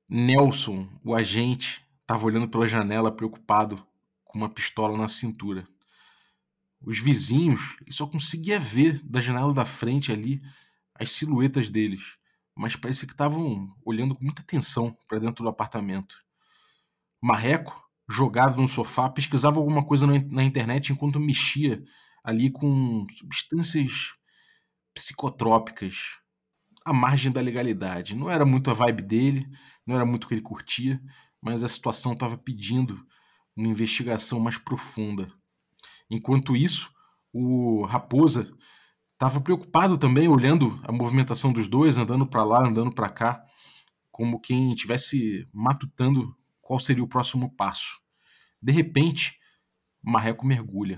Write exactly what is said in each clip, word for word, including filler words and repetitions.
Nelson, o agente, estava olhando pela janela preocupado, com uma pistola na cintura. Os vizinhos, ele só conseguia ver da janela da frente ali as silhuetas deles, mas parecia que estavam olhando com muita atenção para dentro do apartamento. Marreco, jogado no sofá, pesquisava alguma coisa na, na internet enquanto mexia ali com substâncias psicotrópicas à margem da legalidade. Não era muito a vibe dele, não era muito o que ele curtia, mas a situação estava pedindo uma investigação mais profunda. Enquanto isso, o Raposa estava preocupado também, olhando a movimentação dos dois, andando para lá, andando para cá, como quem estivesse matutando qual seria o próximo passo. De repente, Marreco mergulha.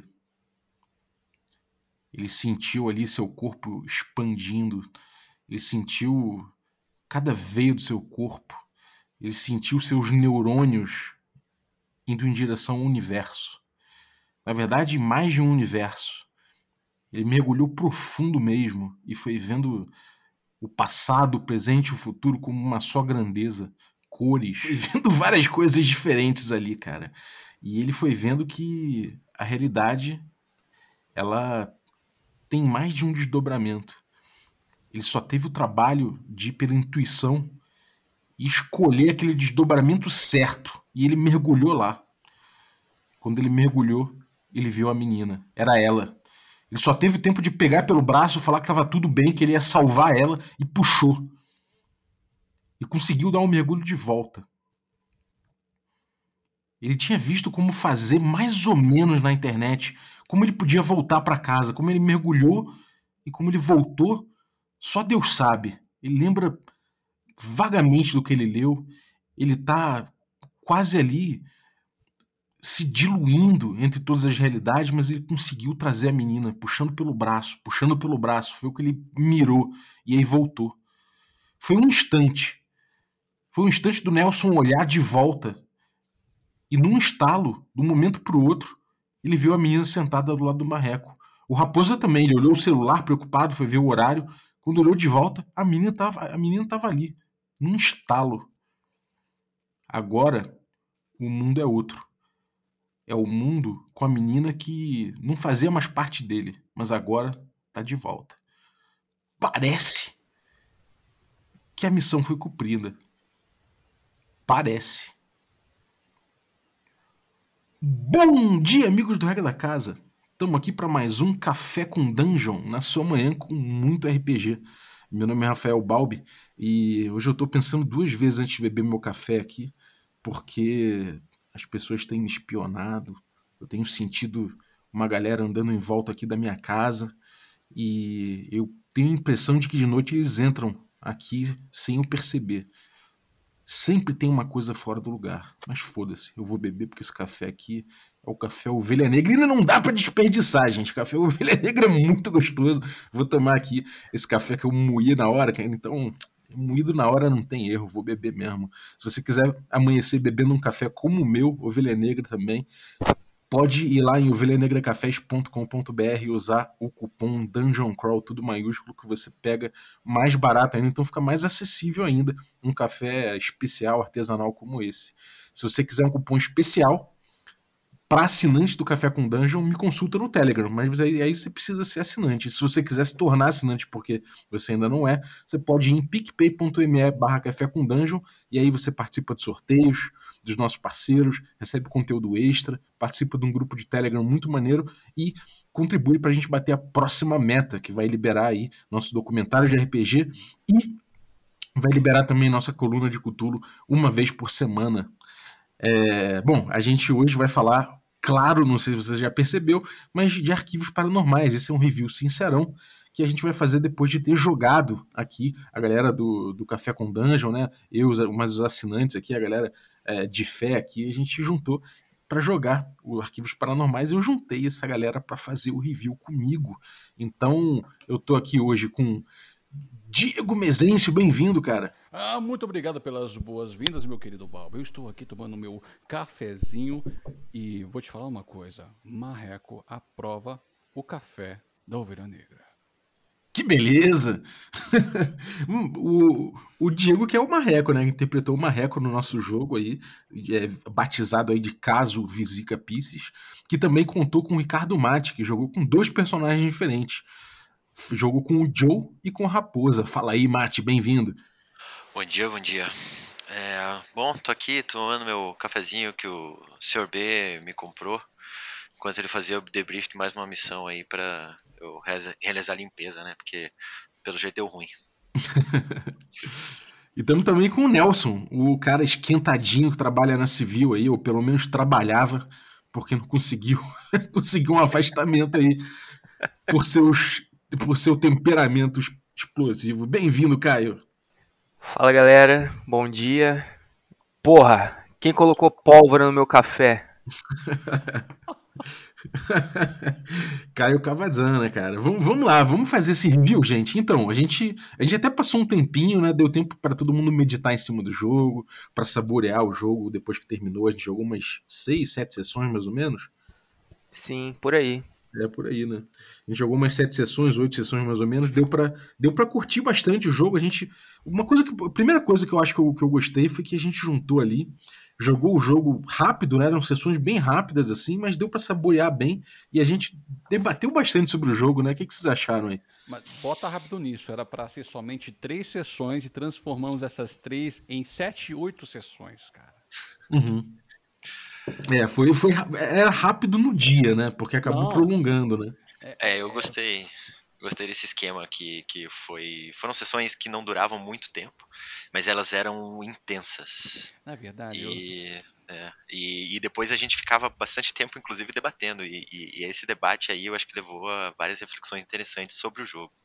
Ele sentiu ali seu corpo expandindo, ele sentiu cada veia do seu corpo, ele sentiu seus neurônios indo em direção ao universo. Na verdade, mais de um universo. Ele mergulhou profundo mesmo e foi vendo o passado, o presente e o futuro como uma só grandeza, cores. Foi vendo várias coisas diferentes ali, cara. E ele foi vendo que a realidade, ela tem mais de um desdobramento. Ele só teve o trabalho de ir pela intuição e escolher aquele desdobramento certo. E ele mergulhou lá. Quando ele mergulhou, ele viu a menina. Era ela. Ele só teve tempo de pegar pelo braço, falar que estava tudo bem, que ele ia salvar ela, e puxou. E conseguiu dar um mergulho de volta. Ele tinha visto como fazer mais ou menos na internet, como ele podia voltar para casa, como ele mergulhou e como ele voltou, só Deus sabe. Ele lembra vagamente do que ele leu. Ele tá quase ali se diluindo entre todas as realidades, mas ele conseguiu trazer a menina, puxando pelo braço, puxando pelo braço. Foi o que ele mirou e aí voltou. Foi um instante. Foi um instante do Nelson olhar de volta e num estalo, de um momento para o outro, ele viu a menina sentada do lado do Marreco. O Raposa também, ele olhou o celular preocupado, foi ver o horário. Quando olhou de volta, a menina estava a menina tava ali, num estalo. Agora, o mundo é outro. É o mundo com a menina que não fazia mais parte dele, mas agora tá de volta. Parece que a missão foi cumprida. Parece. Bom dia, amigos do Regra da Casa. Estamos aqui para mais um Café com Dungeon na sua manhã com muito R P G. Meu nome é Rafael Balbi e hoje eu estou pensando duas vezes antes de beber meu café aqui, porque as pessoas têm me espionado. Eu tenho sentido uma galera andando em volta aqui da minha casa e eu tenho a impressão de que de noite eles entram aqui sem eu perceber. Sempre tem uma coisa fora do lugar, mas foda-se, eu vou beber porque esse café aqui é o café Ovelha Negra e ainda não dá pra desperdiçar, gente. Café Ovelha Negra é muito gostoso. Vou tomar aqui esse café que eu moí na hora, então moído na hora não tem erro, vou beber mesmo. Se você quiser amanhecer bebendo um café como o meu, Ovelha Negra também, pode ir lá em ovelha negra cafés ponto com ponto b r e usar o cupom Dungeon Crawl, tudo maiúsculo, que você pega mais barato ainda, então fica mais acessível ainda um café especial, artesanal como esse. Se você quiser um cupom especial para assinante do Café com Dungeon, me consulta no Telegram, mas aí, aí você precisa ser assinante. Se você quiser se tornar assinante porque você ainda não é, você pode ir em picpay.me barra café com Dungeon e aí você participa de sorteios dos nossos parceiros, recebe conteúdo extra, participa de um grupo de Telegram muito maneiro e contribui para a gente bater a próxima meta, que vai liberar aí nosso documentário de R P G e vai liberar também nossa coluna de Cthulhu uma vez por semana. É, bom, a gente hoje vai falar, claro, não sei se você já percebeu, mas de arquivos paranormais. Esse é um review sincerão que a gente vai fazer depois de ter jogado aqui a galera do, do Café com Dungeon, né? Eu, mas os assinantes aqui, a galera é, de fé aqui, a gente juntou para jogar o Arquivos Paranormais. Eu juntei essa galera para fazer o review comigo. Então, eu tô aqui hoje com Diego Mezencio, bem-vindo, cara. Ah, muito obrigado pelas boas-vindas, meu querido Balbo. Eu estou aqui tomando meu cafezinho e vou te falar uma coisa. Marreco aprova o café da Ovelha Negra. Que beleza! o, o Diego que é o Marreco, né? Interpretou o Marreco no nosso jogo aí, é, batizado aí de Caso Visica Pisces, que também contou com o Ricardo Mate, que jogou com dois personagens diferentes. Jogou com o Joe e com a Raposa. Fala aí, Mate, bem-vindo. Bom dia, bom dia. É, bom, tô aqui tomando meu cafezinho que o senhor B me comprou, enquanto ele fazia o debrief de mais uma missão aí pra eu realizar a limpeza, né? Porque pelo jeito deu ruim. E estamos também com o Nelson, o cara esquentadinho que trabalha na Civil aí, ou pelo menos trabalhava, porque não conseguiu, conseguiu um afastamento aí por, seus, por seu temperamento explosivo. Bem-vindo, Caio. Fala galera, bom dia. Porra, quem colocou pólvora no meu café? Caio Cavazana, né, cara? Vamos, vamos lá, vamos fazer esse review, gente. Então, a gente, a gente até passou um tempinho, né? Deu tempo para todo mundo meditar em cima do jogo, para saborear o jogo depois que terminou. A gente jogou umas seis, sete sessões, mais ou menos. Sim, por aí. É por aí, né? A gente jogou umas sete sessões, oito sessões mais ou menos. Deu pra, deu pra curtir bastante o jogo. A gente. Uma coisa que. A primeira coisa que eu acho que eu, que eu gostei foi que a gente juntou ali. Jogou o jogo rápido, né? Eram sessões bem rápidas, assim, mas deu pra saborear bem. E a gente debateu bastante sobre o jogo, né? O que, que vocês acharam aí? Mas bota rápido nisso, era para ser somente três sessões e transformamos essas três em sete, oito sessões, cara. Uhum. É, foi, foi. Era rápido no dia, né? Porque acabou Não, prolongando, né? É, é eu gostei. Gostei desse esquema que, que foi. Foram sessões que não duravam muito tempo, mas elas eram intensas. Na verdade, e, eu... é, e, e depois a gente ficava bastante tempo, inclusive, debatendo. E, e, e esse debate aí eu acho que levou a várias reflexões interessantes sobre o jogo.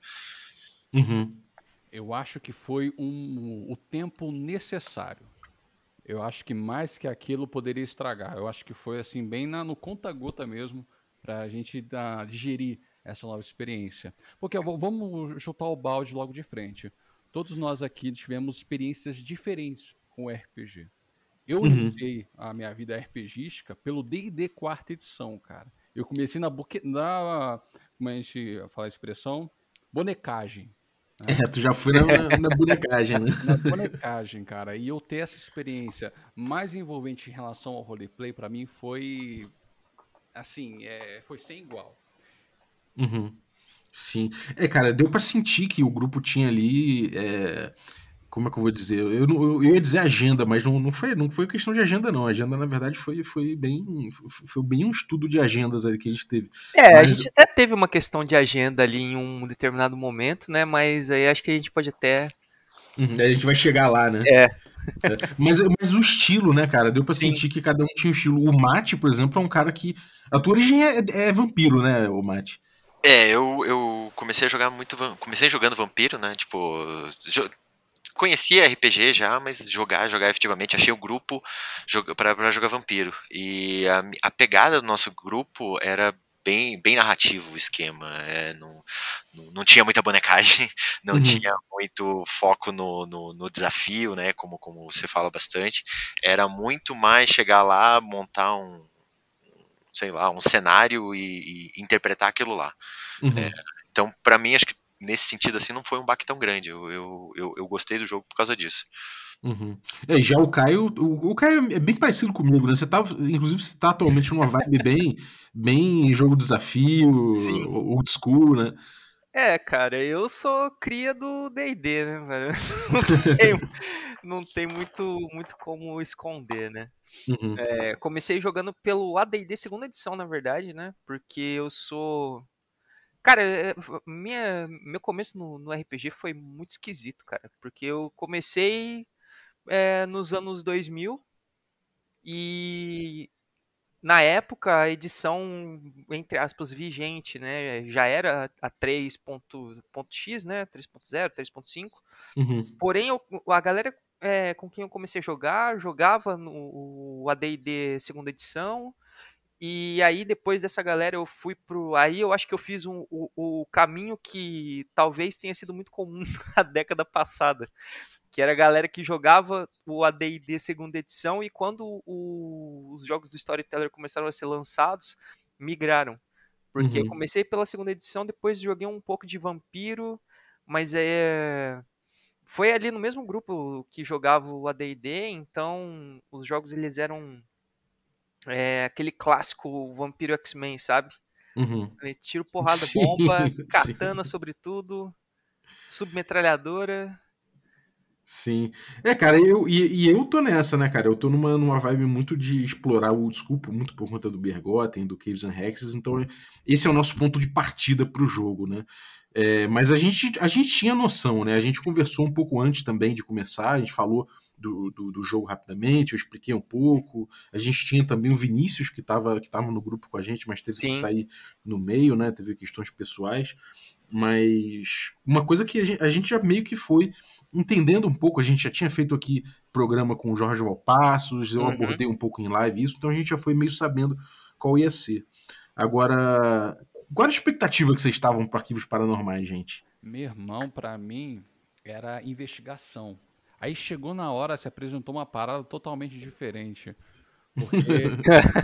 Uhum. Eu acho que foi um, o tempo necessário. Eu acho que mais que aquilo poderia estragar. Eu acho que foi assim, bem na, no conta-gota mesmo, pra gente dar, digerir essa nova experiência. Porque vamos chutar o balde logo de frente. Todos nós aqui tivemos experiências diferentes com o R P G. Eu Uhum. iniciei a minha vida RPGística pelo D e D quarta edição, cara. Eu comecei na, buque... na como a gente fala a expressão, bonecagem. Né? É, tu já foi na, na, na bonecagem, né? Na bonecagem, cara. E eu ter essa experiência mais envolvente em relação ao roleplay, pra mim, foi. Assim, é, foi sem igual. Uhum. Sim. É, cara, deu pra sentir que o grupo tinha ali. É, como é que eu vou dizer? Eu, não- eu ia dizer agenda, mas não, não, foi, não foi questão de agenda, não. A agenda, na verdade, foi, foi, bem, foi bem um estudo de agendas ali que a gente teve. É, a Mas gente até teve uma questão de agenda ali em um determinado momento, né? Mas aí acho que a gente pode até. uhum, a gente vai chegar lá, né? É, É, mas, mas o estilo, né, cara? Deu pra sim. sentir que cada um tinha um estilo. O Mate, por exemplo, é um cara que. A tua origem é, é vampiro, né, o Mate? É, eu, eu comecei a jogar muito. Comecei jogando Vampiro, né? Tipo. Conhecia R P G já, mas jogar, jogar efetivamente, achei o grupo para jogar Vampiro. E a, a pegada do nosso grupo era bem, bem narrativo o esquema. É, não, não, não tinha muita bonecagem, não Uhum. tinha muito foco no, no, no desafio, né? Como, como você fala bastante. Era muito mais chegar lá, montar um, sei lá, um cenário e, e interpretar aquilo lá. Uhum. É, então, para mim, acho que nesse sentido assim não foi um baque tão grande. Eu, eu, eu, eu gostei do jogo por causa disso. Uhum. É, já o Caio, o, o Caio é bem parecido comigo, né? Você tá, inclusive, você tá atualmente numa vibe bem, bem jogo desafio, Sim. old school, né? É, cara, eu sou cria do D e D, né, velho? Não tem, não tem muito, muito como esconder, né? Uhum. É, comecei jogando pelo A D e D segunda edição, na verdade, né? Porque eu sou. Cara, é, minha, meu começo no, no R P G foi muito esquisito, cara. Porque eu comecei é, nos anos dois mil e na época a edição, entre aspas, vigente, né? Já era a três ponto x, né? três ponto zero, três ponto cinco. Uhum. Porém, eu, a galera é, com quem eu comecei a jogar, jogava no A D e D segunda edição. E aí, depois dessa galera, eu fui pro. Aí eu acho que eu fiz um, o, o caminho que talvez tenha sido muito comum na década passada. Que era a galera que jogava o A D e D segunda edição, e quando o, os jogos do Storyteller começaram a ser lançados, migraram. Porque Uhum. comecei pela segunda edição, depois joguei um pouco de Vampiro, mas é foi ali no mesmo grupo que jogava o A D e D, então os jogos eles eram é, aquele clássico Vampiro X-Men, sabe? Uhum. É, tiro, porrada, Sim, bomba, sim. katana sobretudo, submetralhadora. Sim. É, cara, eu, e, e eu tô nessa, né, cara? Eu tô numa, numa vibe muito de explorar o desculpa, muito por conta do Bergotten, do Caves and Hexes, então esse é o nosso ponto de partida pro jogo, né? É, mas a gente, a gente tinha noção, né? A gente conversou um pouco antes também de começar, a gente falou do, do, do jogo rapidamente, eu expliquei um pouco. A gente tinha também o Vinícius, que estava que tava no grupo com a gente, mas teve que Sim. sair no meio, né? Teve questões pessoais. Mas uma coisa que a gente, a gente já meio que foi entendendo um pouco, a gente já tinha feito aqui programa com o Jorge Valpassos, eu Uhum. abordei um pouco em live isso, então a gente já foi meio sabendo qual ia ser. Agora, qual era a expectativa que vocês estavam para Arquivos Paranormais, gente? Meu irmão, pra mim, era investigação. Aí chegou na hora, se apresentou uma parada totalmente diferente. Porque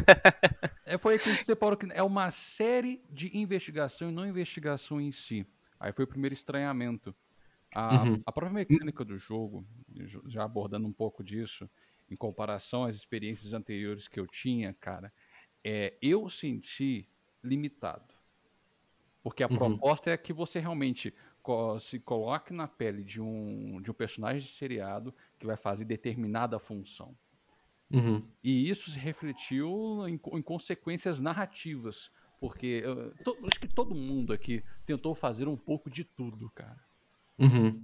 é, foi aí que a gente separou que é uma série de investigação e não investigação em si. Aí foi o primeiro estranhamento. A, Uhum. a própria mecânica do jogo, já abordando um pouco disso, em comparação às experiências anteriores que eu tinha, cara, é, eu senti limitado. Porque a Uhum. proposta é que você realmente co- se coloque na pele de um, de um personagem de seriado que vai fazer determinada função. Uhum. E isso se refletiu em, co- em consequências narrativas. Porque eh, to- acho que todo mundo aqui tentou fazer um pouco de tudo, cara. Uhum.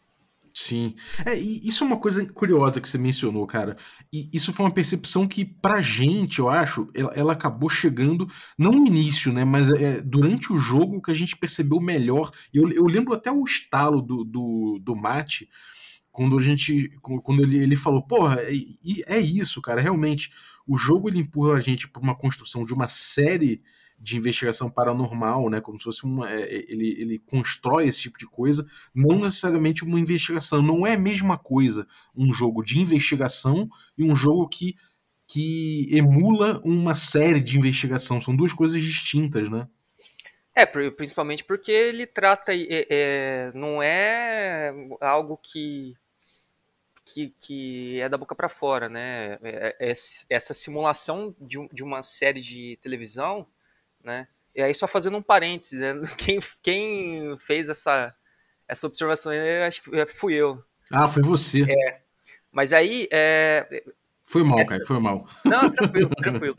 Sim. É, e isso é uma coisa curiosa que você mencionou, cara. E isso foi uma percepção que, pra gente, eu acho, ela, ela acabou chegando, não no início, né? Mas é, durante o jogo que a gente percebeu melhor. Eu, eu lembro até o estalo do, do, do Mate, quando a gente. Quando ele, ele falou, porra, é, é isso, cara. Realmente, o jogo ele empurra a gente pra uma construção de uma série de investigação paranormal, né? Como se fosse uma. É, ele, ele constrói esse tipo de coisa, não necessariamente uma investigação. Não é a mesma coisa um jogo de investigação e um jogo que, que emula uma série de investigação. São duas coisas distintas, né? É, pri- principalmente porque ele trata, é, é, não é algo que, que, que é da boca para fora, né? É- é- é essa simulação de, um- de uma série de televisão, né? E aí só fazendo um parênteses, né? Quem, quem fez essa, essa observação, eu acho que fui eu. Ah, foi você. Mas aí, é, Foi mal, essa, cara, foi mal. não, tranquilo, tranquilo.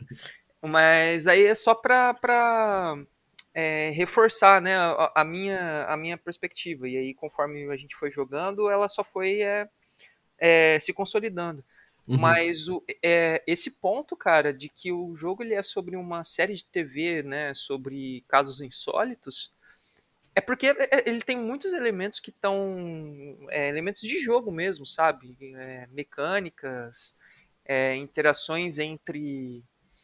Mas aí é só para pra é, reforçar, né, a, a minha, a minha perspectiva. E aí, conforme a gente foi jogando, ela só foi é, é, se consolidando. Uhum, Mas o, é, esse ponto, cara, de que o jogo ele é sobre uma série de T V, né, sobre casos insólitos, é porque é, é, ele tem muitos elementos que estão é, elementos de jogo mesmo, sabe? É, mecânicas, é, interações entre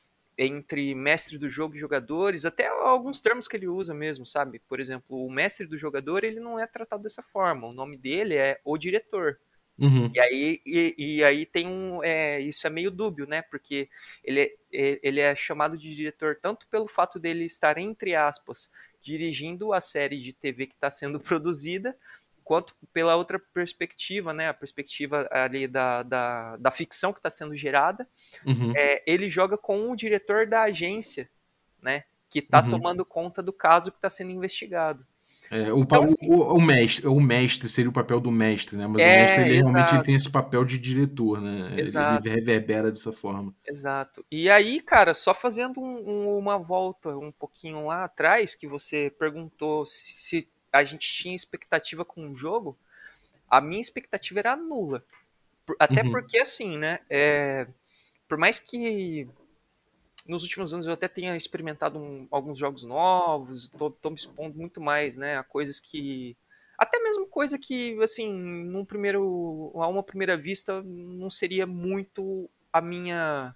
entre mestre do jogo e jogadores, até alguns termos que ele usa mesmo, sabe? Por exemplo, o mestre do jogador ele não é tratado dessa forma. O nome dele é o diretor. E uhum, aí, e, e aí tem um. É, isso é meio dúbio, né? Porque ele, é- ele é chamado de diretor tanto pelo fato dele estar, entre aspas, dirigindo a série de T V que está sendo produzida, quanto pela outra perspectiva, né? A perspectiva ali da, da, da ficção que está sendo gerada. uhum, É, ele joga com o diretor da agência, né? Que está uhum. tomando conta do caso que está sendo investigado. É, o, pa- Então, o, assim, o, o mestre, o mestre seria o papel do mestre, né? Mas o mestre, é, ele realmente ele exato, tem esse papel de diretor, né? Ele, ele exato. reverbera dessa forma. Exato. E aí, cara, só fazendo um- um- uma volta um pouquinho lá atrás, que você perguntou se a gente tinha expectativa com o jogo, a minha expectativa era nula. Por- Até Uhum, porque, assim, né, é, por mais que nos últimos anos eu até tenha experimentado um- alguns jogos novos, tô, tô me expondo muito mais, né, a coisas que... Até mesmo coisa que, assim, num primeiro, a uma primeira vista, não seria muito a minha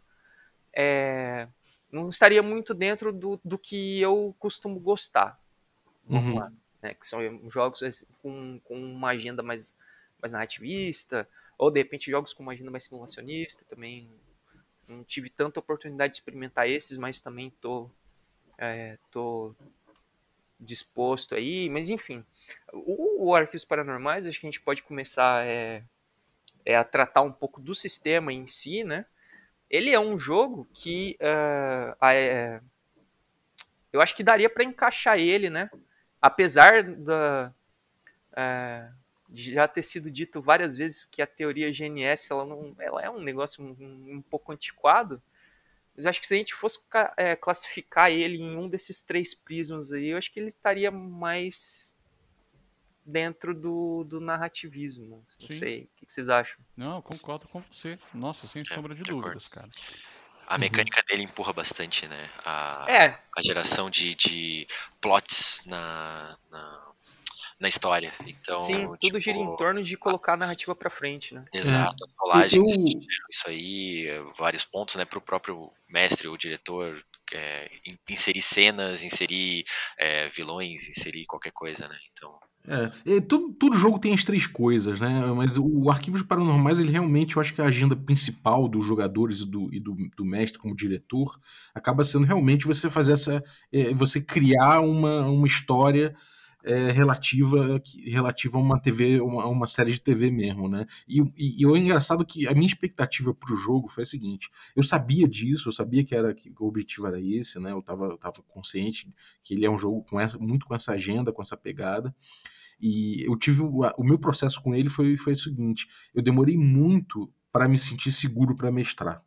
é, não estaria muito dentro do, do que eu costumo gostar. Vamos lá. uhum, Né? Que são jogos com, com uma agenda mais, mais narrativista, ou de repente jogos com uma agenda mais simulacionista. Também não tive tanta oportunidade de experimentar esses, mas também tô, é, tô disposto aí, mas enfim, o, o Arquivos Paranormais, acho que a gente pode começar é, é a tratar um pouco do sistema em si, né? Ele é um jogo que uh, é, eu acho que daria para encaixar ele, né? Apesar da, uh, de já ter sido dito várias vezes que a teoria G N S ela, não, ela é um negócio um, um pouco antiquado, mas acho que se a gente fosse é, classificar ele em um desses três prismas aí, eu acho que ele estaria mais dentro do, do narrativismo. Não Sim. sei, o que vocês acham? Não, eu concordo com você. Nossa, sem É, sombra de de acordo. dúvidas, cara. A mecânica dele empurra bastante, né? A, É, a geração de, de plots na, na, na história. Então, sim, tudo tipo, gira em torno de colocar a narrativa pra frente, né? exato, as Eu, rolagens eu- tiveram isso aí, eh, vários pontos, né, para o próprio mestre ou diretor é, in- inserir cenas, inserir é, vilões, inserir qualquer coisa, né? Então, É, é, todo, todo jogo tem as três coisas, né? Mas o, o Arquivos Paranormais, ele realmente, eu acho que a agenda principal dos jogadores e do, e do, do mestre como diretor acaba sendo realmente você fazer essa. É, você criar uma, uma história é, relativa, que- relativa a uma T V, uma, uma série de T V mesmo, né? E, e, e o engraçado que a minha expectativa pro jogo foi a seguinte: eu sabia disso, eu sabia que era que o objetivo era esse, né? Eu tava, eu tava consciente que ele é um jogo com essa, muito com essa agenda, com essa pegada. E eu tive o, o meu processo com ele foi, foi o seguinte: eu demorei muito para me sentir seguro para mestrar.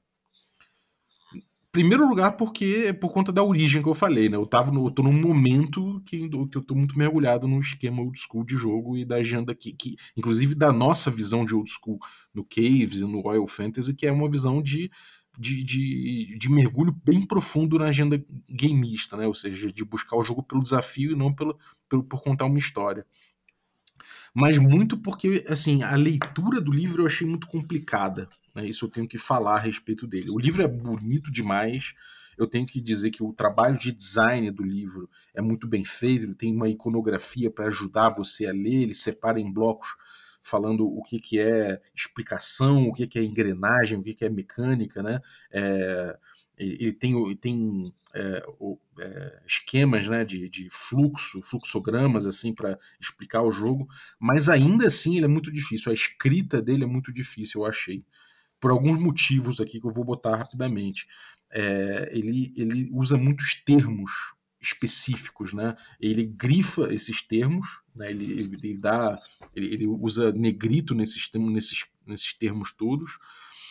Primeiro lugar, porque é por conta da origem que eu falei, né? Eu, tava no, eu tô num momento que, que eu tô muito mergulhado no esquema old school de jogo e da agenda que, que, inclusive da nossa visão de old school no Caves e no Royal Fantasy, que é uma visão de, de, de, de mergulho bem profundo na agenda gameista, né? Ou seja, de buscar o jogo pelo desafio e não pelo, pelo, por contar uma história. Mas muito porque, assim, a leitura do livro eu achei muito complicada. Né? Isso eu tenho que falar a respeito dele. O livro é bonito demais. Eu tenho que dizer que o trabalho de design do livro é muito bem feito. Ele tem uma iconografia para ajudar você a ler. Ele separa em blocos falando o que, que é explicação, o que, que é engrenagem, o que, que é mecânica, né? É, ele tem, tem é, o, é, esquemas, né, de, de fluxo, fluxogramas assim para explicar o jogo, mas ainda assim ele é muito difícil. A escrita dele é muito difícil, eu achei, por alguns motivos aqui que eu vou botar rapidamente. É, ele, ele usa muitos termos específicos, né? Ele grifa esses termos, né? Ele, ele, ele dá, ele, ele usa negrito nesses, nesses, nesses termos todos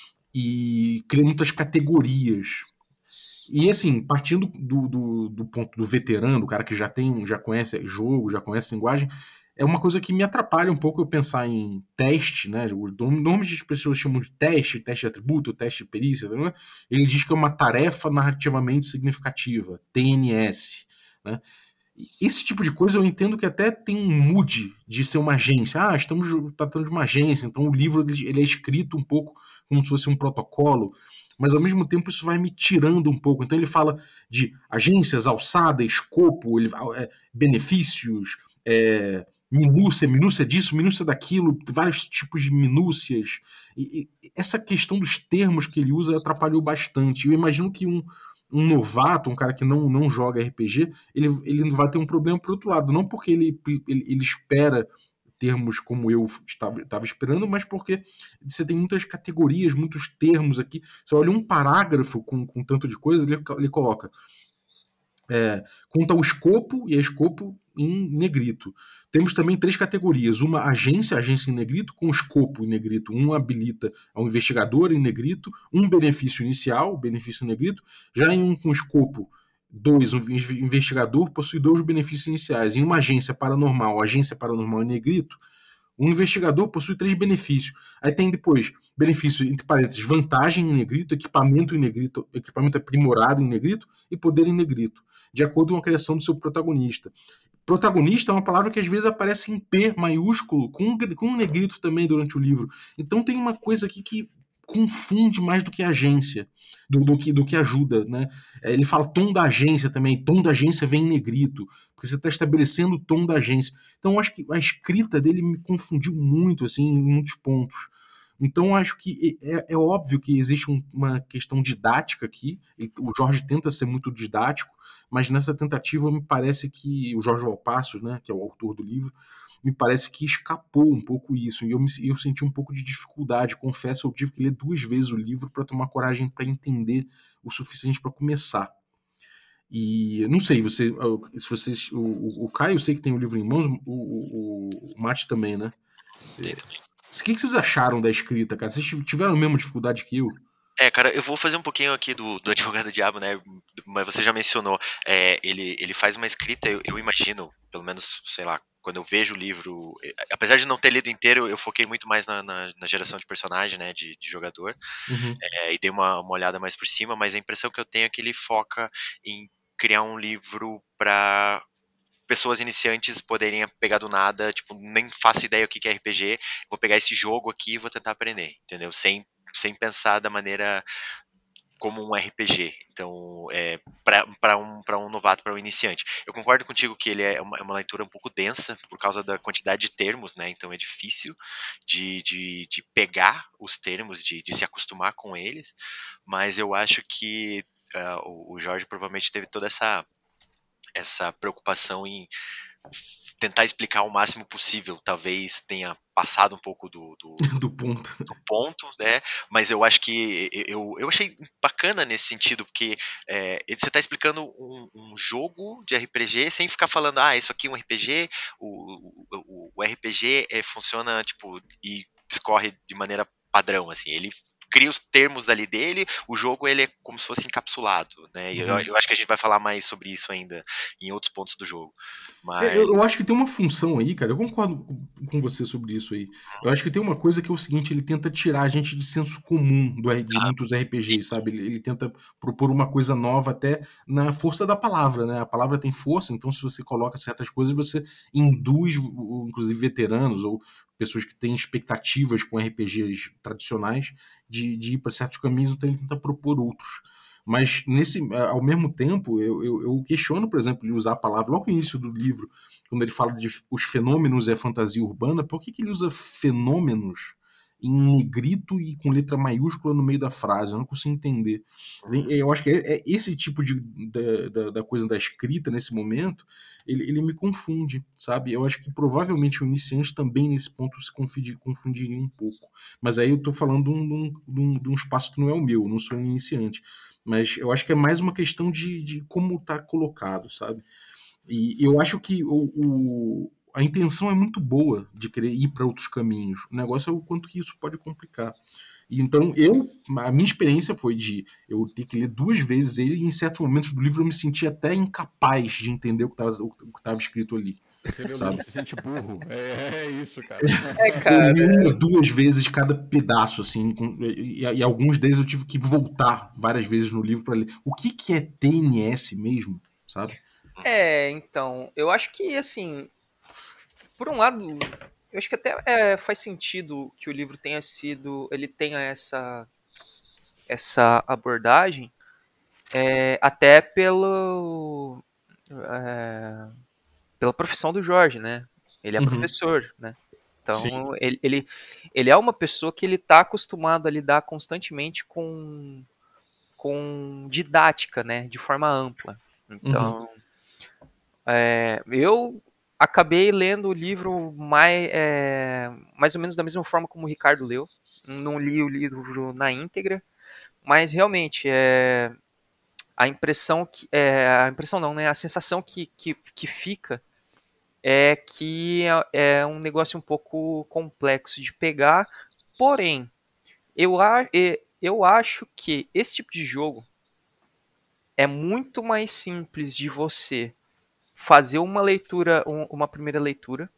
e cria muitas categorias. E assim, partindo do, do, do ponto do veterano, do cara que já tem, já conhece jogo, já conhece linguagem, é uma coisa que me atrapalha um pouco eu pensar em teste, né? Os nomes as pessoas chamam de teste, teste de atributo, teste de perícia, né? Ele diz que é uma tarefa narrativamente significativa, T N S, né? Esse tipo de coisa eu entendo que até tem um mood de ser uma agência. Ah, estamos tratando de uma agência, então o livro ele é escrito um pouco como se fosse um protocolo, mas ao mesmo tempo isso vai me tirando um pouco. Então ele fala de agências, alçada, escopo, ele, é, benefícios, é, minúcia, minúcia disso, minúcia daquilo, vários tipos de minúcias. E, e essa questão dos termos que ele usa atrapalhou bastante. Eu imagino que um, um novato, um cara que não, não joga R P G, ele, ele vai ter um problema por outro lado. Não porque ele, ele, ele espera termos como eu estava, estava esperando, mas porque você tem muitas categorias, muitos termos aqui. Você olha um parágrafo com, com tanto de coisa, ele, ele coloca é, conta o escopo e é escopo em negrito. Temos também três categorias. Uma agência, agência em negrito, com escopo em negrito. Um habilita ao investigador em negrito. Um benefício inicial, benefício em negrito. Já em um com escopo, dois, um investigador possui dois benefícios iniciais. Em uma agência paranormal, agência paranormal em negrito, um investigador possui três benefícios. Aí tem depois benefício, entre parênteses, vantagem em negrito, equipamento em negrito, equipamento aprimorado em negrito e poder em negrito, de acordo com a criação do seu protagonista. Protagonista é uma palavra que às vezes aparece em P maiúsculo, com, com um negrito também durante o livro. Então tem uma coisa aqui que confunde mais do que agência, do, do, que, do que ajuda, né? Ele fala tom da agência também, tom da agência vem em negrito, porque você está estabelecendo o tom da agência. Então eu acho que a escrita dele me confundiu muito, assim, em muitos pontos. Então acho que é, é óbvio que existe um, uma questão didática aqui, e o Jorge tenta ser muito didático, mas nessa tentativa me parece que o Jorge Valpassos, né, que é o autor do livro, me parece que escapou um pouco isso, e eu, me, eu senti um pouco de dificuldade, confesso, eu tive que ler duas vezes o livro para tomar coragem para entender o suficiente para começar. E não sei, você, se vocês, o, o Caio, eu sei que tem o livro em mãos, o, o, o Mate também, né? O que, que vocês acharam da escrita, cara? Vocês tiveram a mesma dificuldade que eu? É, cara, eu vou fazer um pouquinho aqui do, do Advogado do Diabo, né? Mas você já mencionou, é, ele, ele faz uma escrita, eu, eu imagino, pelo menos, sei lá, quando eu vejo o livro, apesar de não ter lido inteiro, eu foquei muito mais na, na, na geração de personagem, né, de, de jogador, Uhum. é, e dei uma, uma olhada mais por cima, mas a impressão que eu tenho é que ele foca em criar um livro para pessoas iniciantes poderem pegar do nada, tipo, nem faço ideia o que é R P G, vou pegar esse jogo aqui e vou tentar aprender, entendeu? Sem, sem pensar da maneira como um R P G. Então, é, para um, um novato, para um iniciante. Eu concordo contigo que ele é uma, é uma leitura um pouco densa, por causa da quantidade de termos, né? Então é difícil de, de, de pegar os termos, de, de se acostumar com eles, mas eu acho que uh, o, o Jorge provavelmente teve toda essa, essa preocupação em tentar explicar o máximo possível. Talvez tenha passado um pouco do, do, do ponto. do ponto, né? Mas eu acho que eu, eu achei bacana nesse sentido, porque é, você está explicando um, um jogo de R P G sem ficar falando, ah, isso aqui é um R P G, o, o, o R P G é, funciona tipo e discorre de maneira padrão, assim. Ele cria os termos ali dele, o jogo ele é como se fosse encapsulado, né? E Uhum. eu, eu acho que a gente vai falar mais sobre isso ainda em outros pontos do jogo. Mas... É, eu, eu acho que tem uma função aí, cara, eu concordo com, com você sobre isso aí. Eu acho que tem uma coisa que é o seguinte, ele tenta tirar a gente de senso comum do, de muitos R P Gs, sabe? Ele, ele tenta propor uma coisa nova até na força da palavra, né? A palavra tem força, então se você coloca certas coisas, você induz, inclusive veteranos ou pessoas que têm expectativas com R P Gs tradicionais de, de ir para certos caminhos, então ele tenta propor outros. Mas, nesse, ao mesmo tempo, eu, eu, eu questiono, por exemplo, ele usar a palavra, logo no início do livro, quando ele fala de os fenômenos é fantasia urbana, por que, que ele usa fenômenos em negrito e com letra maiúscula no meio da frase? Eu não consigo entender. Eu acho que é, é esse tipo de, da, da coisa da escrita, nesse momento, ele, ele me confunde, sabe? Eu acho que provavelmente o iniciante também, nesse ponto, se confundir, confundiria um pouco. Mas aí eu tô falando de um, de, um, de um espaço que não é o meu, eu não sou um iniciante. Mas eu acho que é mais uma questão de, de como tá colocado, sabe? E eu acho que o, o, a intenção é muito boa de querer ir para outros caminhos. O negócio é o quanto que isso pode complicar. E então eu, a minha experiência foi de eu ter que ler duas vezes ele e em certos momentos do livro eu me sentia até incapaz de entender o que estava escrito ali. Você lê o livro e se sente burro. É, é isso, cara. É, Eu cara. li uma, duas vezes cada pedaço, assim, com, e, e alguns deles eu tive que voltar várias vezes no livro para ler. O que, que é T N S mesmo, sabe? É, então, eu acho que, assim, por um lado, eu acho que até é, faz sentido que o livro tenha sido, ele tenha essa, essa abordagem, é, até pelo, é, pela profissão do Jorge, né? Ele é Uhum. professor, né? Sim. Então, ele, ele, ele é uma pessoa que ele está acostumado a lidar constantemente com, com didática, né? De forma ampla. Então, Uhum. é, eu acabei lendo o livro mais, é, mais ou menos da mesma forma como o Ricardo leu. Não li o livro na íntegra, mas realmente é, a impressão que é, a impressão não, né? A sensação que, que, que fica é que é, é um negócio um pouco complexo de pegar. Porém, eu, a, eu acho que esse tipo de jogo é muito mais simples de você fazer uma leitura, uma primeira leitura,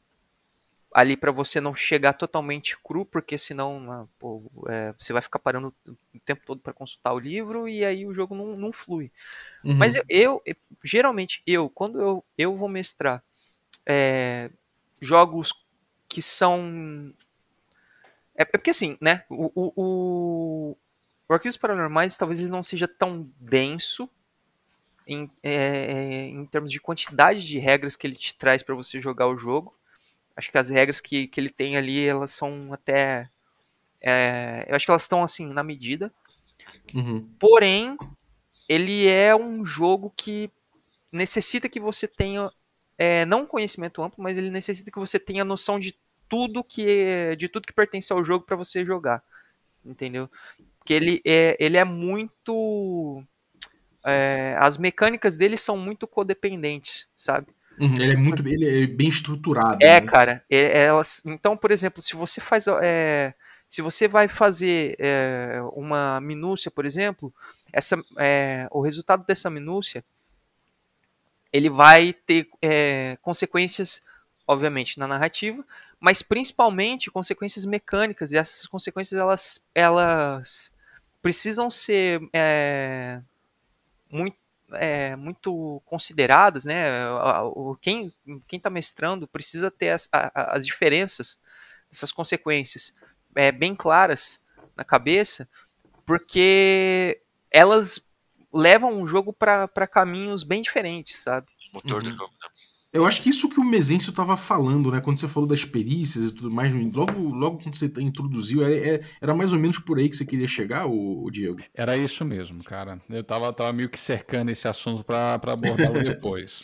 ali para você não chegar totalmente cru, porque senão pô, é, você vai ficar parando o tempo todo para consultar o livro e aí o jogo não, não flui. Uhum. Mas eu, eu, geralmente, eu, quando eu, eu vou mestrar é, jogos que são... É, é porque assim, né, o, o, o, o Arquivos Paranormais talvez ele não seja tão denso em, é, em termos de quantidade de regras que ele te traz para você jogar o jogo. Acho que as regras que, que ele tem ali, elas são até É, eu acho que elas estão assim na medida. Uhum. Porém, ele é um jogo que necessita que você tenha é, não um conhecimento amplo, mas ele necessita que você tenha noção de tudo que de tudo que pertence ao jogo para você jogar, entendeu? Porque ele é, ele é muito é, as mecânicas dele são muito codependentes, sabe? Uhum. Ele é muito, ele é bem estruturado, É, né? cara. É, elas, então, por exemplo, se você faz, é, se você vai fazer é, uma minúcia, por exemplo, essa, é, o resultado dessa minúcia ele vai ter é, consequências, obviamente, na narrativa, mas principalmente consequências mecânicas. E essas consequências elas, elas precisam ser é, muito, é, muito consideradas, né? O, quem quem está mestrando precisa ter as, a, as diferenças dessas consequências é, bem claras na cabeça, porque elas levam o jogo para caminhos bem diferentes, sabe? Motor do Uhum. jogo, né? Eu acho que isso que o Mezencio estava falando, né? Quando você falou das perícias e tudo mais, logo, logo quando você introduziu, era, era mais ou menos por aí que você queria chegar, o, o Diego? Era isso mesmo, cara. Eu tava, tava meio que cercando esse assunto para abordá-lo depois.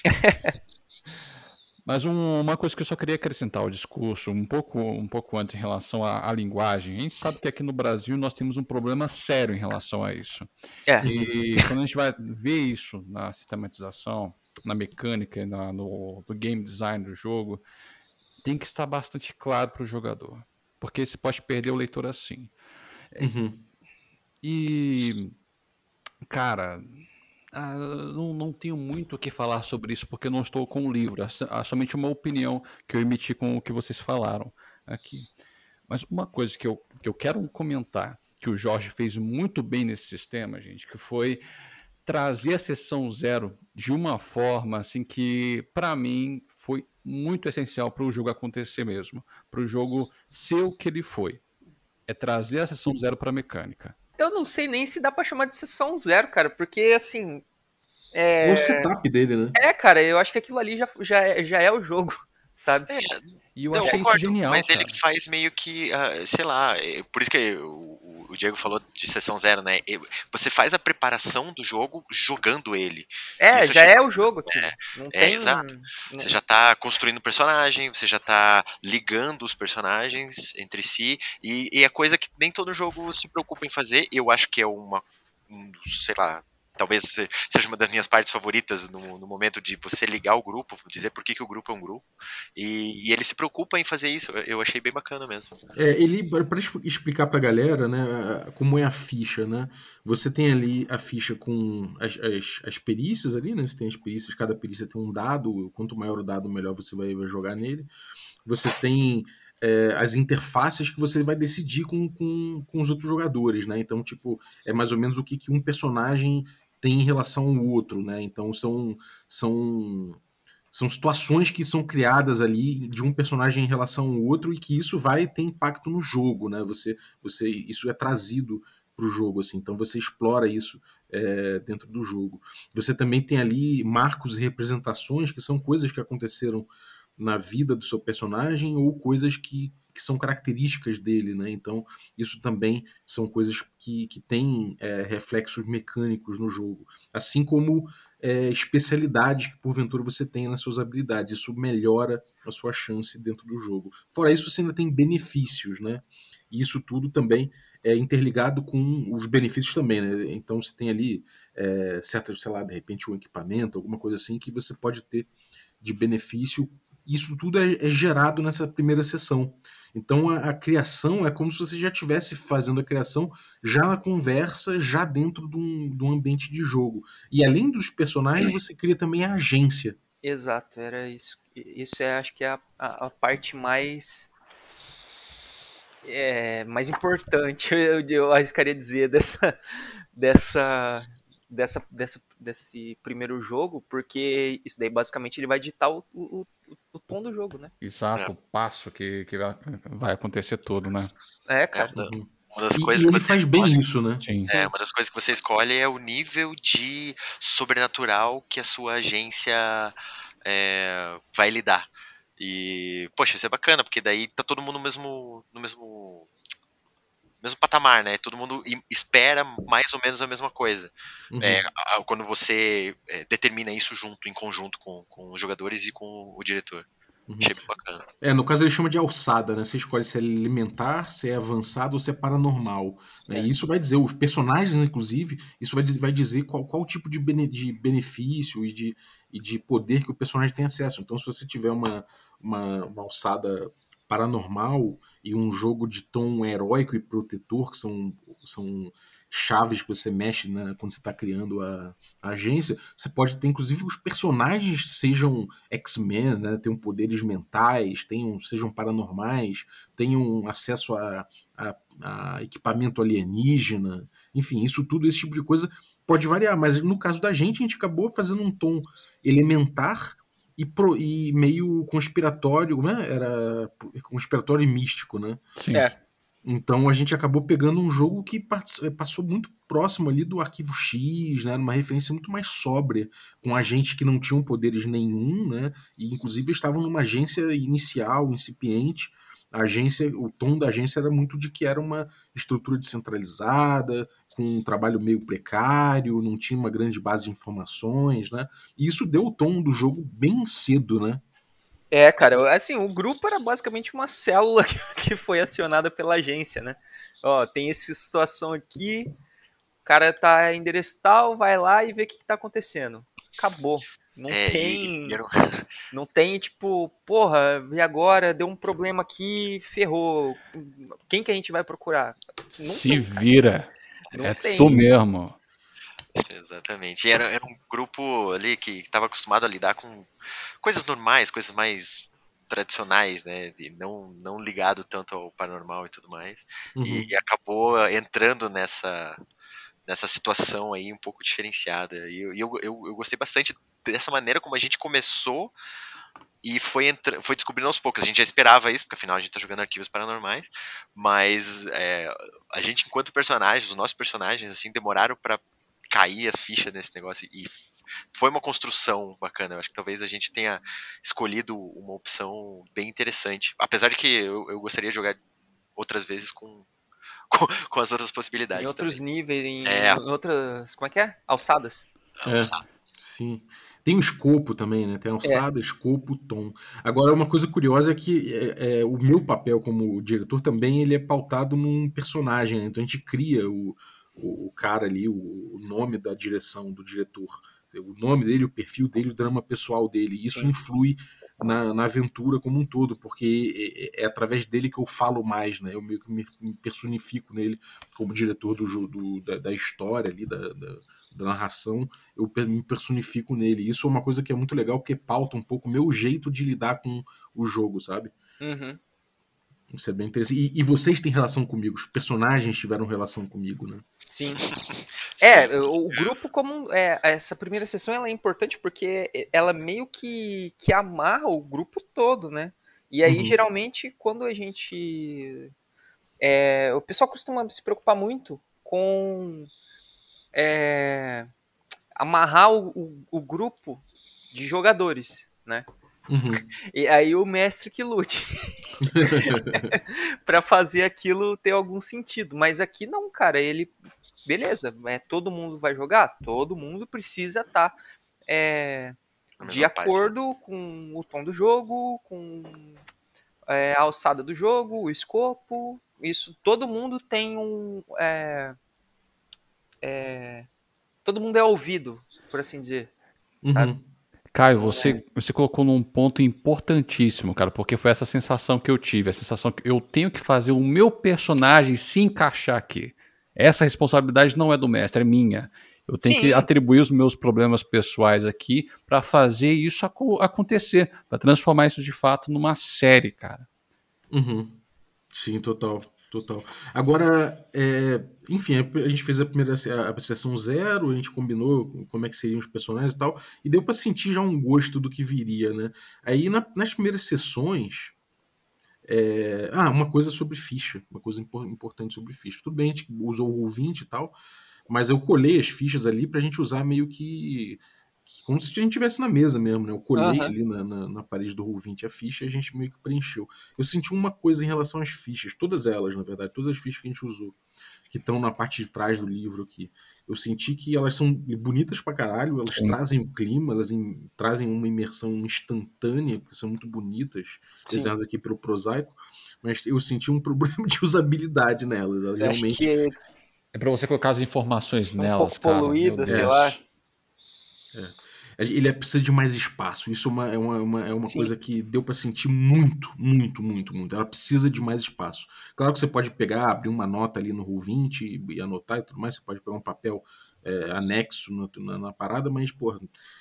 Mas um, uma coisa que eu só queria acrescentar ao discurso, um pouco, um pouco antes em relação à, à linguagem. A gente sabe que aqui no Brasil nós temos um problema sério em relação a isso. É. E quando a gente vai ver isso na sistematização, na mecânica, na, no, no game design do jogo, tem que estar bastante claro para o jogador. Porque você pode perder o leitor assim. Uhum. E, cara, ah, não, não tenho muito o que falar sobre isso porque eu não estou com o livro. É somente uma opinião que eu emiti com o que vocês falaram aqui. Mas uma coisa que eu, que eu quero comentar, que o Jorge fez muito bem nesse sistema, gente, que foi trazer a sessão zero de uma forma assim que, para mim, foi muito essencial para o jogo acontecer mesmo. Para o jogo ser o que ele foi. É trazer a sessão zero para a mecânica. Eu não sei nem se dá pra chamar de sessão zero, cara, porque assim. É o É, setup dele, né? é cara, eu acho que aquilo ali já, já, é, já é o jogo, sabe? É, E eu não, achei isso concordo, genial, mas ele cara. faz meio que, ah, sei lá, é, por isso que o, o Diego falou de sessão zero, né? E você faz a preparação do jogo jogando ele. É, Isso eu já achei é o jogo aquilo. é, Não é, tem. exato. Você Não, já tá construindo o personagem, você já tá ligando os personagens entre si, e, e é coisa que nem todo jogo se preocupa em fazer. Eu acho que é uma, um dos, sei lá, talvez seja uma das minhas partes favoritas no, no momento de você ligar o grupo, dizer por que, que o grupo é um grupo. E, e ele se preocupa em fazer isso. Eu achei bem bacana mesmo. É, ele, para explicar pra galera, né, como é a ficha, né? Você tem ali a ficha com as, as, as perícias ali, né? Você tem as perícias, cada perícia tem um dado, quanto maior o dado, melhor você vai, vai jogar nele. Você tem é, as interfaces que você vai decidir com, com, com os outros jogadores, né? Então, tipo, é mais ou menos o que, que um personagem tem em relação ao outro, né? Então são, são são situações que são criadas ali de um personagem em relação ao outro e que isso vai ter impacto no jogo, né? Você, você, isso é trazido para o jogo, assim. Então você explora isso é, dentro do jogo. Você também tem ali marcos e representações que são coisas que aconteceram na vida do seu personagem ou coisas que, que são características dele, né? Então isso também são coisas que, que têm é, reflexos mecânicos no jogo, assim como é, especialidades que porventura você tenha nas suas habilidades. Isso melhora a sua chance dentro do jogo. Fora isso, você ainda tem benefícios, né? E isso tudo também é interligado com os benefícios também, né? Então você tem ali é, certas, sei lá, de repente um equipamento, alguma coisa assim que você pode ter de benefício. Isso tudo é, é gerado nessa primeira sessão. Então a, a criação é como se você já estivesse fazendo a criação já na conversa, já dentro de um, de um ambiente de jogo. E além dos personagens, você cria também a agência. exato, era isso. Isso é, acho que é a, a, a parte mais. É, mais importante, eu, eu arriscaria dizer, dessa, dessa, dessa, dessa, desse primeiro jogo, porque isso daí basicamente ele vai ditar o, o, o, o tom do jogo, né? É, Exato, o passo que, que vai, vai acontecer todo, né? É, é cara. uma, Uhum. uma das E, coisas e que ele você faz bem escolhe. isso, né? Sim. É, Sim. uma das coisas que você escolhe é o nível de sobrenatural que a sua agência é, vai lidar. E, poxa, isso é bacana, porque daí tá todo mundo no mesmo, no mesmo mesmo patamar, né? Todo mundo espera mais ou menos a mesma coisa. Uhum. É, quando você é, determina isso junto, em conjunto com, com os jogadores e com o diretor. Uhum. Achei bem bacana. É, no caso ele chama de alçada, né? Você escolhe se é elementar, se é avançado ou se é paranormal. Né? É. E isso vai dizer, os personagens, inclusive, isso vai, vai dizer qual, qual tipo de, bene, de benefício e de, e de poder que o personagem tem acesso. Então, se você tiver uma, uma, uma alçada paranormal e um jogo de tom heróico e protetor, que são, são chaves que você mexe, né, quando você está criando a, a agência, você pode ter, inclusive, os personagens sejam X-Men, né, tenham poderes mentais, tenham, sejam paranormais, tenham acesso a, a, a equipamento alienígena, enfim, isso tudo, esse tipo de coisa pode variar, mas no caso da gente, a gente acabou fazendo um tom elementar e, pro, e meio conspiratório, né? Era conspiratório e místico, né? Sim. É. Então a gente acabou pegando um jogo que passou muito próximo ali do Arquivo X, né? Uma referência muito mais sóbria, com agentes que não tinham poderes nenhum, né? E inclusive estavam numa agência inicial, incipiente. A agência, o tom da agência era muito de que era uma estrutura descentralizada, com um trabalho meio precário, não tinha uma grande base de informações, né? E isso deu o tom do jogo bem cedo, né? É, cara, assim, o grupo era basicamente uma célula que foi acionada pela agência, né? Ó, tem essa situação aqui, o cara tá em endereço tal, vai lá e vê o que, que tá acontecendo. Acabou. Não É, tem. e, e era... Não tem, tipo, porra, e agora deu um problema aqui, ferrou. Quem que a gente vai procurar? Não Se tem, cara. vira. Não É tem. tu mesmo. Exatamente. E era, era um grupo ali que estava acostumado a lidar com coisas normais, coisas mais tradicionais, né? E não, não ligado tanto ao paranormal e tudo mais. Uhum. E, e acabou entrando nessa, nessa situação aí um pouco diferenciada. E eu, eu, eu, eu gostei bastante dessa maneira como a gente começou e foi, entra... foi descobrindo aos poucos. A gente já esperava isso, porque afinal a gente tá jogando arquivos paranormais, mas é, a gente, enquanto personagens, os nossos personagens, assim, demoraram para cair as fichas nesse negócio e foi uma construção bacana. Eu acho que talvez a gente tenha escolhido uma opção bem interessante. Apesar de que eu, eu gostaria de jogar outras vezes com, com, com as outras possibilidades. Em outros também. níveis, em, É. em outras. Como é que é? Alçadas. É, sim. Tem o escopo também, né? Tem alçada, escopo, tom. Agora, uma coisa curiosa é que é, é, o meu papel como diretor também ele é pautado num personagem, né? Então a gente cria o, o, o cara ali, o, o nome da direção do diretor, o nome dele, o perfil dele, o drama pessoal dele. E isso Sim. influi na, na aventura como um todo, porque é, é através dele que eu falo mais, né? Eu meio que me, me personifico nele como diretor do, do, da, da história ali, da, da, da narração, eu me personifico nele. Isso é uma coisa que é muito legal, porque pauta um pouco o meu jeito de lidar com o jogo, sabe? Uhum. Isso é bem interessante. E, e vocês têm relação comigo, os personagens tiveram relação comigo, né? Sim. Sim. É, o grupo como é, essa primeira sessão ela é importante porque ela meio que, que amarra o grupo todo, né? E aí Uhum. geralmente quando a gente é, o pessoal costuma se preocupar muito com é, amarrar o, o, o grupo de jogadores, né? Uhum. E aí o mestre que lute para fazer aquilo ter algum sentido. Mas aqui não, cara, ele beleza, é, todo mundo vai jogar? Todo mundo precisa estar é, Na de mesma página. acordo com o tom do jogo, com é, a alçada do jogo, o escopo. Isso, todo mundo tem um. É, é, todo mundo é ouvido, por assim dizer. Sabe? Uhum. Caio, você, você colocou num ponto importantíssimo, cara, porque foi essa sensação que eu tive, a sensação que eu tenho que fazer o meu personagem se encaixar aqui. Essa responsabilidade não é do mestre, é minha. Eu tenho que Sim. atribuir os meus problemas pessoais aqui para fazer isso aco- acontecer, para transformar isso de fato numa série, cara. Uhum. Sim, total. Total. Agora, é, enfim, a gente fez a primeira a, a sessão zero, a gente combinou como é que seriam os personagens e tal, e deu pra sentir já um gosto do que viria, né? Aí na- nas primeiras sessões. É, ah, uma coisa sobre ficha, uma coisa impor- importante sobre ficha. Tudo bem, a gente usou o ouvinte e tal, mas eu colei as fichas ali pra gente usar meio que como se a gente estivesse na mesa mesmo, né? Eu colei Aham. ali na, na, na parede do Roll vinte a ficha e a gente meio que preencheu. Eu senti uma coisa em relação às fichas, todas elas, na verdade, todas as fichas que a gente usou, que estão na parte de trás do livro aqui. Eu senti que elas são bonitas pra caralho, elas Sim. trazem o clima, elas em- trazem uma imersão instantânea, porque são muito bonitas, Sim. desenhadas aqui pelo Prosaico, mas eu senti um problema de usabilidade nelas. Elas Você acha realmente. que É pra você colocar as informações é um nelas, pouco cara. Meu poluída, sei Deus. lá? Ele precisa de mais espaço. Isso é uma, é uma, uma- é uma Sim. coisa que deu pra sentir muito, muito, muito, muito. Ela precisa de mais espaço. Claro que você pode pegar, abrir uma nota ali no Roll vinte e, e anotar e tudo mais. Você pode pegar um papel é, anexo na, na- na parada, mas, porra,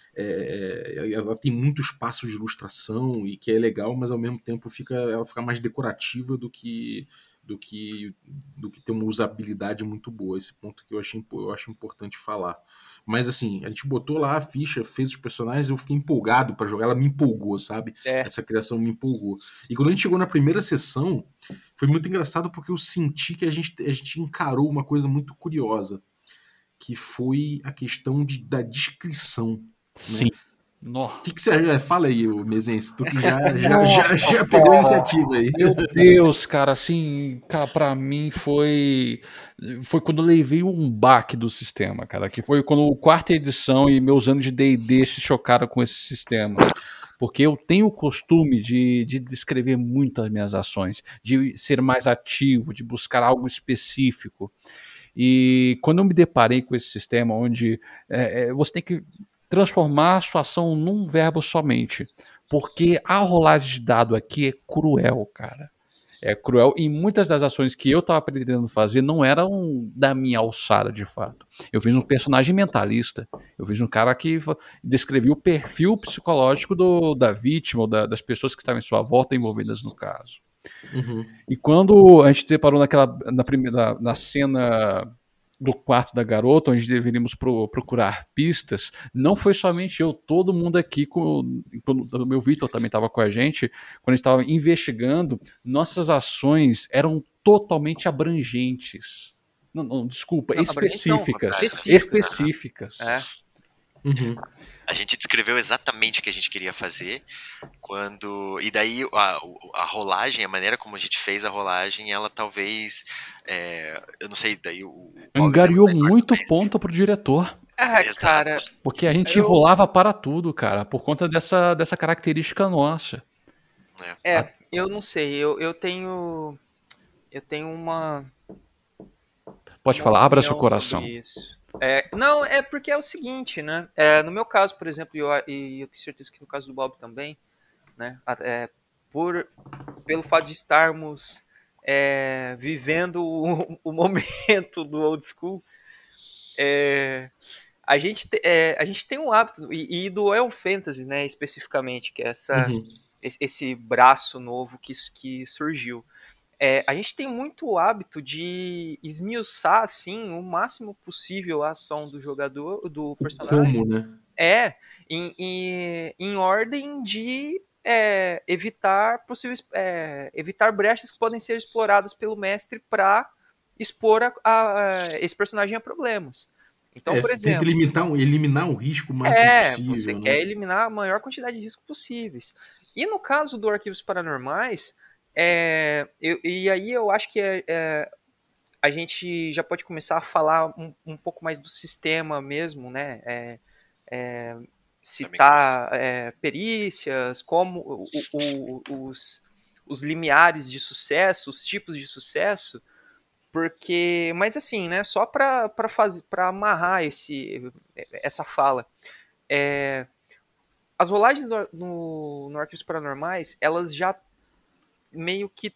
é, é, ela tem muito espaço de ilustração e que é legal, mas ao mesmo tempo fica, ela fica mais decorativa do que do que do que ter uma usabilidade muito boa. Esse ponto que eu acho, impo- eu acho importante falar. Mas assim, a gente botou lá a ficha, fez os personagens, eu fiquei empolgado pra jogar, ela me empolgou, sabe? É. Essa criação me empolgou. E quando a gente chegou na primeira sessão, foi muito engraçado porque eu senti que a gente, a gente encarou uma coisa muito curiosa, que foi a questão de, da descrição, né? Sim. No- O que, que você acha? Fala aí, o Mezense, tu que já, já, já, Nossa, já pegou a iniciativa aí. Meu Deus, cara, assim, cara, pra mim foi foi quando eu levei um baque do sistema, cara, que foi quando a quarta edição e meus anos de D e D se chocaram com esse sistema. Porque eu tenho o costume de, de descrever muito as minhas ações, de ser mais ativo, de buscar algo específico. E quando eu me deparei com esse sistema onde é, é, você tem que transformar a sua ação num verbo somente, porque a rolagem de dado aqui é cruel, cara. É cruel e muitas das ações que eu estava pretendendo fazer não eram da minha alçada de fato. Eu fiz um personagem mentalista. Eu fiz um cara que fa- descrevia o perfil psicológico do, da vítima ou da- das pessoas que estavam em sua volta envolvidas no caso. Uhum. E quando a gente deparou naquela, na, primeira, na cena do quarto da garota, onde deveríamos pro, procurar pistas, não foi somente eu, todo mundo aqui, com, quando o meu Vitor também estava com a gente, quando a gente estava investigando, nossas ações eram totalmente abrangentes. Não, não, desculpa, Não, abrangente não, específicas. específicas. Específicas. É. Uhum. A gente descreveu exatamente o que a gente queria fazer quando e daí a, a rolagem, a maneira como a gente fez a rolagem, ela talvez é, eu não sei, daí o, o Bob Angariou lembra melhor muito também. ponto pro diretor. Ah, Exato. cara, Porque a gente Eu- rolava para tudo, cara, por conta dessa, dessa característica nossa. É. é, eu não sei, eu, eu tenho. Eu tenho uma. Pode uma falar, abra seu opinião coração. sobre isso. É, não, é porque é o seguinte, né? É, no meu caso, por exemplo, e eu, e eu tenho certeza que no caso do Bob também, né? É, por, pelo fato de estarmos é, vivendo o, o momento do old school, é, a, gente, te- é, a gente tem um hábito, e, e do El Fantasy, né, especificamente, que é essa, Uhum. esse, esse braço novo que, que surgiu. É, a gente tem muito o hábito de esmiuçar assim o máximo possível a ação do jogador, do O personagem, como, né? é em, em, em ordem de é, evitar possíveis é, evitar brechas que podem ser exploradas pelo mestre para expor a, a, esse personagem a problemas. Então, É, por você tenta exemplo, limitar, um- eliminar o risco o máximo é, você possível, quer né? eliminar a maior quantidade de riscos possíveis. E no caso do Arquivos Paranormais, é, eu, e aí eu acho que é, é, a gente já pode começar a falar um, um pouco mais do sistema mesmo, né? É, é, citar é, perícias, como o, o, os, os limiares de sucesso, os tipos de sucesso, porque, mas assim, né? Só para fazer, para amarrar esse, essa fala. É, as rolagens no, no, no Arquivos Paranormais, elas já meio que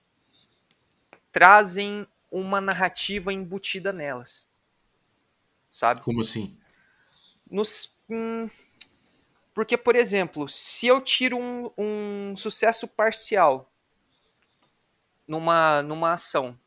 trazem uma narrativa embutida nelas, sabe? Como assim? Nos, hum, porque, por exemplo, se eu tiro um, um sucesso parcial numa, numa ação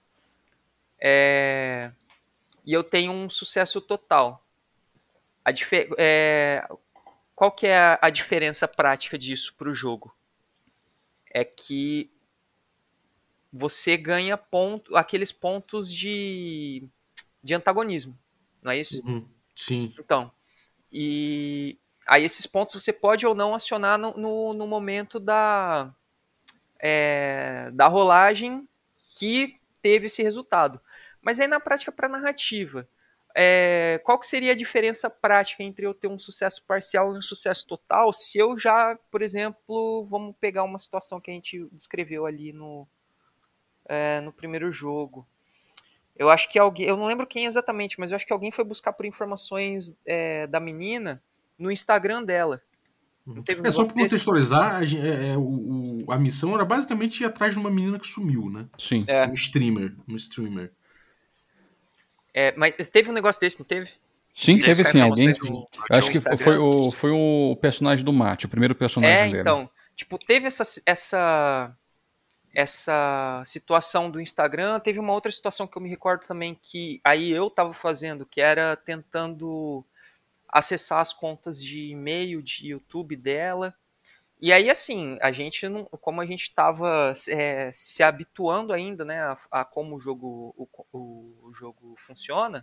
é, e eu tenho um sucesso total, a é, qual que é a, a diferença prática disso para o jogo? É que você ganha ponto, aqueles pontos de, de antagonismo, não é isso? Uhum. Sim. Então, e aí esses pontos você pode ou não acionar no, no, no momento da, é, da rolagem que teve esse resultado. Mas aí na prática para narrativa, é, qual que seria a diferença prática entre eu ter um sucesso parcial e um sucesso total, se eu já, por exemplo, vamos pegar uma situação que a gente descreveu ali no, é, no primeiro jogo. Eu acho que alguém, eu não lembro quem exatamente, mas eu acho que alguém foi buscar por informações é, da menina no Instagram dela. Não teve um É só negócio para desse? contextualizar, a, gen- é, é, o, o- a missão era basicamente ir atrás de uma menina que sumiu, né? Sim. É, Um streamer, um streamer. é, mas teve um negócio desse, não teve? Sim, Teve, teve Buscar sim. Alguém. informações teve. no, Eu acho no que Tinha um- foi Instagram? o, foi o personagem do Mate, o primeiro É, personagem dele. então, tipo, teve essa, essa, essa situação do Instagram, teve uma outra situação que eu me recordo também que aí eu tava fazendo, que era tentando acessar as contas de e-mail, de YouTube dela. E aí, assim, a gente não, como a gente estava é, se habituando ainda, né, a, a como o jogo, o, o jogo funciona,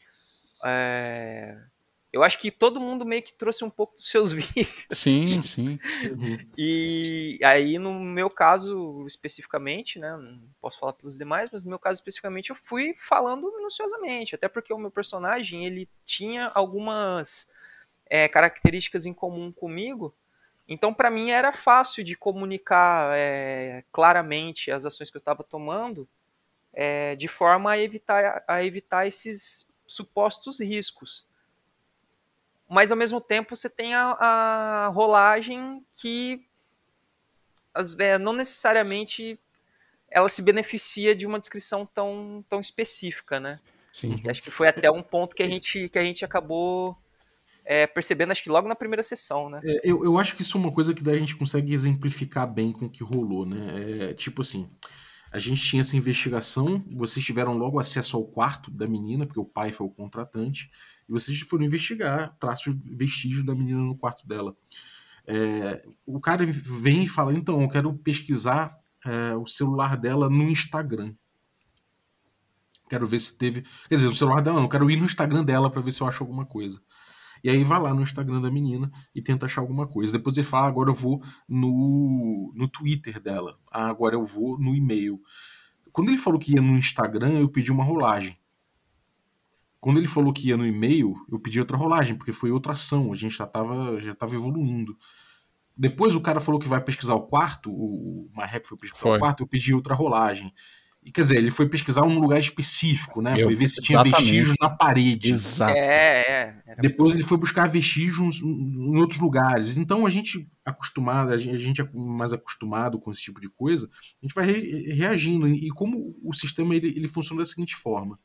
é, eu acho que todo mundo meio que trouxe um pouco dos seus vícios. Sim, sim. Uhum. E aí, no meu caso especificamente, né, não posso falar pelos demais, mas no meu caso especificamente eu fui falando minuciosamente, até porque o meu personagem ele tinha algumas é, características em comum comigo. Então, para mim, era fácil de comunicar é, claramente as ações que eu estava tomando, é, de forma a evitar, a evitar esses supostos riscos. Mas, ao mesmo tempo, você tem a, a rolagem que as, é, não necessariamente ela se beneficia de uma descrição tão, tão específica, né? Sim. E acho que foi até um ponto que a gente, que a gente acabou é, percebendo, acho que logo na primeira sessão, né? É, eu, eu acho que isso é uma coisa que daí a gente consegue exemplificar bem com o que rolou, né? É, tipo assim, a gente tinha essa investigação, vocês tiveram logo acesso ao quarto da menina, porque o pai foi o contratante, e vocês foram investigar traços, vestígios da menina no quarto dela. É, o cara vem e fala, então, eu quero pesquisar é, o celular dela no Instagram. Quero ver se teve. Quer dizer, no celular dela não, eu quero ir no Instagram dela para ver se eu acho alguma coisa. E aí vai lá no Instagram da menina e tenta achar alguma coisa. Depois ele fala, ah, agora eu vou no, no Twitter dela. Ah, agora eu vou no e-mail. Quando ele falou que ia no Instagram, eu pedi uma rolagem. Quando ele falou que ia no e-mail, eu pedi outra rolagem, porque foi outra ação. A gente já estava já tava evoluindo. Depois o cara falou que vai pesquisar o quarto, o Marreco foi pesquisar o Foi. quarto, eu pedi outra rolagem. E, quer dizer, ele foi pesquisar um lugar específico, né? Eu- Foi ver se tinha exatamente. vestígios na parede. Exato. É, é. Era Depois ele foi buscar vestígios em outros lugares. Então a gente acostumado, a gente é mais acostumado com esse tipo de coisa, a gente vai re- reagindo. E como o sistema ele, ele funciona da seguinte forma: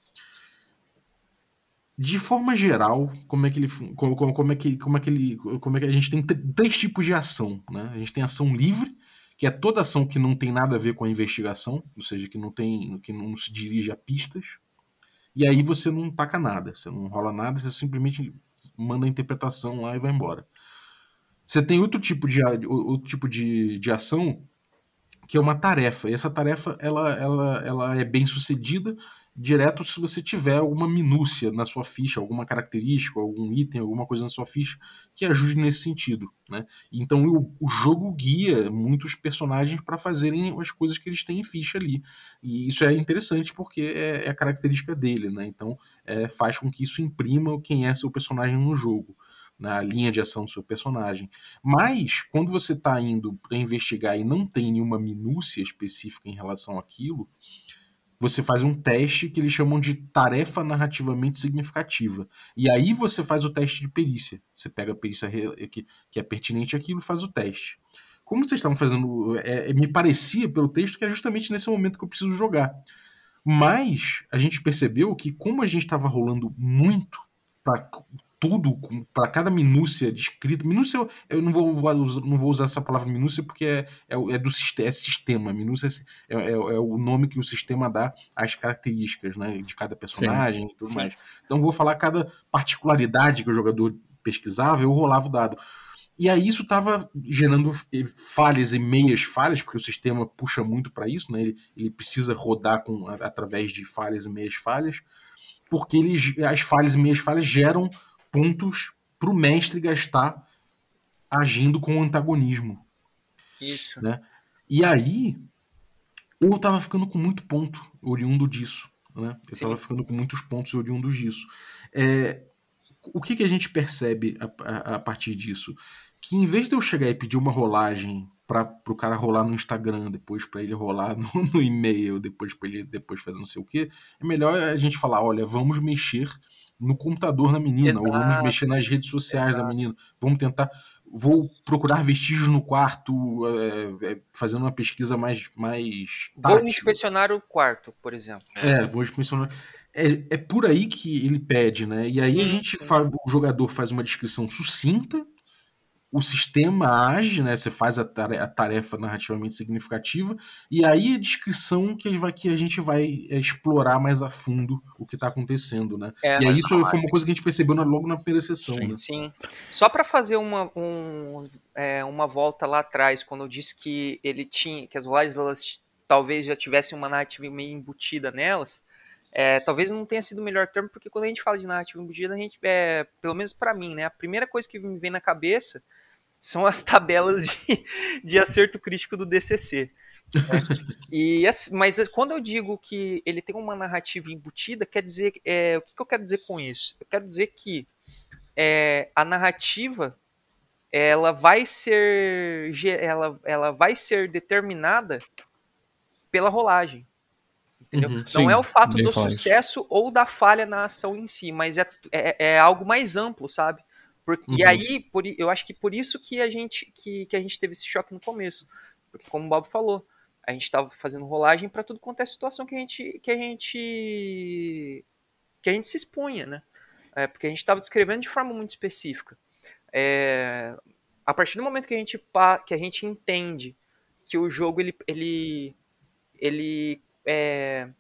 de forma geral, como é que ele, fun- como, como- como é que, como é que ele, como é que a gente tem tr- três tipos de ação, né? A gente tem ação livre, que é toda ação que não tem nada a ver com a investigação, ou seja, que não tem, que não se dirige a pistas. E aí você não taca nada, você não rola nada, você simplesmente manda a interpretação lá e vai embora. Você tem outro tipo de, a- outro tipo de, de ação que é uma tarefa. E essa tarefa ela, ela, ela é bem sucedida direto se você tiver alguma minúcia na sua ficha, alguma característica, algum item, alguma coisa na sua ficha que ajude nesse sentido, né? Então o, o jogo guia muitos personagens para fazerem as coisas que eles têm em ficha ali. E isso é interessante porque é, é a característica dele, né? Então é, faz com que isso imprima quem é seu personagem no jogo, na linha de ação do seu personagem. Mas, quando você está indo para investigar e não tem nenhuma minúcia específica em relação àquilo, você faz um teste que eles chamam de tarefa narrativamente significativa. E aí você faz o teste de perícia. Você pega a perícia que, que é pertinente àquilo e faz o teste. Como vocês estavam fazendo, é, me parecia pelo texto que era justamente nesse momento que eu preciso jogar. Mas a gente percebeu que, como a gente estava rolando muito para tudo, para cada minúcia descrita, minúcia eu não vou, não vou usar essa palavra minúcia porque é, é, é do é sistema, minúcia é, é, é o nome que o sistema dá às características, né, de cada personagem Sim. e tudo Sim. mais. Então vou falar cada particularidade que o jogador pesquisava, eu rolava o dado. E aí isso estava gerando falhas e meias falhas, porque o sistema puxa muito para isso, né? Ele, ele precisa rodar com, através de falhas e meias falhas, porque ele, as falhas e meias falhas geram pontos para o mestre gastar agindo com o antagonismo, Isso. né? E aí, ou eu tava ficando com muito ponto oriundo disso, né? Eu Sim. tava ficando com muitos pontos oriundos disso. É, o que, que a gente percebe a, a, a partir disso? Que em vez de eu chegar e pedir uma rolagem para o cara rolar no Instagram, depois para ele rolar no, no e-mail, depois para ele depois fazer não sei o que, é melhor a gente falar, olha, vamos mexer no computador da menina, ou vamos Exato, mexer nas redes sociais da exato. menina, vamos tentar, vou procurar vestígios no quarto, é, é, fazendo uma pesquisa mais, mais Vou tátil. inspecionar o quarto, por exemplo. É, vou inspecionar. É, é por aí que ele pede, né? E aí Sim, a gente sim. faz, o jogador faz uma descrição sucinta, o sistema age, né? Você faz a tarefa, a tarefa narrativamente significativa, e aí a descrição que, ele vai, que a gente vai é, explorar mais a fundo o que está acontecendo, né? É, E aí isso foi uma coisa que a gente percebeu na- logo na primeira sessão, Sim. né? sim. Só para fazer uma, um, é, uma volta lá atrás, quando eu disse que ele tinha, que as rolagens elas talvez já tivessem uma narrativa meio embutida nelas, é, talvez não tenha sido o melhor termo, porque quando a gente fala de narrativa embutida, a gente, é, pelo menos para mim, né, a primeira coisa que me vem na cabeça são as tabelas de, de acerto crítico do D C C. Né? E, mas quando eu digo que ele tem uma narrativa embutida, quer dizer, é, o que, que eu quero dizer com isso? Eu quero dizer que é, a narrativa ela vai ser ela, ela vai ser determinada pela rolagem, entendeu? Uhum. Não é o Sim, fato eu ia do falar isso. sucesso ou da falha na ação em si, mas é, é, é algo mais amplo, sabe? Por, Uhum. E aí, por, eu acho que por isso que a gente que, que a gente teve esse choque no começo, porque como o Bob falou, a gente estava fazendo rolagem para tudo quanto é situação que a gente que a gente que a gente se expunha, né? É, porque a gente estava descrevendo de forma muito específica. É, a partir do momento que a gente que a gente entende que o jogo ele ele ele é,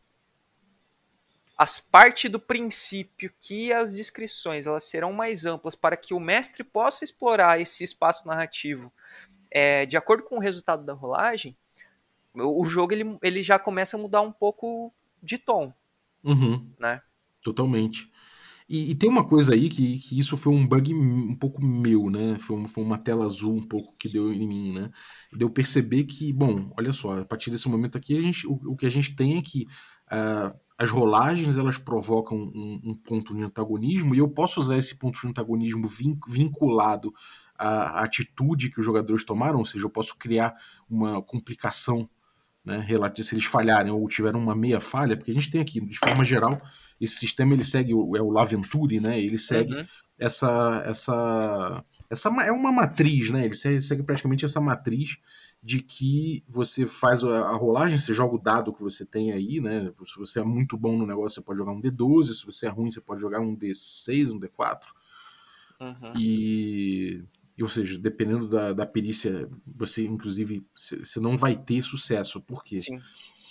as parte do princípio que as descrições elas serão mais amplas para que o mestre possa explorar esse espaço narrativo é, de acordo com o resultado da rolagem, o jogo ele, ele já começa a mudar um pouco de tom, Uhum. né? Totalmente. E, e tem uma coisa aí que, que isso foi um bug um pouco meu, né? Foi, um, foi uma tela azul um pouco que deu em mim, né? Deu perceber que, bom, olha só, a partir desse momento aqui, a gente, o, o que a gente tem é que uh, as rolagens elas provocam um, um ponto de antagonismo e eu posso usar esse ponto de antagonismo vin, vinculado à, à atitude que os jogadores tomaram, ou seja, eu posso criar uma complicação, né, relativo se eles falharem ou tiveram uma meia falha, porque a gente tem aqui, de forma geral, esse sistema ele segue o, é o Laventure, né? Ele segue Uhum. essa essa essa é uma matriz, né? Ele segue, segue praticamente essa matriz de que você faz a, a rolagem, você joga o dado que você tem aí, né? Se você é muito bom no negócio, você pode jogar um D doze, se você é ruim, você pode jogar um D seis, um D quatro. Uhum. E ou seja, dependendo da, da perícia, você inclusive você não vai ter sucesso. Por quê? Sim.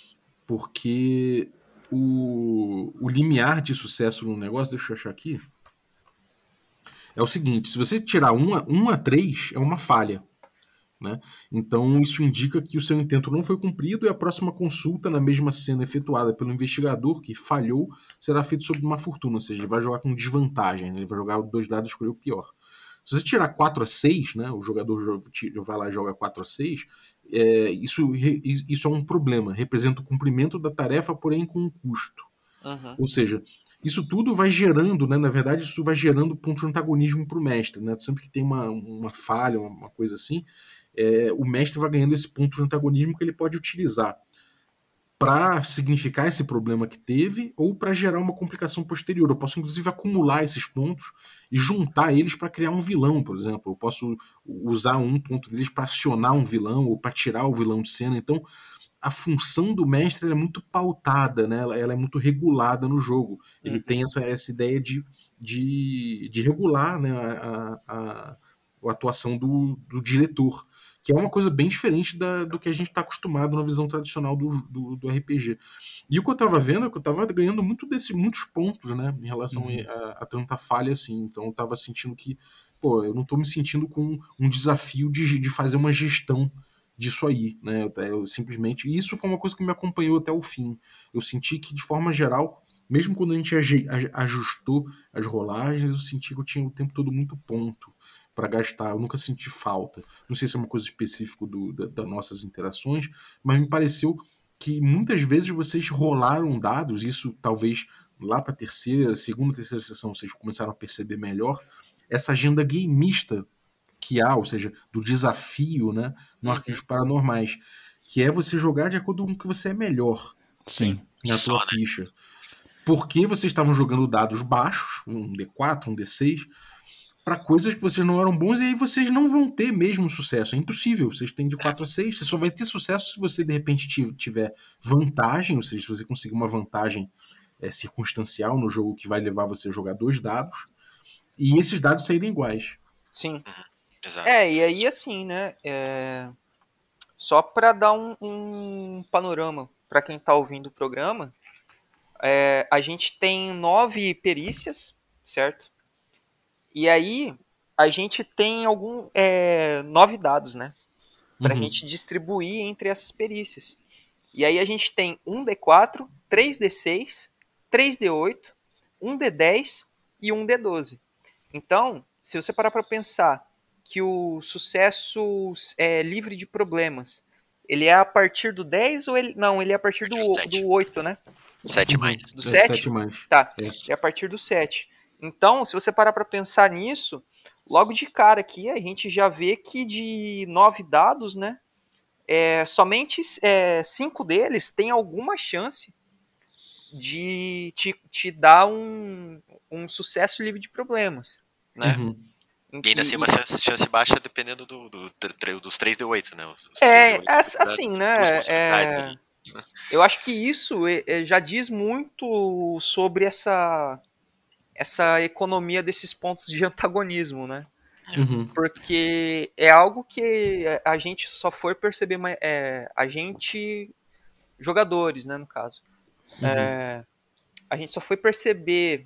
Porque o, o limiar de sucesso no negócio, deixa eu achar aqui, é o seguinte: se você tirar um a três, é uma falha. Né? Então isso indica que o seu intento não foi cumprido e a próxima consulta na mesma cena efetuada pelo investigador que falhou será feita sob uma fortuna, ou seja, ele vai jogar com desvantagem, né? Ele vai jogar dois dados e escolher o pior. Se você tirar quatro a seis, né, o jogador vai lá e joga quatro a seis, é, isso, isso é um problema, representa o cumprimento da tarefa, porém com um custo. Uhum. Ou seja, isso tudo vai gerando, né, na verdade, isso vai gerando ponto de antagonismo para o mestre. Né? Sempre que tem uma, uma falha, uma coisa assim, é, o mestre vai ganhando esse ponto de antagonismo que ele pode utilizar para significar esse problema que teve ou para gerar uma complicação posterior. Eu posso, inclusive, acumular esses pontos e juntar eles para criar um vilão, por exemplo. Eu posso usar um ponto deles para acionar um vilão ou para tirar o vilão de cena. Então, a função do mestre é muito pautada, né? ela, ela é muito regulada no jogo. Ele Uhum. tem essa, essa ideia de, de, de regular, né, a, a, a atuação do, do diretor, que é uma coisa bem diferente da, do que a gente está acostumado na visão tradicional do, do, do R P G. E o que eu estava vendo é que eu estava ganhando muito desse, muitos pontos, né, em relação Uhum. a, a tanta falha assim. Então eu estava sentindo que, pô, eu não estou me sentindo com um desafio de, de fazer uma gestão disso aí, né? Eu, eu simplesmente. E isso foi uma coisa que me acompanhou até o fim. Eu senti que, de forma geral, mesmo quando a gente ajustou as rolagens, eu senti que eu tinha o tempo todo muito ponto. para gastar, eu nunca senti falta. Não sei se é uma coisa específica do, da, das nossas interações, mas me pareceu que muitas vezes vocês rolaram dados, isso talvez lá para a terceira, segunda, terceira sessão vocês começaram a perceber melhor, essa agenda gameista que há, ou seja, do desafio, né, no Uhum. Arquivos Paranormais, que é você jogar de acordo com o que você é melhor Sim. na Só, tua né? ficha. Porque vocês estavam jogando dados baixos, um D quatro, um D seis, para coisas que vocês não eram bons, e aí vocês não vão ter mesmo sucesso. É impossível. Vocês têm de quatro a seis, você só vai ter sucesso se você de repente tiver vantagem, ou seja, se você conseguir uma vantagem é, circunstancial no jogo que vai levar você a jogar dois dados, e esses dados saírem iguais. Sim. Exato. É, e aí assim, né? É... Só para dar um, um panorama para quem está ouvindo o programa, é, a gente tem nove perícias, certo? E aí a gente tem algum é, nove dados, né? Para a Uhum. gente distribuir entre essas perícias. E aí a gente tem um D quatro, três D seis, três D oito, um D dez e um D doze. Então, se você parar para pensar que o sucesso é livre de problemas, ele é a partir do dez ou ele... Não, ele é a partir do, Do sete. do oito, né? Sete Uhum. mais. Do É sete? sete mais. Tá, É. é a partir do sete. Então, se você parar para pensar nisso, logo de cara aqui a gente já vê que de nove dados, né, é, somente é, cinco deles têm alguma chance de te, te dar um, um sucesso livre de problemas, né? Uhum. E ainda assim, uma chance, chance baixa dependendo do, do, do- dos três D oito, né? Os É, três D oito as- dá assim, duas né? possibilidades É, ali. eu acho que isso é, é, já diz muito sobre essa, essa economia desses pontos de antagonismo, né? Uhum. Porque é algo que a gente só foi perceber, mas, é, a gente, jogadores, né, no caso, Uhum. é, a gente só foi perceber,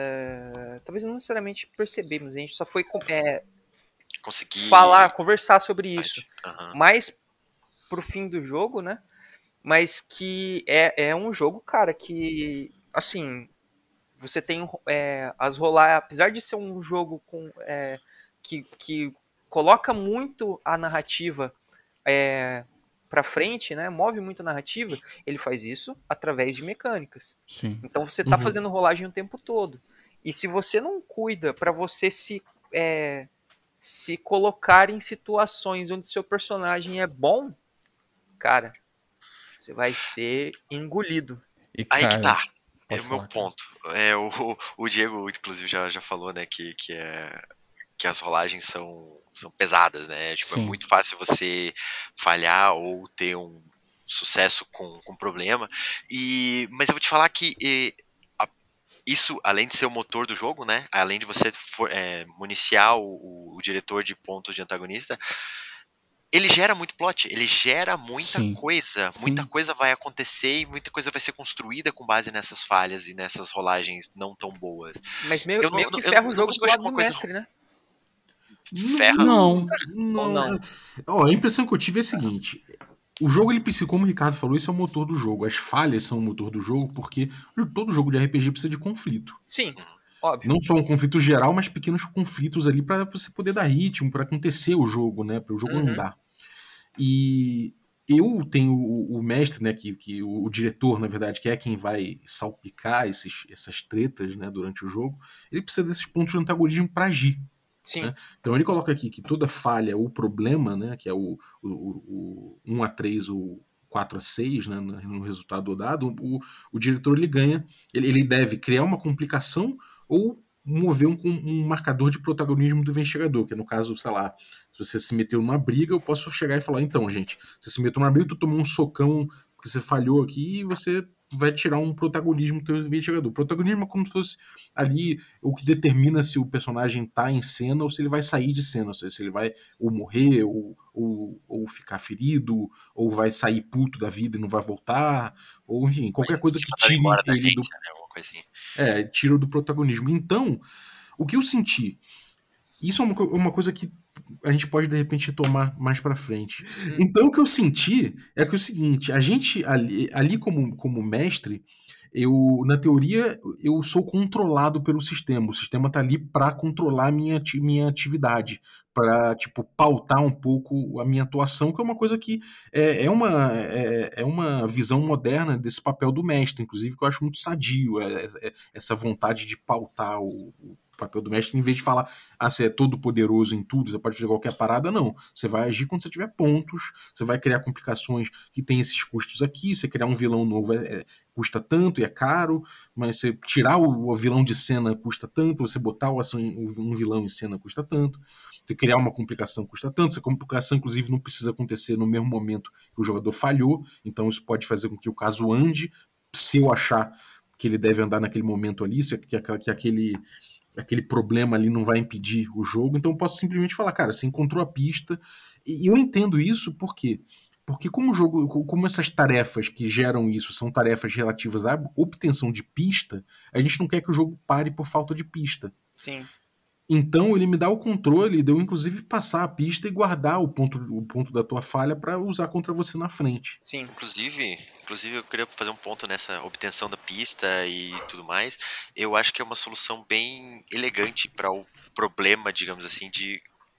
é, talvez não necessariamente perceber, mas a gente só foi é, Conseguir. falar, conversar sobre isso, Aham. mais pro fim do jogo, né? Mas que é, é um jogo, cara, que, assim, você tem é, as rolar, apesar de ser um jogo com, é, que, que coloca muito a narrativa é, pra frente, né? Move muito a narrativa, ele faz isso através de mecânicas. Sim. Então você tá Uhum. fazendo rolagem o tempo todo. E se você não cuida pra você se, é, se colocar em situações onde seu personagem é bom, cara, você vai ser engolido. E, Aí que cara, tá. É pode o meu falar, cara. ponto. É, o, o Diego, inclusive, já, já falou, né, que, que, é, que as rolagens são, são pesadas, né? Tipo, é Sim. muito fácil você falhar ou ter um sucesso com, com problema. E, mas eu vou te falar que e, a- isso, além de ser o motor do jogo, né? Além de você for, é, municiar o, o- o diretor de pontos de antagonista, ele gera muito plot, ele gera muita Sim. coisa, Sim. muita coisa vai acontecer e muita coisa vai ser construída com base nessas falhas e nessas rolagens não tão boas. Mas meio, Eu não- meio eu que não- eu ferra não o jogo consigo pro achar lado uma do coisa mestre, né? Ferra. Não. Não. Ou não? Ó, a impressão que eu tive é a seguinte: o jogo, ele precisa, como o Ricardo falou, isso é o motor do jogo. As falhas são o motor do jogo, porque todo jogo de R P G precisa de conflito. Sim, óbvio. Não só um conflito geral, mas pequenos conflitos ali para você poder dar ritmo, para acontecer o jogo, né? Para o jogo Uhum. andar. E eu tenho o, o mestre, né? Que, que o, o diretor, na verdade, que é quem vai salpicar esses, essas tretas, né? Durante o jogo. Ele precisa desses pontos de antagonismo para agir. Sim. Né? Então ele coloca aqui que toda falha ou problema, né, que é o, o, o um a três ou quatro a seis, né, no resultado dado, o, o diretor ele ganha, ele, ele deve criar uma complicação ou mover um, um marcador de protagonismo do investigador, que no caso, sei lá, se você se meteu numa briga, eu posso chegar e falar, então, gente, você se meteu numa briga, tu tomou um socão porque você falhou aqui e você vai tirar um protagonismo do teu investigador. O protagonismo é como se fosse ali o que determina se o personagem tá em cena ou se ele vai sair de cena, ou seja, se ele vai ou morrer, ou, ou, ou ficar ferido, ou vai sair puto da vida e não vai voltar, ou enfim, qualquer coisa que Mandado tire embora da ele do, agência, né? Alguma coisa assim. é, tira do protagonismo. Então, o que eu senti, isso é uma, co- uma coisa que a gente pode de repente tomar mais pra frente. Então, o que eu senti é que é o seguinte, a gente ali, ali como, como mestre, eu, na teoria, eu sou controlado pelo sistema. O sistema tá ali para controlar a minha, ati- minha atividade, para tipo pautar um pouco a minha atuação, que é uma coisa que é, é uma, é, é uma visão moderna desse papel do mestre, inclusive, que eu acho muito sadio, é- é- essa vontade de pautar o, o papel do mestre, em vez de falar, ah, você é todo poderoso em tudo, você pode fazer qualquer parada, não. Você vai agir quando você tiver pontos, você vai criar complicações que tem esses custos aqui, você criar um vilão novo é, é, custa tanto e é caro, mas você tirar o, o vilão de cena custa tanto, você botar o, assim, um vilão em cena custa tanto, você criar uma complicação custa tanto, essa complicação inclusive não precisa acontecer no mesmo momento que o jogador falhou, então isso pode fazer com que o caso ande, se eu achar que ele deve andar naquele momento ali, se que, que aquele aquele problema ali não vai impedir o jogo, então eu posso simplesmente falar, cara, você encontrou a pista, e eu entendo isso por quê? Porque como o jogo, como essas tarefas que geram isso são tarefas relativas à obtenção de pista, a gente não quer que o jogo pare por falta de pista. Sim. Então ele me dá o controle de eu inclusive passar a pista e guardar o ponto, o ponto da tua falha para usar contra você na frente. Sim. Inclusive, inclusive, eu queria fazer um ponto nessa obtenção da pista e tudo mais. Eu acho que é uma solução bem elegante para o problema, digamos assim, de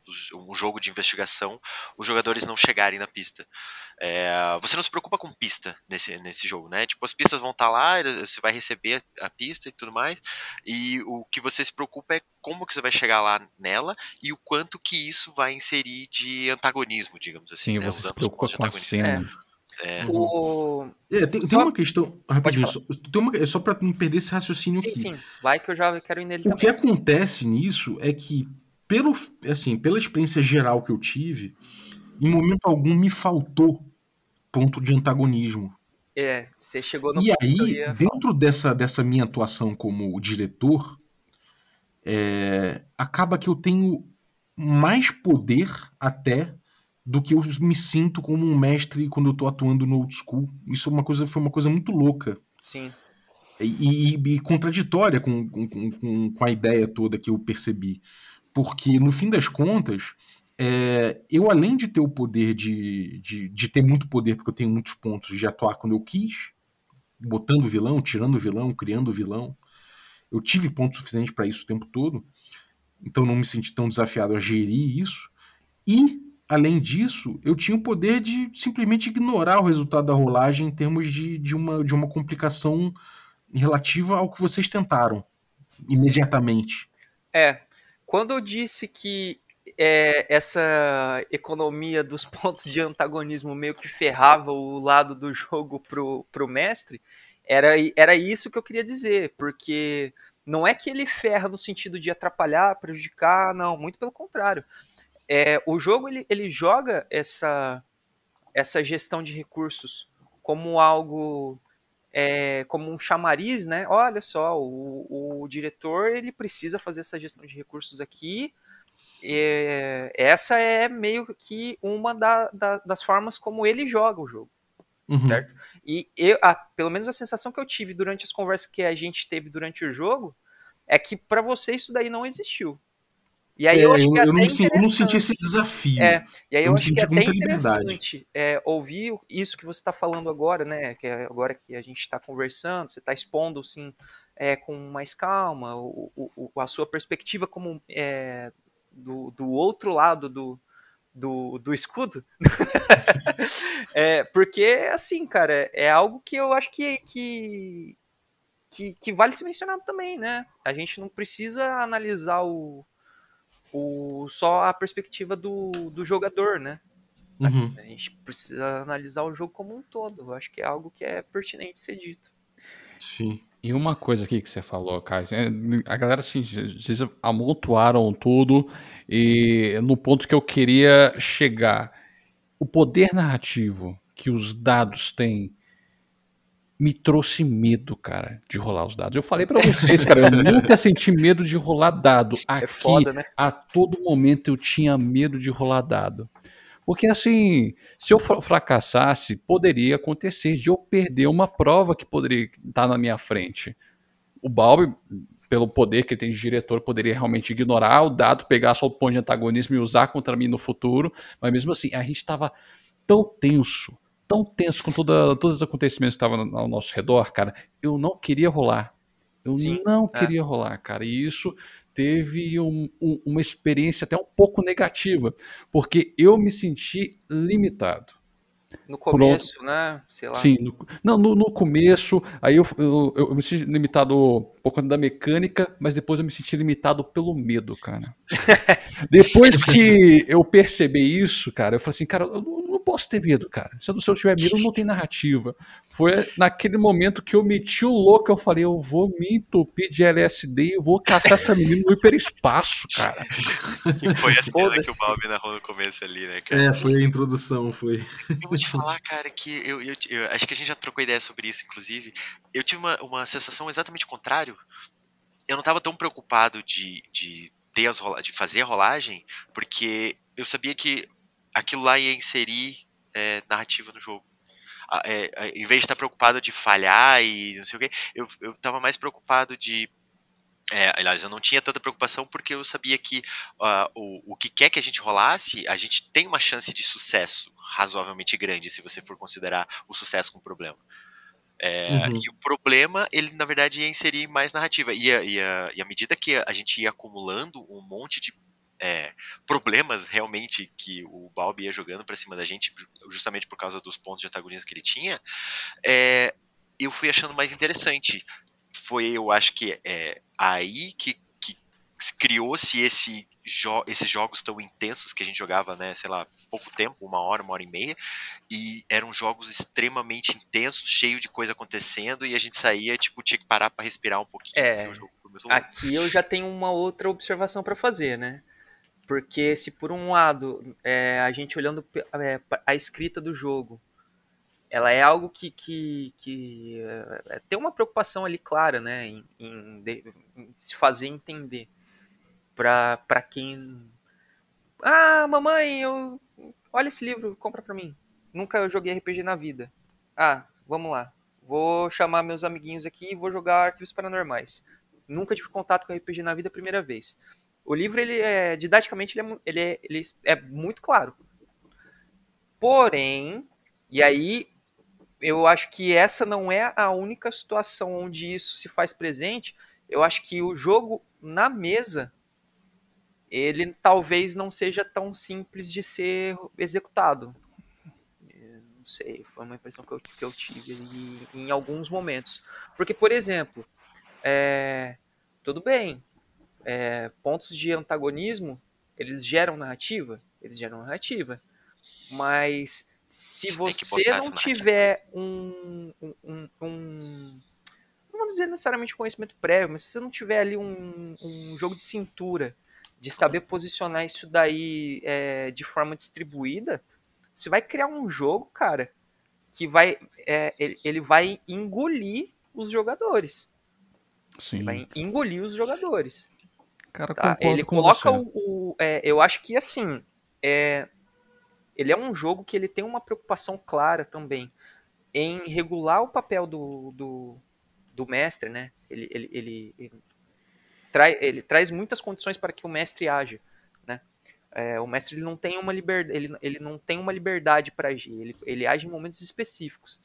um jogo de investigação, os jogadores não chegarem na pista. É, você não se preocupa com pista nesse, nesse jogo, né? Tipo, as pistas vão estar lá, você vai receber a pista e tudo mais, e o que você se preocupa é como que você vai chegar lá nela e o quanto que isso vai inserir de antagonismo, digamos assim, Sim, né? você se Usando os preocupa pontos de com a antagonismo. É. cena. É, Uhum. O... É, tem, tem Só- uma questão, Pode rapidinho, falar. só, tem uma, é só para não perder esse raciocínio Sim, aqui. sim. Vai que eu já quero ir nele O que também. acontece nisso é que, pelo, assim, pela experiência geral que eu tive, em momento algum me faltou ponto de antagonismo. É, você chegou no E ponto que eu aí, ia falar. dentro dessa, dessa minha atuação como diretor, é, acaba que eu tenho mais poder até do que eu me sinto como um mestre quando eu tô atuando no old school. Isso é uma coisa, foi uma coisa muito louca. Sim. E, e- e contraditória com, com, com, com a ideia toda que eu percebi. Porque, no fim das contas, é, eu, além de ter o poder de, de, de ter muito poder, porque eu tenho muitos pontos de atuar quando eu quis, botando vilão, tirando vilão, criando vilão, eu tive ponto suficiente para isso o tempo todo, então não me senti tão desafiado a gerir isso. E, além disso, eu tinha o poder de simplesmente ignorar o resultado da rolagem em termos de, de, uma, de uma complicação relativa ao que vocês tentaram imediatamente. É, quando eu disse que é, essa economia dos pontos de antagonismo meio que ferrava o lado do jogo pro, pro mestre, era, era isso que eu queria dizer, porque não é que ele ferra no sentido de atrapalhar, prejudicar, não, muito pelo contrário. É, o jogo ele, ele joga essa, essa gestão de recursos como algo é, como um chamariz, né? Olha só, o, o diretor ele precisa fazer essa gestão de recursos aqui. É, essa é meio que uma da, da, das formas como ele joga o jogo, Uhum. certo? E eu, a, pelo menos a sensação que eu tive durante as conversas que a gente teve durante o jogo é que para você isso daí não existiu. E aí É, eu acho que é eu, eu, até não, sen- eu não senti esse interessante. desafio. É, e aí Eu eu me acho que é senti com até muita liberdade. interessante é, ouvir isso que você está falando agora, né? Que é agora que a gente está conversando, você está expondo assim, é, com mais calma o, o, a sua perspectiva como é, do, do outro lado do, do, do escudo. É, porque, assim, cara, é algo que eu acho que, que, que, que vale ser mencionado também, né? A gente não precisa analisar o o, só a perspectiva do, do jogador, né? Uhum. A gente precisa analisar o jogo como um todo. Eu acho que é algo que é pertinente ser dito. Sim. E uma coisa aqui que você falou, Caio, é, a galera assim, vocês amontoaram tudo e no ponto que eu queria chegar, o poder narrativo que os dados têm me trouxe medo, cara, de rolar os dados. Eu falei pra vocês, cara, eu nunca senti medo de rolar dado. É Aqui, foda, né? a todo momento eu tinha medo de rolar dado. Porque assim, se eu fra- fracassasse, poderia acontecer de eu perder uma prova que poderia estar na minha frente. O Balbi, pelo poder que ele tem de diretor, poderia realmente ignorar o dado, pegar só o ponto de antagonismo e usar contra mim no futuro. Mas mesmo assim, a gente estava tão tenso, tão tenso com toda, todos os acontecimentos que estavam ao nosso redor, cara, eu não queria rolar. Eu Sim, não é. queria rolar, cara. E isso teve um, um, uma experiência até um pouco negativa, porque eu me senti limitado. No começo, Pronto. né? Sei lá. Sim, no, não, no, no começo, aí eu, eu, eu me senti limitado por conta da mecânica, mas depois eu me senti limitado pelo medo, cara. Depois que eu percebi isso, cara, eu falei assim, cara, eu não, não posso ter medo, cara. Se eu, se eu tiver medo, não tem narrativa. Foi naquele momento que eu meti o louco, eu falei, eu vou me entupir de L S D e vou caçar essa menina no hiperespaço, cara. E foi a cena que o Balbi narrou no começo ali, né, cara? É, foi a introdução, foi. Eu vou te falar, cara, que eu, eu, eu acho que a gente já trocou ideia sobre isso, inclusive. Eu tive uma, uma sensação exatamente contrária. Eu não tava tão preocupado de, de, ter as rola- de fazer a rolagem, porque eu sabia que aquilo lá ia inserir é, narrativa no jogo. É, é, em vez de estar preocupado de falhar e não sei o que, eu, eu tava mais preocupado de... É, aliás, eu não tinha tanta preocupação porque eu sabia que uh, o, o que quer que a gente rolasse, a gente tem uma chance de sucesso razoavelmente grande, se você for considerar o sucesso como problema. É, uhum. E o problema, ele na verdade ia inserir mais narrativa. E a, e a, e a medida que a gente ia acumulando um monte de é, problemas realmente que o Balbi ia jogando pra cima da gente, justamente por causa dos pontos de antagonismo que ele tinha, é, eu fui achando mais interessante. Foi, eu acho que é aí que, que criou-se esse jo- esses jogos tão intensos que a gente jogava, né, sei lá, pouco tempo, uma hora, uma hora e meia, e eram jogos extremamente intensos, cheio de coisa acontecendo, e a gente saía, tipo, tinha que parar para respirar um pouquinho, é, porque o jogo começou logo. Aqui eu já tenho uma outra observação para fazer, né, porque se por um lado é, a gente olhando é, a escrita do jogo, ela é algo que, que, que é, tem uma preocupação ali clara, né, em, em, de, em se fazer entender para quem... Ah, mamãe, eu... olha esse livro, compra pra mim. Nunca joguei R P G na vida. Ah, vamos lá. Vou chamar meus amiguinhos aqui e vou jogar Arquivos Paranormais. Nunca tive contato com R P G na vida, primeira vez. O livro, ele é, didaticamente, ele é, ele é, ele é muito claro. Porém, e aí... eu acho que essa não é a única situação onde isso se faz presente. Eu acho que o jogo na mesa, ele talvez não seja tão simples de ser executado. Eu não sei, foi uma impressão que eu, que eu tive em, em alguns momentos. Porque, por exemplo, é, tudo bem, é, pontos de antagonismo, eles geram narrativa? Eles geram narrativa. Mas... se você não tiver um, um, um, um... não vou dizer necessariamente conhecimento prévio, mas se você não tiver ali um, um jogo de cintura, de saber posicionar isso daí é, de forma distribuída, você vai criar um jogo, cara, que vai... É, ele, ele vai engolir os jogadores. Sim. Ele vai engolir os jogadores. Cara, tá? concordo Ele com coloca você. o... o é, eu acho que, assim... É, ele é um jogo que ele tem uma preocupação clara também em regular o papel do, do, do mestre, né? Ele, ele, ele, ele, trai, ele traz muitas condições para que o mestre haja, né? É, o mestre ele não tem uma liberdade, ele, ele não tem uma liberdade para agir, ele, ele age em momentos específicos.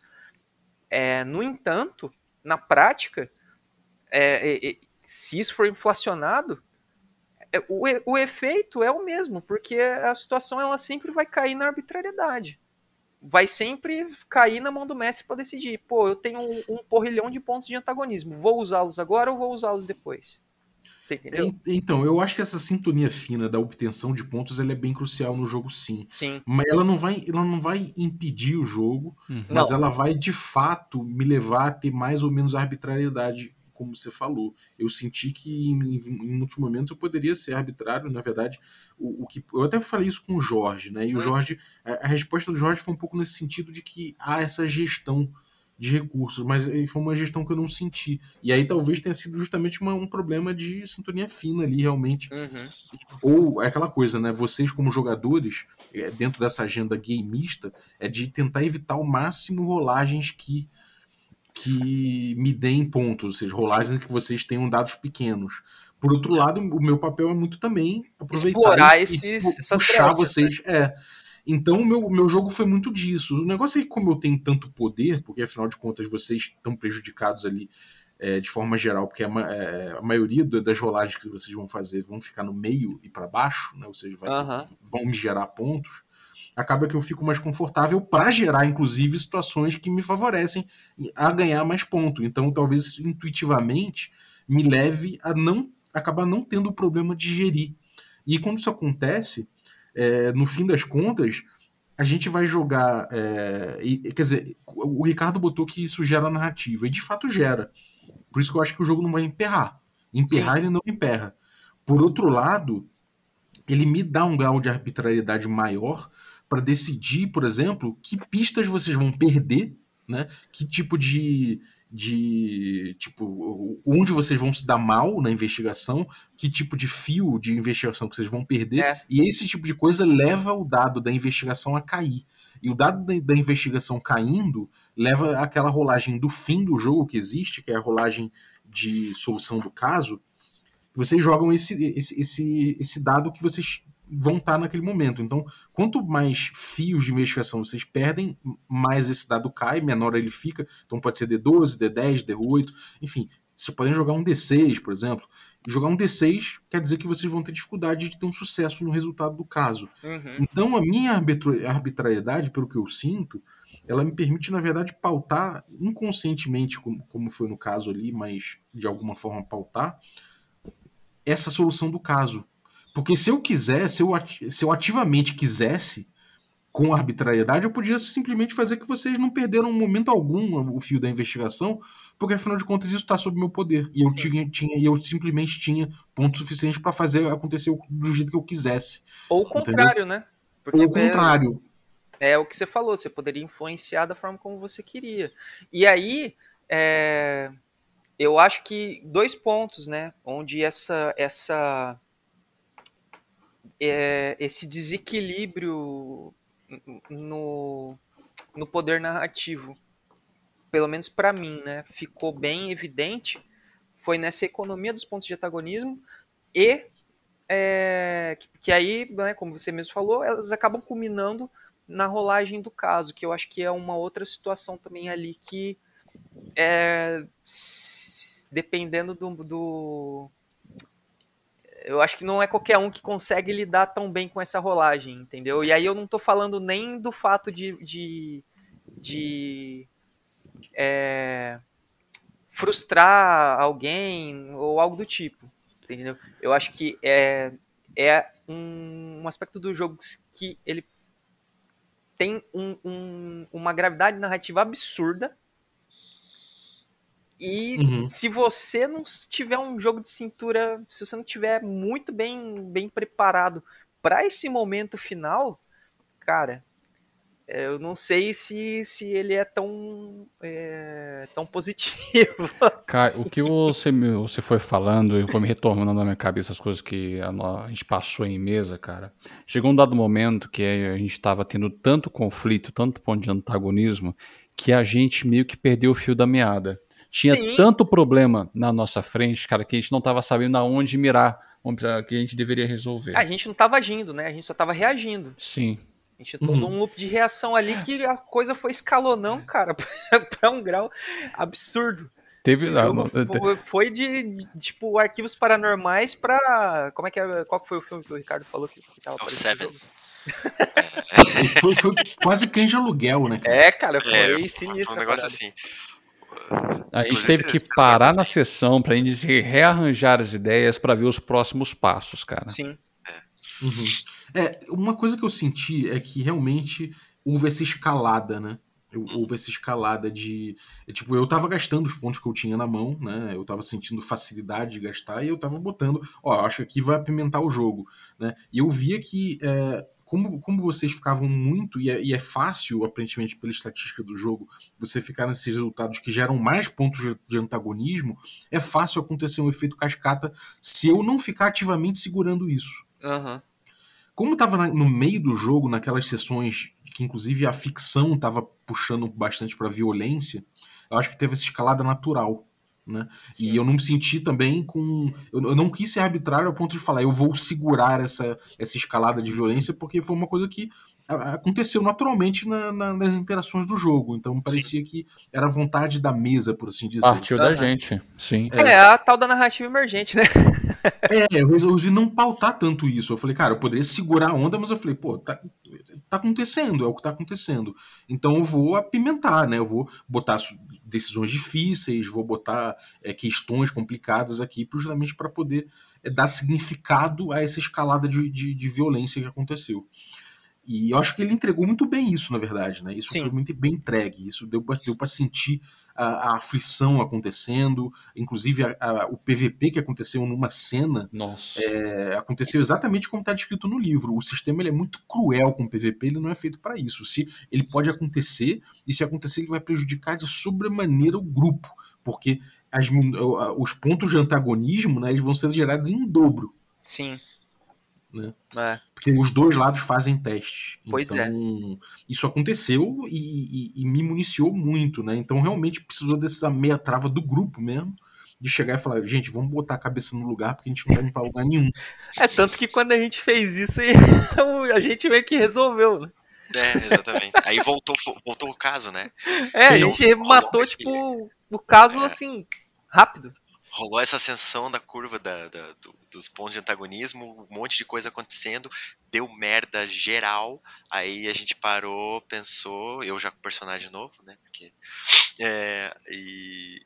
É, no entanto, na prática, é, é, se isso for inflacionado, é, o, o efeito é o mesmo, porque a situação ela sempre vai cair na arbitrariedade. Vai sempre cair na mão do mestre para decidir. Pô, eu tenho um, um porrilhão de pontos de antagonismo. Vou usá-los agora ou vou usá-los depois? Você entendeu? Então, eu acho que essa sintonia fina da obtenção de pontos ela é bem crucial no jogo, sim. Sim. Mas ela não vai, ela não vai impedir o jogo, Uhum. mas Não. ela vai, de fato, me levar a ter mais ou menos arbitrariedade, como você falou. Eu senti que em, em muitos momentos eu poderia ser arbitrário, na verdade. O, o que, eu até falei isso com o Jorge, né? E o Hum. Jorge, a, a resposta do Jorge foi um pouco nesse sentido de que há essa gestão de recursos, mas foi uma gestão que eu não senti. E aí talvez tenha sido justamente uma, um problema de sintonia fina ali, realmente. Uhum. Ou é aquela coisa, né? Vocês como jogadores, dentro dessa agenda gameista, é de tentar evitar ao máximo rolagens que que me deem pontos, ou seja, rolagens Sim. que vocês tenham dados pequenos. Por outro lado, o meu papel é muito também aproveitar explorar e, esses, e essas puxar brechas, vocês. Né? É. Então o meu, meu jogo foi muito disso. O negócio é que como eu tenho tanto poder, porque afinal de contas vocês estão prejudicados ali é, de forma geral, porque a, ma- é, a maioria do- das rolagens que vocês vão fazer vão ficar no meio e para baixo, né? Ou seja, vai ter- Aham. vão me gerar pontos. Acaba que eu fico mais confortável para gerar, inclusive, situações que me favorecem a ganhar mais pontos. Então, talvez isso, intuitivamente me leve a não acabar não tendo o problema de gerir. E quando isso acontece, é, no fim das contas, a gente vai jogar. É, e- quer dizer, o Ricardo botou que isso gera narrativa, e de fato gera. Por isso que eu acho que o jogo não vai emperrar. Sim. Emperrar ele não emperra. Por outro lado, ele me dá um grau de arbitrariedade maior para decidir, por exemplo, que pistas vocês vão perder, né? Que tipo de, de tipo onde vocês vão se dar mal na investigação, que tipo de fio de investigação que vocês vão perder, É. e esse tipo de coisa leva o dado da investigação a cair. E o dado da, da investigação caindo leva àquela rolagem do fim do jogo que existe, que é a rolagem de solução do caso. Vocês jogam esse, esse, esse, esse dado que vocês vão estar naquele momento. Então, quanto mais fios de investigação vocês perdem, mais esse dado cai, menor ele fica. Então pode ser D doze, D dez, D oito, enfim. Vocês podem jogar um D seis, por exemplo. E jogar um D seis quer dizer que vocês vão ter dificuldade de ter um sucesso no resultado do caso. Uhum. Então, a minha arbitra- arbitrariedade, pelo que eu sinto, ela me permite, na verdade, pautar inconscientemente, como, como foi no caso ali, mas de alguma forma pautar, essa solução do caso. Porque se eu quisesse, se eu, ati- se eu ativamente quisesse, com arbitrariedade, eu podia simplesmente fazer que vocês não perderam em momento algum o fio da investigação, porque afinal de contas isso está sob meu poder. E eu, Sim. tinha, tinha, e eu simplesmente tinha pontos suficientes para fazer acontecer do jeito que eu quisesse. Ou o Entendeu? contrário, né? Porque Ou o contrário. É, é o que você falou, você poderia influenciar da forma como você queria. E aí, é, eu acho que dois pontos, né? Onde essa, essa, é, esse desequilíbrio no, no poder narrativo, pelo menos para mim, né, ficou bem evidente, foi nessa economia dos pontos de antagonismo e é, que, que aí, né, como você mesmo falou, elas acabam culminando na rolagem do caso, que eu acho que é uma outra situação também ali que é, s- dependendo do, do eu acho que não é qualquer um que consegue lidar tão bem com essa rolagem, entendeu? E aí eu não tô falando nem do fato de, de, de é, frustrar alguém ou algo do tipo, entendeu? Eu acho que é, é um, um aspecto do jogo que ele tem um, um, uma gravidade narrativa absurda. E Uhum. se você não tiver um jogo de cintura, se você não tiver muito bem, bem preparado para esse momento final, cara, eu não sei se, se ele é tão, é, tão positivo. Cara, o que você, me- você foi falando, eu vou me retornando na minha cabeça as coisas que a, no- a gente passou em mesa, cara. Chegou um dado momento que a gente estava tendo tanto conflito, tanto ponto de antagonismo, que a gente meio que perdeu o fio da meada. Tinha Sim. tanto problema na nossa frente, cara, que a gente não estava sabendo aonde mirar, onde a- que a gente deveria resolver. A gente não tava agindo, né? A gente só tava reagindo. Sim. A gente entrou Uhum. num loop de reação ali que a coisa foi escalonando, cara, pra um grau absurdo. Teve. O ah, jogo não, fo- foi de, de, tipo, arquivos paranormais pra... Como é que é? Qual que foi o filme que o Ricardo falou que, que tava É o aparecendo no Seven. jogo? Foi, foi quase cães de aluguel, né, cara? É, cara, foi É, foi sinistro. um negócio assim. A gente Inclusive, teve que esse parar negócio na assim. sessão pra gente se rearranjar as ideias pra ver os próximos passos, cara. Sim. Uhum. É, uma coisa que eu senti é que realmente houve essa escalada, né? Eu- Houve essa escalada de. é, Tipo, eu tava gastando os pontos que eu tinha na mão, né? Eu tava sentindo facilidade de gastar e eu tava botando, ó, acho que aqui vai apimentar o jogo, né? E eu via que, é, como, como vocês ficavam muito, e é, e é fácil, aparentemente, pela estatística do jogo, você ficar nesses resultados que geram mais pontos de, de antagonismo, é fácil acontecer um efeito cascata se eu não ficar ativamente segurando isso. Aham. Como estava no meio do jogo, naquelas sessões que inclusive a ficção estava puxando bastante para violência, eu acho que teve essa escalada natural, né? Sim. E eu não me senti também com... Eu eu não quis ser arbitrário ao ponto de falar, eu vou segurar essa, essa escalada de violência, porque foi uma coisa que aconteceu naturalmente na, na, nas interações do jogo. Então parecia que era a vontade da mesa, por assim dizer. Partiu da Aham. gente, sim. É, a tal da narrativa emergente, né? É, eu resolvi não pautar tanto isso. Eu falei, cara, eu poderia segurar a onda, mas eu falei, pô, tá, tá acontecendo, é o que tá acontecendo. Então eu vou apimentar, né? Eu vou botar decisões difíceis, vou botar é, questões complicadas aqui, justamente para poder é, dar significado a essa escalada de, de, de violência que aconteceu. E eu acho que ele entregou muito bem isso, na verdade, né? Isso Sim. foi muito bem entregue. Isso deu pra, deu pra sentir a, a aflição acontecendo. Inclusive, a, a, o P V P que aconteceu numa cena Nossa. é, aconteceu exatamente como está descrito no livro. O sistema ele é muito cruel com o P V P, ele não é feito para isso. Se ele pode acontecer, e se acontecer, ele vai prejudicar de sobremaneira o grupo, porque as, os pontos de antagonismo, né, eles vão ser gerados em dobro. Sim. Né? É. Porque os dois lados fazem testes. Pois então, é. isso aconteceu e, e, e me municiou muito, né? Então, realmente precisou dessa meia trava do grupo mesmo, de chegar e falar, gente, vamos botar a cabeça no lugar, porque a gente não vai ir pra lugar nenhum. É, tanto que quando a gente fez isso, a gente meio que resolveu, né? É, exatamente. Aí voltou, voltou o caso, né? É, Então, a gente matou, esse, tipo, o caso, é, assim, rápido. Rolou essa ascensão da curva da, da, do, dos pontos de antagonismo, um monte de coisa acontecendo, deu merda geral, aí a gente parou, pensou, eu já com o personagem novo, né? Porque, é, e,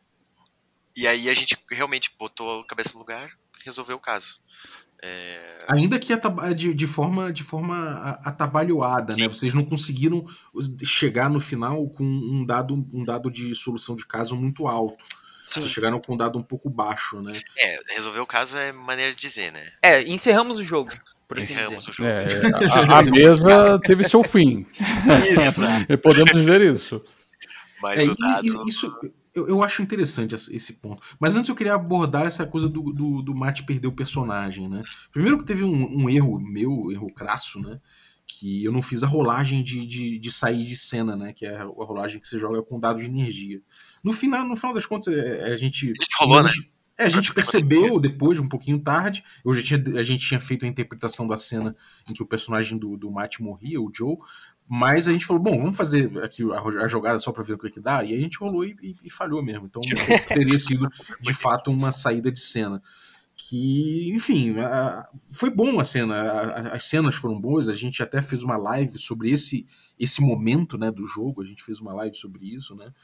e aí a gente realmente botou a cabeça no lugar, resolveu o caso. É... Ainda que de, de forma, de forma atabalhoada, né? Vocês não conseguiram chegar no final com um dado, um dado de solução de caso muito alto. Sim. Vocês chegaram com um dado um pouco baixo, né? É, resolver o caso é maneira de dizer, né? É, encerramos o jogo. Por assim encerramos dizer. o jogo. É, a, a mesa teve seu fim. Isso. Podemos dizer isso. Mas é, o dado... Isso, eu, eu acho interessante esse ponto. Mas antes eu queria abordar essa coisa do, do, do Matt perder o personagem, né? Primeiro que teve um, um erro meu, erro crasso, né? Que eu não fiz a rolagem de, de, de sair de cena, né? Que é a rolagem que você joga com dado de energia. No final, no final das contas, a gente... A gente rolou, não, né? É, a gente percebeu depois, um pouquinho tarde. Eu já tinha, a gente tinha feito a interpretação da cena em que o personagem do, do Matt morria, o Joe. Mas a gente falou, bom, vamos fazer aqui a, a jogada só pra ver o que, que dá. E a gente rolou e, e, e falhou mesmo. Então esse teria sido, de fato, uma saída de cena. Que, enfim, a, foi bom a cena. A, as cenas foram boas. A gente até fez uma live sobre esse, esse momento, né, do jogo. A gente fez uma live sobre isso, né?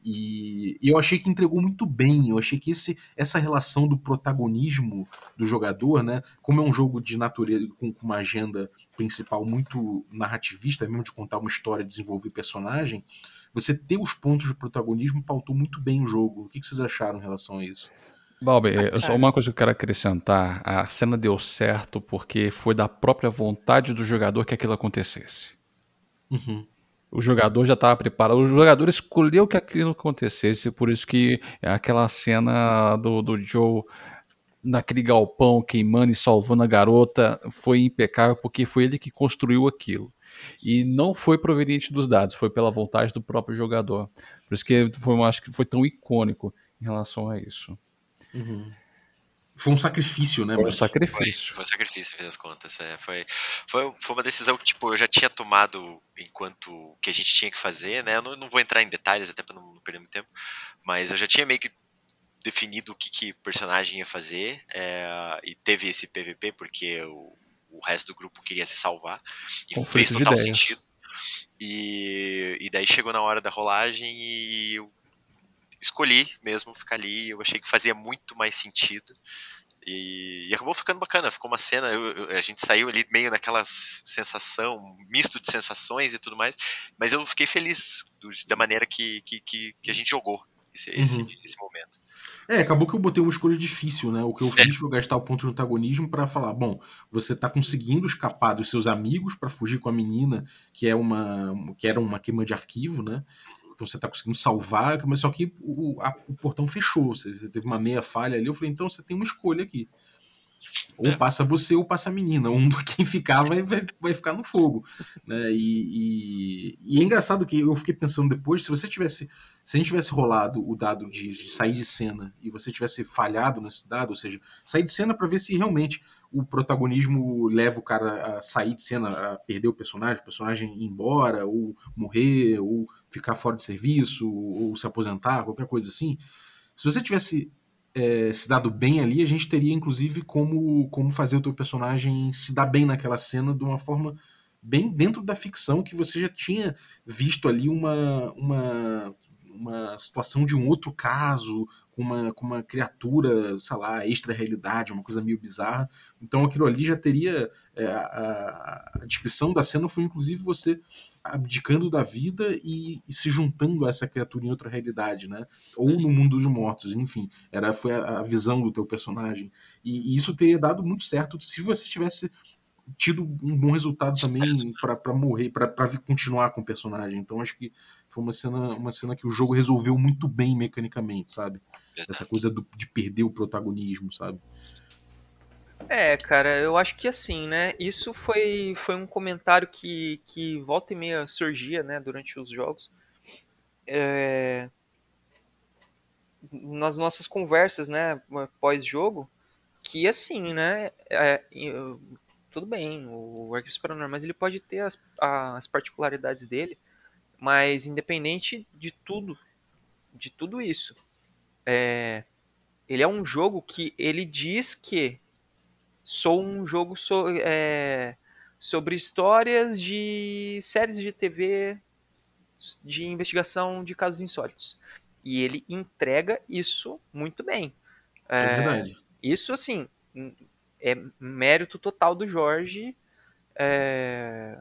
E, e eu achei que entregou muito bem. Eu achei que esse, essa relação do protagonismo do jogador, né? Como é um jogo de natureza com, com uma agenda principal muito narrativista, mesmo de contar uma história, desenvolver personagem, você ter os pontos de protagonismo pautou muito bem o jogo. O que vocês acharam em relação a isso? Balbi, só uma coisa que eu quero acrescentar. A cena deu certo porque foi da própria vontade do jogador que aquilo acontecesse. Uhum. O jogador já estava preparado, o jogador escolheu que aquilo acontecesse, por isso que aquela cena do, do Joe naquele galpão queimando e salvando a garota foi impecável, porque foi ele que construiu aquilo. E não foi proveniente dos dados, foi pela vontade do próprio jogador. Por isso que foi, eu acho que foi tão icônico em relação a isso. Uhum. Foi um sacrifício, né, Foi um Matt? Foi, sacrifício. foi um sacrifício, no fim das contas. É, foi, foi, foi uma decisão que tipo, eu já tinha tomado enquanto que a gente tinha que fazer, né? Eu não, não vou entrar em detalhes, até pra não, não perder muito tempo, mas eu já tinha meio que definido o que, que o personagem ia fazer, é, e teve esse P V P porque o, o resto do grupo queria se salvar, e Conflito fez de total ideias. sentido. E, e daí chegou na hora da rolagem e eu escolhi mesmo ficar ali, eu achei que fazia muito mais sentido. E, e acabou ficando bacana, ficou uma cena, eu, eu, a gente saiu ali meio naquela sensação, misto de sensações e tudo mais, mas eu fiquei feliz do, da maneira que, que, que, que a gente jogou esse, esse, Uhum. esse momento. É, acabou que eu botei uma escolha difícil, né? O que eu É. fiz foi gastar o ponto de antagonismo pra falar, bom, você tá conseguindo escapar dos seus amigos pra fugir com a menina, que é uma que era uma queima de arquivo, né? Então você tá conseguindo salvar, mas só que o, a, o portão fechou, você teve uma meia falha ali, eu falei, então você tem uma escolha aqui. Ou passa você ou passa a menina. Um do quem ficar vai, vai, vai ficar no fogo. Né? E, e, e é engraçado que eu fiquei pensando depois, se você tivesse. Se a gente tivesse rolado o dado de, de sair de cena e você tivesse falhado nesse dado, ou seja, sair de cena para ver se realmente o protagonismo leva o cara a sair de cena, a perder o personagem, o personagem ir embora, ou morrer, ou ficar fora de serviço, ou se aposentar, qualquer coisa assim. Se você tivesse é, se dado bem ali, a gente teria inclusive como, como fazer o teu personagem se dar bem naquela cena de uma forma bem dentro da ficção, que você já tinha visto ali uma, uma, uma situação de um outro caso, com uma, com uma criatura, sei lá, extra-realidade, uma coisa meio bizarra. Então aquilo ali já teria. É, a, a descrição da cena foi inclusive você abdicando da vida e, e se juntando a essa criatura em outra realidade, né? Ou no mundo dos mortos, enfim. Era, foi a, a visão do teu personagem. E, e isso teria dado muito certo se você tivesse tido um bom resultado também para morrer, para continuar com o personagem. Então acho que foi uma cena, uma cena que o jogo resolveu muito bem mecanicamente, sabe? Essa coisa do, de perder o protagonismo, sabe? É, cara, eu acho que assim, né? Isso foi, foi um comentário que, que volta e meia surgia, né, durante os jogos. É, nas nossas conversas, né, pós-jogo, que assim, né? É, eu, tudo bem, o Arquivos Paranormais ele pode ter as, as particularidades dele, mas independente de tudo, de tudo isso, é, ele é um jogo que ele diz que sou um jogo so, é, sobre histórias de séries de T V de investigação de casos insólitos. E ele entrega isso muito bem. É É, verdade. isso, assim, é mérito total do Jorge é,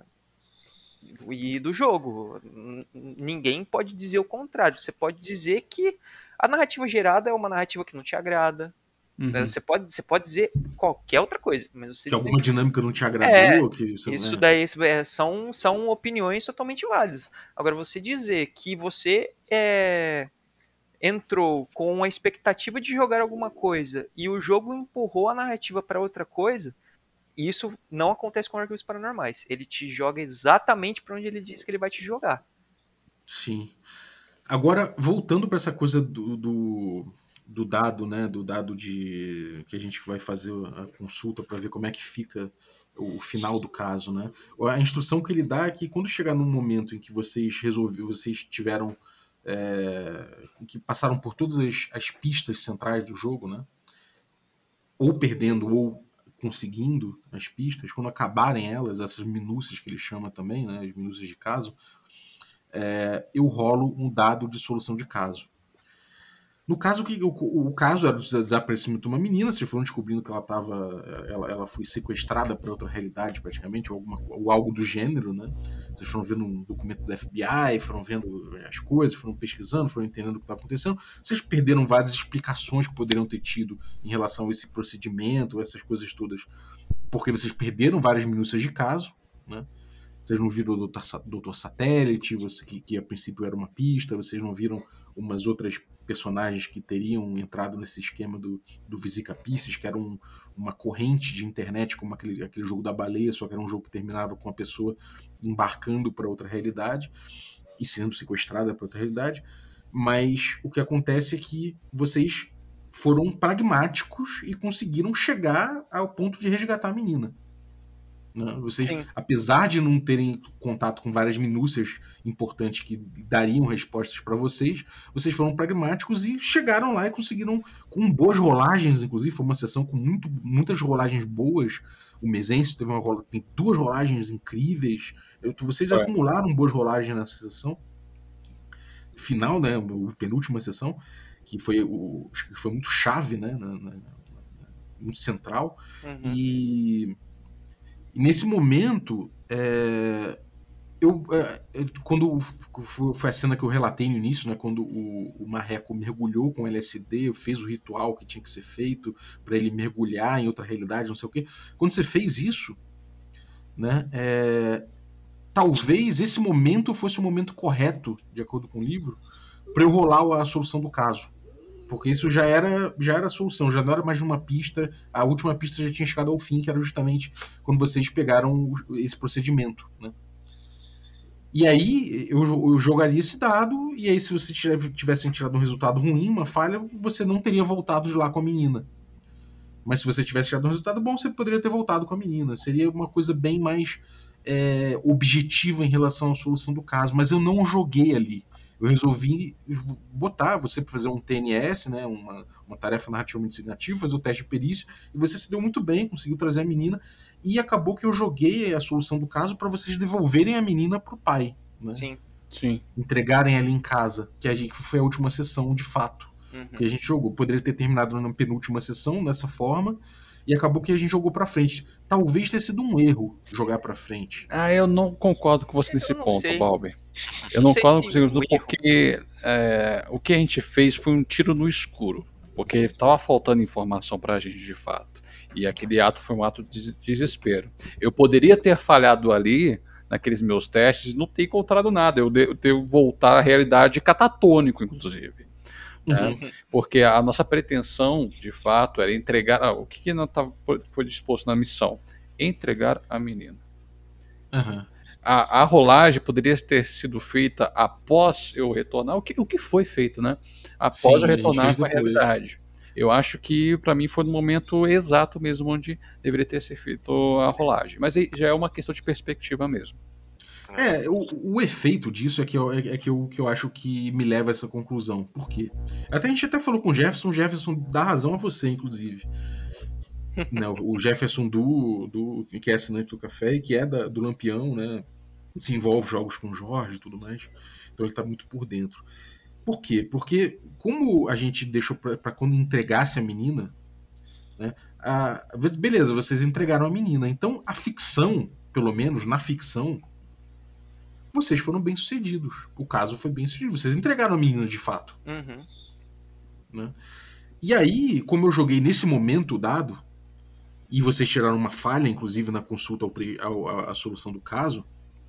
e do jogo. Ninguém pode dizer o contrário. Você pode dizer que a narrativa gerada é uma narrativa que não te agrada. Uhum. Você, pode, você pode dizer qualquer outra coisa. Mas você Que alguma dinâmica não te é, agradou? Que você, isso né? daí é, são, são opiniões totalmente válidas. Agora, você dizer que você é, entrou com a expectativa de jogar alguma coisa e o jogo empurrou a narrativa para outra coisa, isso não acontece com Arquivos Paranormais. Ele te joga exatamente para onde ele diz que ele vai te jogar. Sim. Agora, voltando para essa coisa do, do, do dado, né? Do dado de que a gente vai fazer a consulta para ver como é que fica o final do caso, né? A instrução que ele dá é que quando chegar num momento em que vocês resolveram, vocês tiveram é, que passaram por todas as, as pistas centrais do jogo, né? Ou perdendo ou conseguindo as pistas, quando acabarem elas, essas minúcias que ele chama também, né? As minúcias de caso, é, eu rolo um dado de solução de caso. No caso que o, o caso era do desaparecimento de uma menina, vocês foram descobrindo que ela estava, ela, ela foi sequestrada para outra realidade praticamente, ou, alguma, ou algo do gênero, né? Vocês foram vendo um documento do F B I, foram vendo as coisas, foram pesquisando, foram entendendo o que estava acontecendo. Vocês perderam várias explicações que poderiam ter tido em relação a esse procedimento, essas coisas todas, porque vocês perderam várias minúcias de caso, né? Vocês não viram o doutor, doutor Satélite, você, que, que a princípio era uma pista, vocês não viram umas outras personagens que teriam entrado nesse esquema do, do Visica Pisces, que era um, uma corrente de internet, como aquele, aquele jogo da baleia, só que era um jogo que terminava com a pessoa embarcando para outra realidade e sendo sequestrada para outra realidade. Mas o que acontece é que vocês foram pragmáticos e conseguiram chegar ao ponto de resgatar a menina. Né? Vocês, Sim. apesar de não terem contato com várias minúcias importantes que dariam respostas para vocês, vocês foram pragmáticos e chegaram lá e conseguiram, com boas rolagens, inclusive, foi uma sessão com muito, muitas rolagens boas. O Mezencio teve uma rola, tem duas rolagens incríveis. Eu, vocês É. acumularam boas rolagens nessa sessão final, né, a penúltima sessão, que foi, o, que foi muito chave, né, na, na, muito central. Uhum. E E nesse momento, é, eu, é, quando foi a cena que eu relatei no início, né, quando o, o Marreco mergulhou com L S D, fez o ritual que tinha que ser feito para ele mergulhar em outra realidade, não sei o quê. Quando você fez isso, né, é, talvez esse momento fosse o momento correto, de acordo com o livro, para eu rolar a solução do caso. Porque isso já era, já era a solução, já não era mais uma pista, a última pista já tinha chegado ao fim, que era justamente quando vocês pegaram esse procedimento, né? E aí eu, eu jogaria esse dado, e aí se você tivesse tirado um resultado ruim, uma falha, você não teria voltado de lá com a menina. Mas se você tivesse tirado um resultado bom, você poderia ter voltado com a menina. Seria uma coisa bem mais é, objetiva em relação à solução do caso. Mas eu não joguei ali. Eu resolvi botar você para fazer um T N S, né, uma, uma tarefa narrativamente significativa, fazer o teste de perícia, e você se deu muito bem, conseguiu trazer a menina, e acabou que eu joguei a solução do caso para vocês devolverem a menina pro pai, né? Sim. Sim. Entregarem ela em casa, que a gente, foi a última sessão de fato Uhum. que a gente jogou. Poderia ter terminado na penúltima sessão dessa forma, e acabou que a gente jogou pra frente. Talvez tenha sido um erro jogar pra frente. Ah, eu não concordo com você nesse Eu não ponto, sei. Balbi. Eu Não não sei concordo se com você um erro. porque é, o que a gente fez foi um tiro no escuro. Porque estava faltando informação pra gente de fato. E aquele ato foi um ato de desespero. Eu poderia ter falhado ali, naqueles meus testes, e não ter encontrado nada. Eu de- eu ter voltar à realidade catatônico, inclusive. Né? Uhum. Porque a nossa pretensão, de fato, era entregar. Ah, o que, que não tava, foi disposto na missão? Entregar a menina. Uhum. A, a rolagem poderia ter sido feita após eu retornar. O que, o que foi feito, né? Após Sim, eu a gente retornar fez com a depois. realidade. Eu acho que para mim foi no momento exato mesmo onde deveria ter sido feito a rolagem. Mas aí já é uma questão de perspectiva mesmo. É, o, o efeito disso é que, eu, é que, eu, que eu acho que me leva a essa conclusão. Por quê? Até a gente até falou com o Jefferson, o Jefferson dá razão a você, inclusive. Né, o Jefferson do, do que é assinante do Café e que é da, do Lampião, né? Desenvolve jogos com o Jorge e tudo mais. Então ele tá muito por dentro. Por quê? Porque como a gente deixou pra, pra quando entregasse a menina, né? A, beleza, vocês entregaram a menina. Então a ficção, pelo menos na ficção, vocês foram bem sucedidos. O caso foi bem sucedido. Vocês entregaram a menina de fato. Uhum. Né? E aí, como eu joguei nesse momento dado, e vocês tiraram uma falha, inclusive, na consulta ao, ao, à solução do caso,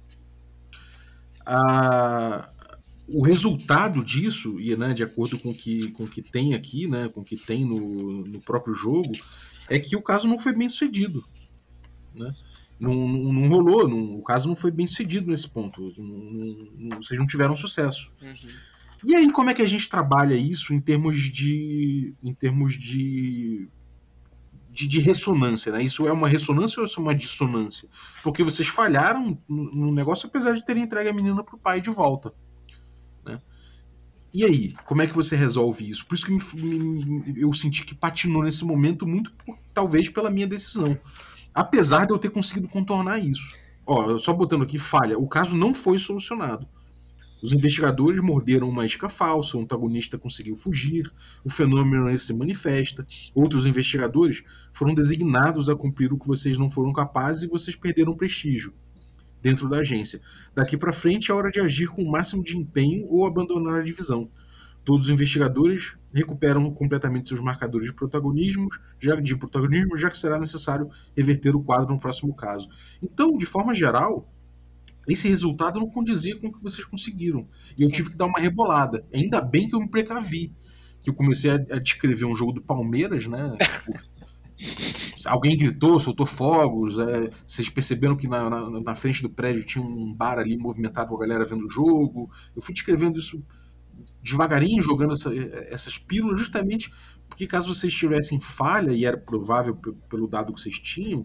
a, o resultado disso, e né, de acordo com que, o com que tem aqui, né, com o que tem no, no próprio jogo, é que o caso não foi bem sucedido. Né? Não, não, não rolou, não, o caso não foi bem sucedido nesse ponto. Não, não, vocês não tiveram sucesso. Uhum. E aí, como é que a gente trabalha isso em termos de. em termos de. De, de ressonância, né? Isso é uma ressonância ou isso é uma dissonância? Porque vocês falharam no, no negócio, apesar de terem entregue a menina pro pai de volta. Né? E aí, como é que você resolve isso? Por isso que me, me, eu senti que patinou nesse momento, muito por, talvez pela minha decisão. Apesar de eu ter conseguido contornar isso. Ó, só botando aqui falha, o caso não foi solucionado. Os investigadores morderam uma isca falsa, o antagonista conseguiu fugir, o fenômeno se manifesta, outros investigadores foram designados a cumprir o que vocês não foram capazes e vocês perderam prestígio dentro da agência. Daqui para frente é hora de agir com o máximo de empenho ou abandonar a divisão. Todos os investigadores recuperam completamente seus marcadores de protagonismo, já, de protagonismo, já que será necessário reverter o quadro no próximo caso. Então, de forma geral, esse resultado não condizia com o que vocês conseguiram. E eu Sim. tive que dar uma rebolada. Ainda bem que eu me precavi. Que eu comecei a, a descrever um jogo do Palmeiras, né? Tipo, alguém gritou, soltou fogos. É, vocês perceberam que na, na, na frente do prédio tinha um bar ali movimentado com a galera vendo o jogo. Eu fui descrevendo isso devagarinho, jogando essa, essas pílulas, justamente porque caso vocês tivessem falha, e era provável pelo dado que vocês tinham,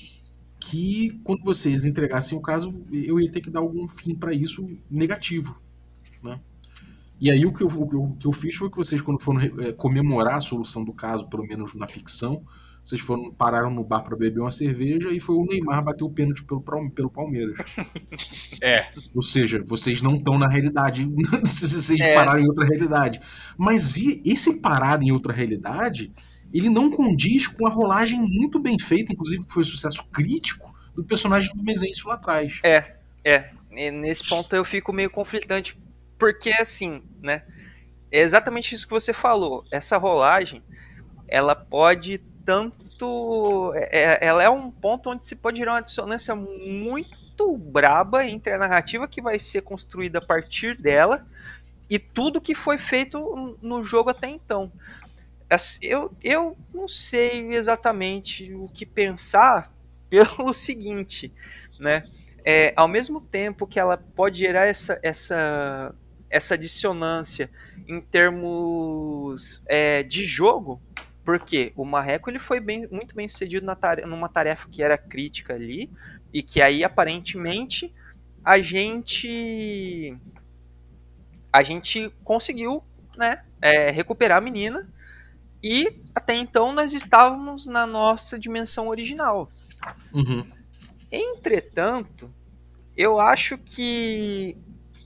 que quando vocês entregassem o caso, eu ia ter que dar algum fim para isso negativo. Né? E aí o que, eu, o que eu fiz foi que vocês, quando foram é, comemorar a solução do caso, pelo menos na ficção, vocês foram, pararam no bar para beber uma cerveja e foi o Neymar bater o pênalti pelo, pelo Palmeiras. É. Ou seja, vocês não estão na realidade, se vocês É. pararam em outra realidade. Mas e, esse parar em outra realidade, ele não condiz com a rolagem muito bem feita, inclusive que foi um sucesso crítico, do personagem do Mezencio lá atrás. É, é. E nesse ponto eu fico meio conflitante, porque assim, né? É exatamente isso que você falou. Essa rolagem, ela pode tanto... É, ela é um ponto onde se pode gerar uma dissonância muito braba entre a narrativa que vai ser construída a partir dela e tudo que foi feito no jogo até então. Eu, eu não sei exatamente o que pensar pelo seguinte, né? É, ao mesmo tempo que ela pode gerar essa, essa, essa dissonância em termos é, de jogo, porque o Marreco ele foi bem, muito bem sucedido na tarefa, numa tarefa que era crítica ali, e que aí aparentemente a gente a gente conseguiu, né, é, recuperar a menina, e até então nós estávamos na nossa dimensão original. Uhum. Entretanto, eu acho que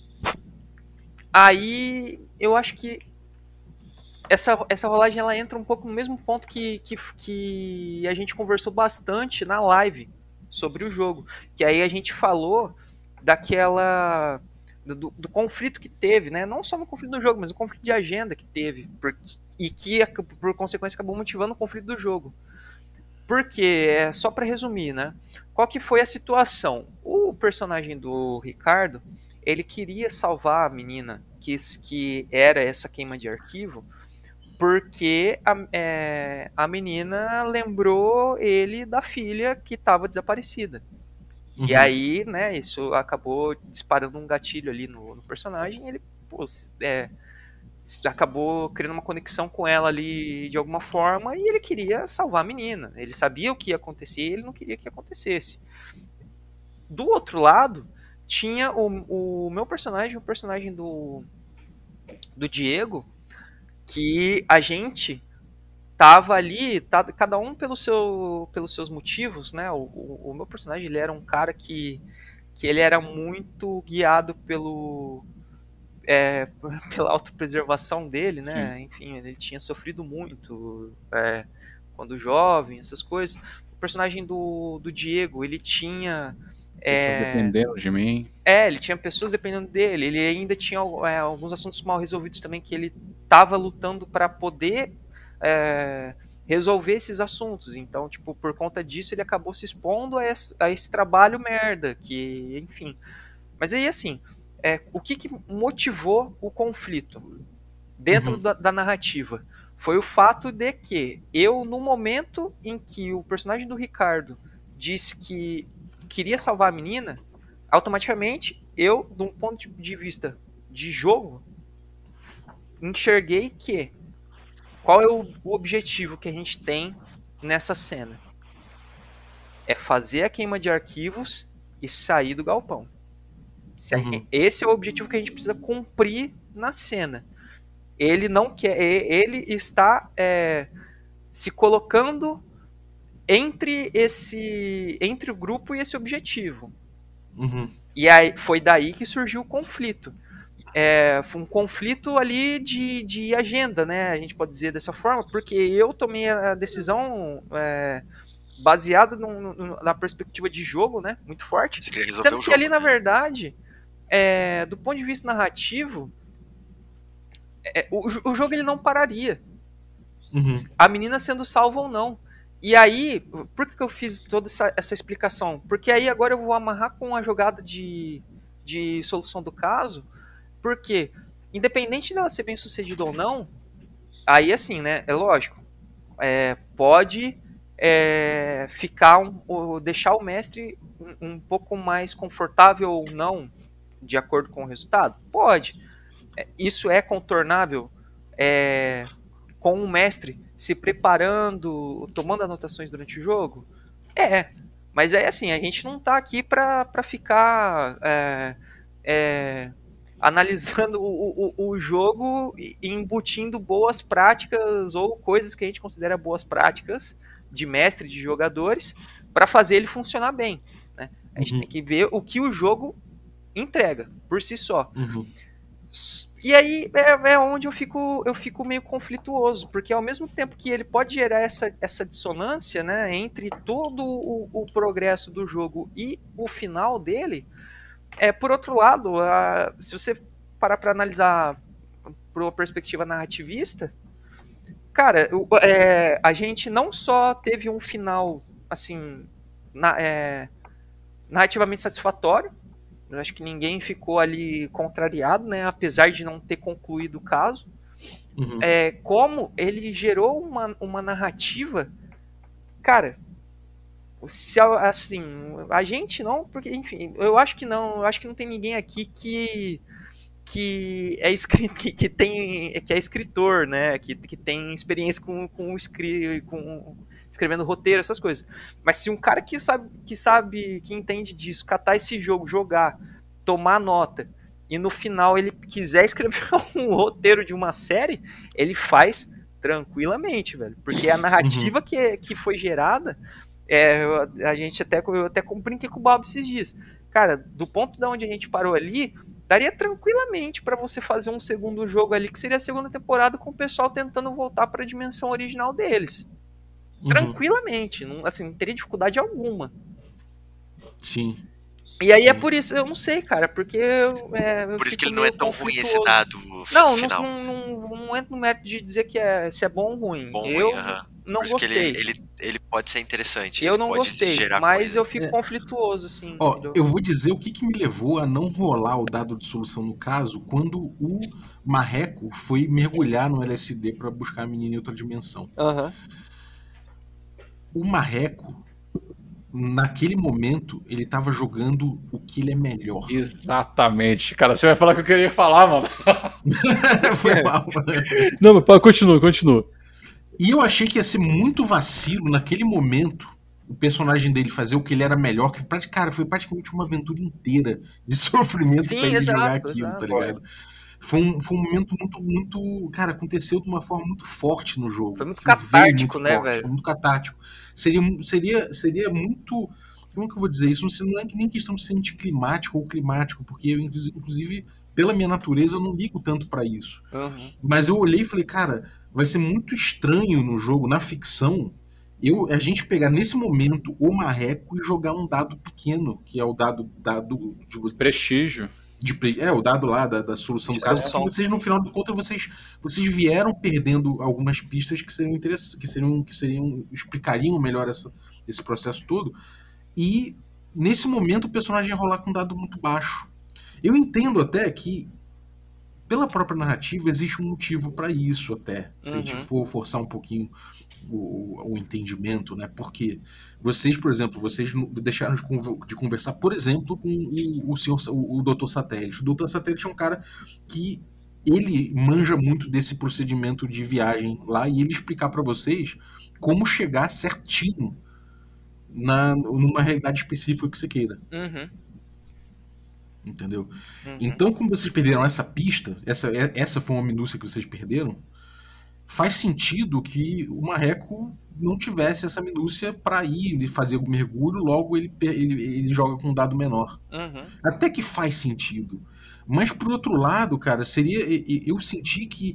aí eu acho que essa, essa rolagem ela entra um pouco no mesmo ponto que, que, que a gente conversou bastante na live sobre o jogo, que aí a gente falou daquela do, do conflito que teve, né? Não só no conflito do jogo, mas o conflito de agenda que teve, por, e que por consequência acabou motivando o conflito do jogo. Porque, é, só para resumir, né? Qual que foi a situação? O personagem do Ricardo, ele queria salvar a menina que, que era essa queima de arquivo, porque a, é, a menina lembrou ele da filha que estava desaparecida. Uhum. E aí, né, isso acabou disparando um gatilho ali no, no personagem, e ele, pô, é, acabou criando uma conexão com ela ali de alguma forma, e ele queria salvar a menina. Ele sabia o que ia acontecer e ele não queria que acontecesse. Do outro lado, tinha o, o meu personagem, o personagem do, do Diego, que a gente tava ali, tá, cada um pelo seu, pelos seus motivos, né? O, o, o meu personagem, ele era um cara que, que ele era muito guiado pelo é, pela autopreservação dele, né? Sim. Enfim, ele tinha sofrido muito é, quando jovem, essas coisas. O personagem do, do Diego, ele tinha pessoas é, dependendo de mim. É, ele tinha pessoas dependendo dele. Ele ainda tinha é, alguns assuntos mal resolvidos também que ele estava lutando para poder é, resolver esses assuntos. Então, tipo, por conta disso, ele acabou se expondo a esse, a esse trabalho merda, que, enfim. Mas aí, assim, é, o que, que motivou o conflito dentro uhum. da, da narrativa? Foi o fato de que eu, no momento em que o personagem do Ricardo disse que queria salvar a menina, automaticamente, eu, de um ponto de vista de jogo, enxerguei que qual é o, o objetivo que a gente tem nessa cena? É fazer a queima de arquivos e sair do galpão. Uhum. Esse é o objetivo que a gente precisa cumprir na cena. Ele não quer, ele está é, se colocando entre esse, entre o grupo e esse objetivo. Uhum. E aí foi daí que surgiu o conflito. É, foi um conflito ali de, de agenda, né? A gente pode dizer dessa forma, porque eu tomei a decisão é, baseada no, no, na perspectiva de jogo, né? Muito forte. Sendo que jogo, ali, né? Na verdade, é, do ponto de vista narrativo, é, o, o jogo ele não pararia. Uhum. A menina sendo salva ou não. E aí, por que, que eu fiz toda essa, essa explicação? Porque aí agora eu vou amarrar com a jogada de, de solução do caso, porque, independente dela ser bem sucedida ou não, aí assim, né, é lógico, é, pode é, ficar, um, deixar o mestre um, um pouco mais confortável ou não, de acordo com o resultado? Pode. É, isso é contornável é, com o mestre se preparando, tomando anotações durante o jogo? É, mas é assim, a gente não tá aqui pra, pra ficar é, é, analisando o, o, o jogo e embutindo boas práticas ou coisas que a gente considera boas práticas de mestre, de jogadores, para fazer ele funcionar bem. Né? A gente uhum. tem que ver o que o jogo entrega por si só. Uhum. E aí é, é onde eu fico, eu fico meio conflituoso, porque ao mesmo tempo que ele pode gerar essa, essa dissonância, né, entre todo o, o progresso do jogo e o final dele, é, por outro lado, a, se você parar para analisar por uma perspectiva narrativista, cara, é, a gente não só teve um final assim na, é, narrativamente satisfatório, Eu acho que ninguém ficou ali contrariado, né? Apesar de não ter concluído o caso. Uhum. É, como ele gerou uma, uma narrativa, cara, se, assim, a gente não, porque, enfim, eu acho que não, eu acho que não tem ninguém aqui que que é escrito, que, que tem, que é escritor, né, que, que tem experiência com, com, escri, com escrevendo roteiro, essas coisas. Mas se um cara que sabe, que sabe, que entende disso, catar esse jogo, jogar, tomar nota, e no final ele quiser escrever um roteiro de uma série, ele faz tranquilamente, velho. Porque a narrativa Uhum. que, que foi gerada, é, a gente até, eu até brinquei com o Bob esses dias. Cara, do ponto de onde a gente parou ali, daria tranquilamente para você fazer um segundo jogo ali, que seria a segunda temporada, com o pessoal tentando voltar para a dimensão original deles. Uhum. Tranquilamente, não, assim, não teria dificuldade alguma. Sim. E aí Sim. é por isso, eu não sei, cara, porque é, eu Por isso fico que ele não é meio tão ruim esse conflituoso. dado Não, não, final. não, não, não entro no mérito de dizer que é, se é bom ou ruim. Bom, eu ruim, aham. não Por isso que gostei. ele, ele, ele pode ser interessante. Eu ele não pode gostei, gerar mas eu coisas. fico É. conflituoso, assim, Ó, entendeu? eu vou dizer o que, que me levou a não rolar o dado de solução no caso quando o Marreco foi mergulhar no L S D para buscar a menina em outra dimensão. Aham. O Marreco, naquele momento, ele tava jogando o que ele é melhor. Exatamente. Cara, você vai falar o que eu queria falar, mano. Foi mal. Não, mas pá, continua, continua. E eu achei que ia ser muito vacilo naquele momento o personagem dele fazer o que ele era melhor, que, prati- cara, foi praticamente uma aventura inteira de sofrimento Sim, pra ele exato, jogar aquilo, exato. tá ligado? Foi um, foi um momento muito, muito. Cara, aconteceu de uma forma muito forte no jogo. Foi muito Aquilo veio muito catártico, né, forte, velho? foi muito catártico. Seria, seria, seria muito. Como que eu vou dizer isso? Não é nem questão de ser anticlimático ou climático, porque eu, inclusive, pela minha natureza, eu não ligo tanto pra isso. Uhum. Mas eu olhei e falei, cara, vai ser muito estranho no jogo, na ficção, eu, a gente pegar nesse momento o marreco e jogar um dado pequeno, que é o dado, dado de, vo- Prestígio. de pre- é o dado lá da, da solução De do caso, porque solução. vocês no final do conta vocês, vocês vieram perdendo algumas pistas que seriam interessantes, que seriam, que seriam explicariam melhor essa, esse processo todo. E nesse momento o personagem ia rolar com um dado muito baixo. Eu entendo até que pela própria narrativa existe um motivo para isso até, se a gente Uhum. for forçar um pouquinho o, o entendimento, né? Porque vocês, por exemplo, vocês não- deixaram de, conver- de conversar, por exemplo, com o, o senhor, o, o doutor Satélite. O doutor Satélite é um cara que ele manja muito desse procedimento de viagem lá e ele explicar para vocês como chegar certinho na, numa realidade específica que você queira. Uhum. Entendeu? Uhum. Então, como vocês perderam essa pista, essa, essa foi uma minúcia que vocês perderam, faz sentido que o Marreco não tivesse essa minúcia para ir e fazer o mergulho, logo ele, ele, ele joga com um dado menor. Uhum. Até que faz sentido. Mas, por outro lado, cara, seria. Eu senti que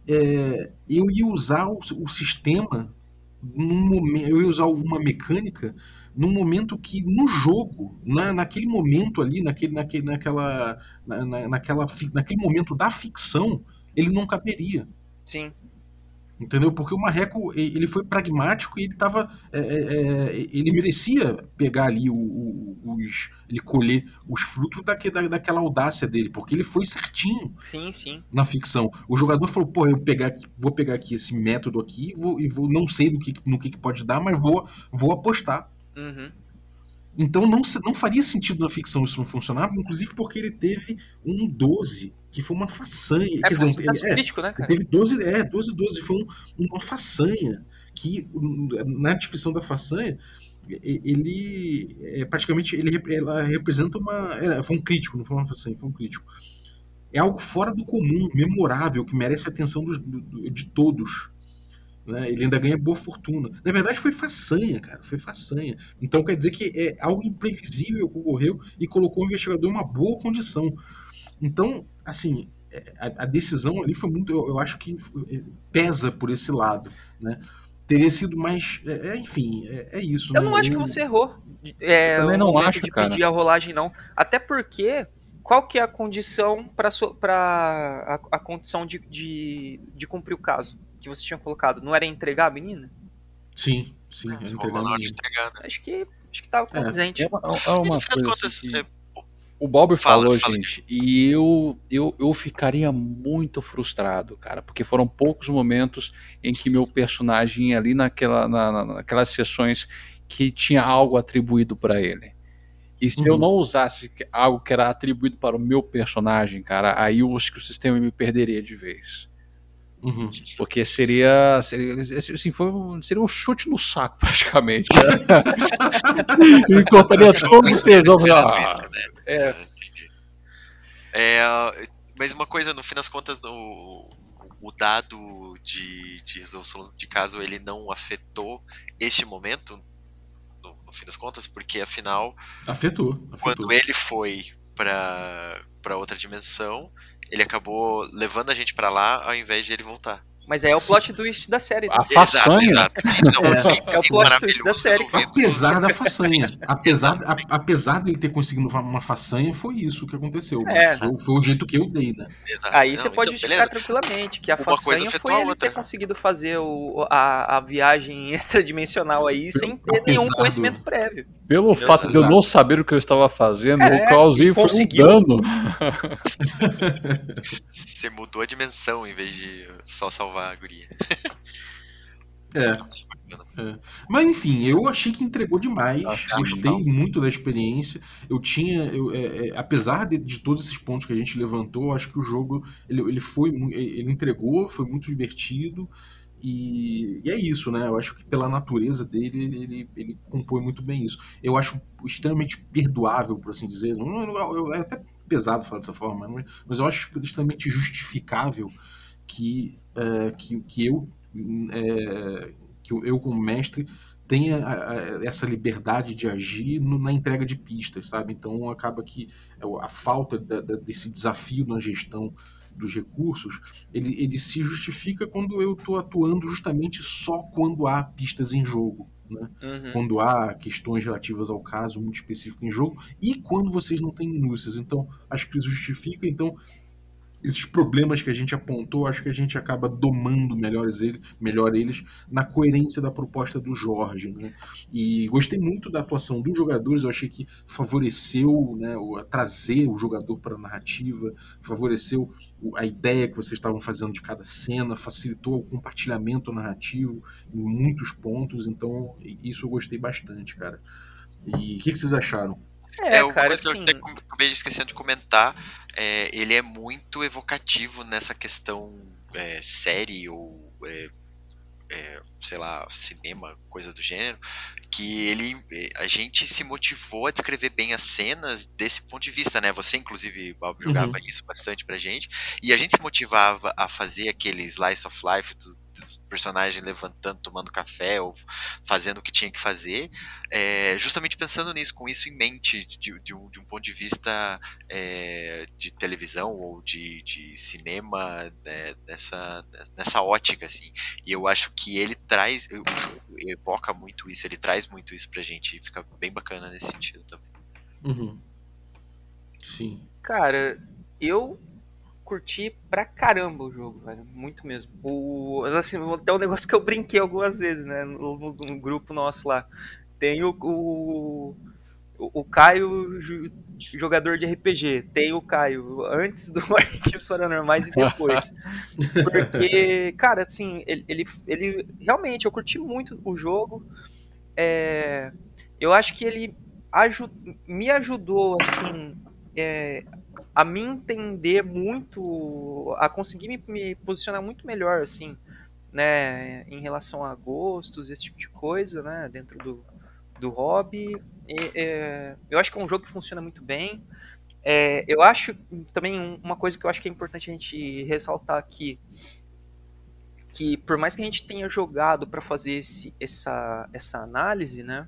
é, eu ia usar o, o sistema num momento. Eu ia usar uma mecânica num momento que no jogo, na, naquele momento ali, naquele, naquele, naquela, na, na, naquela, naquele momento da ficção, ele não caberia. Sim. Entendeu? Porque o Marreco ele foi pragmático e ele tava. É, é, ele merecia pegar ali o, o, os. Ele colher os frutos daque, da, daquela audácia dele, porque ele foi certinho Sim, sim. na ficção. O jogador falou, pô, eu pegar aqui, vou pegar aqui esse método aqui vou, e vou, não sei do que, no que, que pode dar, mas vou, vou apostar. Uhum. Então não, não faria sentido na ficção isso não funcionar, inclusive porque ele teve um doze, que foi uma façanha. É, Quer foi um dizer, sucesso ele, é, crítico, né, ele cara? teve doze, é, doze, doze, foi um, uma façanha que na descrição da façanha ele é, praticamente ele, ela representa uma. É, foi um crítico, não foi uma façanha, foi um crítico. É algo fora do comum, memorável, que merece a atenção dos, do, de todos. Né? Ele ainda ganha boa fortuna. Na verdade, foi façanha, cara. Foi façanha. Então quer dizer que é algo imprevisível que ocorreu e colocou o investigador em uma boa condição. Então, assim, a, a decisão ali foi muito. Eu, eu acho que pesa por esse lado. Né? Teria sido mais. É, enfim, é, é isso. Eu Né? não acho que Eu, você errou. É, Eu também o não momento acho, de cara. pedir a rolagem, não. Até porque, qual que é a condição para so, a, a condição de, de, de cumprir o caso que você tinha colocado? Não era entregar a menina? sim, sim. Se entregar rolou a na hora de menina. entregar, né? Acho que acho que tava É. condizente. É uma, é E uma no fim das coisa contas, assim que... é, O Bob Fala, falou, fala, gente, e eu, eu, eu ficaria muito frustrado, cara, porque foram poucos momentos em que meu personagem ali naquela, na, na- naquelas sessões que tinha algo atribuído para ele. E se eu Uhum. não usasse algo que era atribuído para o meu personagem, cara, aí eu acho que o sistema me perderia de vez. Uhum. Porque seria, seria, assim, foi um, seria um chute no saco, praticamente. E cortaria todo o tesão. esperando isso, Ah, né? é, Ah, entendi. É, mas uma coisa, no fim das contas, o, o dado de, de resolução de caso, ele não afetou este momento, no, no fim das contas, porque afinal, Afetou, quando afetou. ele foi pra, pra outra dimensão, ele acabou levando a gente pra lá ao invés de ele voltar. Mas aí é o Sim. plot twist da série, né? a Exato, façanha. exatamente. Não, É. foi, É o foi plot twist da maravilhoso série. resolvido. Apesar da façanha. Apesar, a- Exatamente, apesar dele ter conseguido uma uma façanha, foi isso que aconteceu. Mas É, foi, foi o jeito que eu dei, né? exato. aí você Não, pode então, justificar beleza. tranquilamente que a Uma coisa façanha afetou foi a ele ter outra. conseguido fazer o, a, a viagem extradimensional aí sem ter nenhum Apesar conhecimento do. prévio. Pelo fato de eu Exato. não saber o que eu estava fazendo, eu É, causei e foi um conseguiu. dano. Você mudou a dimensão em vez de só salvar a guria. É. Isso foi bacana. É. Mas enfim, eu achei que entregou demais. Ah, sim. Gostei muito da experiência. Eu tinha, eu, é, é, apesar de, de todos esses pontos que a gente levantou, eu acho que o jogo ele, ele foi, mu- ele entregou, foi muito divertido. E, e é isso, né? Eu acho que pela natureza dele, ele, ele, ele compõe muito bem isso. Eu acho extremamente perdoável, por assim dizer. Não, não- eu- é até pesado falar dessa forma, mas, mas eu acho extremamente justificável que, é, que, que eu, é, que eu, como mestre, tenha a- a- essa liberdade de agir no- na entrega de pistas, sabe? Então acaba que a falta da- da- desse desafio na gestão dos recursos, ele, ele se justifica quando eu estou atuando justamente só quando há pistas em jogo, né? Uhum. Quando há questões relativas ao caso muito específico em jogo e quando vocês não têm minúcias. Então, acho que justifica. Então, esses problemas que a gente apontou, acho que a gente acaba domando melhores ele, melhor eles na coerência da proposta do Jorge, né? E gostei muito da atuação dos jogadores, eu achei que favoreceu, né, o- a trazer o jogador para a narrativa, favoreceu o- a ideia que vocês estavam fazendo de cada cena, facilitou o compartilhamento narrativo em muitos pontos, então isso eu gostei bastante, cara. E o que, que vocês acharam? É, É, uma cara, coisa que eu até assim, com- acabei esquecendo de comentar, é, ele é muito evocativo nessa questão é, série ou, é, é, sei lá, cinema, coisa do gênero, que ele, é, a gente se motivou a descrever bem as cenas desse ponto de vista, né? Você, inclusive, Bob, jogava Uhum. isso bastante pra gente, e a gente se motivava a fazer aquele slice of life do, do personagem levantando, tomando café ou fazendo o que tinha que fazer, é, justamente pensando nisso, com isso em mente, de, de um, de um ponto de vista é, de televisão ou de, de cinema, né, nessa, nessa ótica, assim. E eu acho que ele traz, o jogo evoca muito isso, ele traz muito isso pra gente e fica bem bacana nesse sentido também. Uhum. Sim. cara, eu curti pra caramba o jogo, velho. Muito mesmo. O, assim, até um negócio que eu brinquei algumas vezes, né? No, no- no grupo nosso lá. Tem o, o, o Caio, ju- jogador de R P G. Tem o Caio antes do Arquivos Paranormais e depois. Porque, cara, assim, ele, ele, ele- realmente, eu curti muito o jogo. É, eu acho que ele aju- me ajudou, assim, é, a me entender muito, a conseguir me, me posicionar muito melhor, assim, né, em relação a gostos, esse tipo de coisa, né, dentro do, do hobby. E, é, eu acho que é um jogo que funciona muito bem. É, eu acho também uma coisa que eu acho que é importante a gente ressaltar aqui, que por mais que a gente tenha jogado para fazer esse, essa, essa análise, né,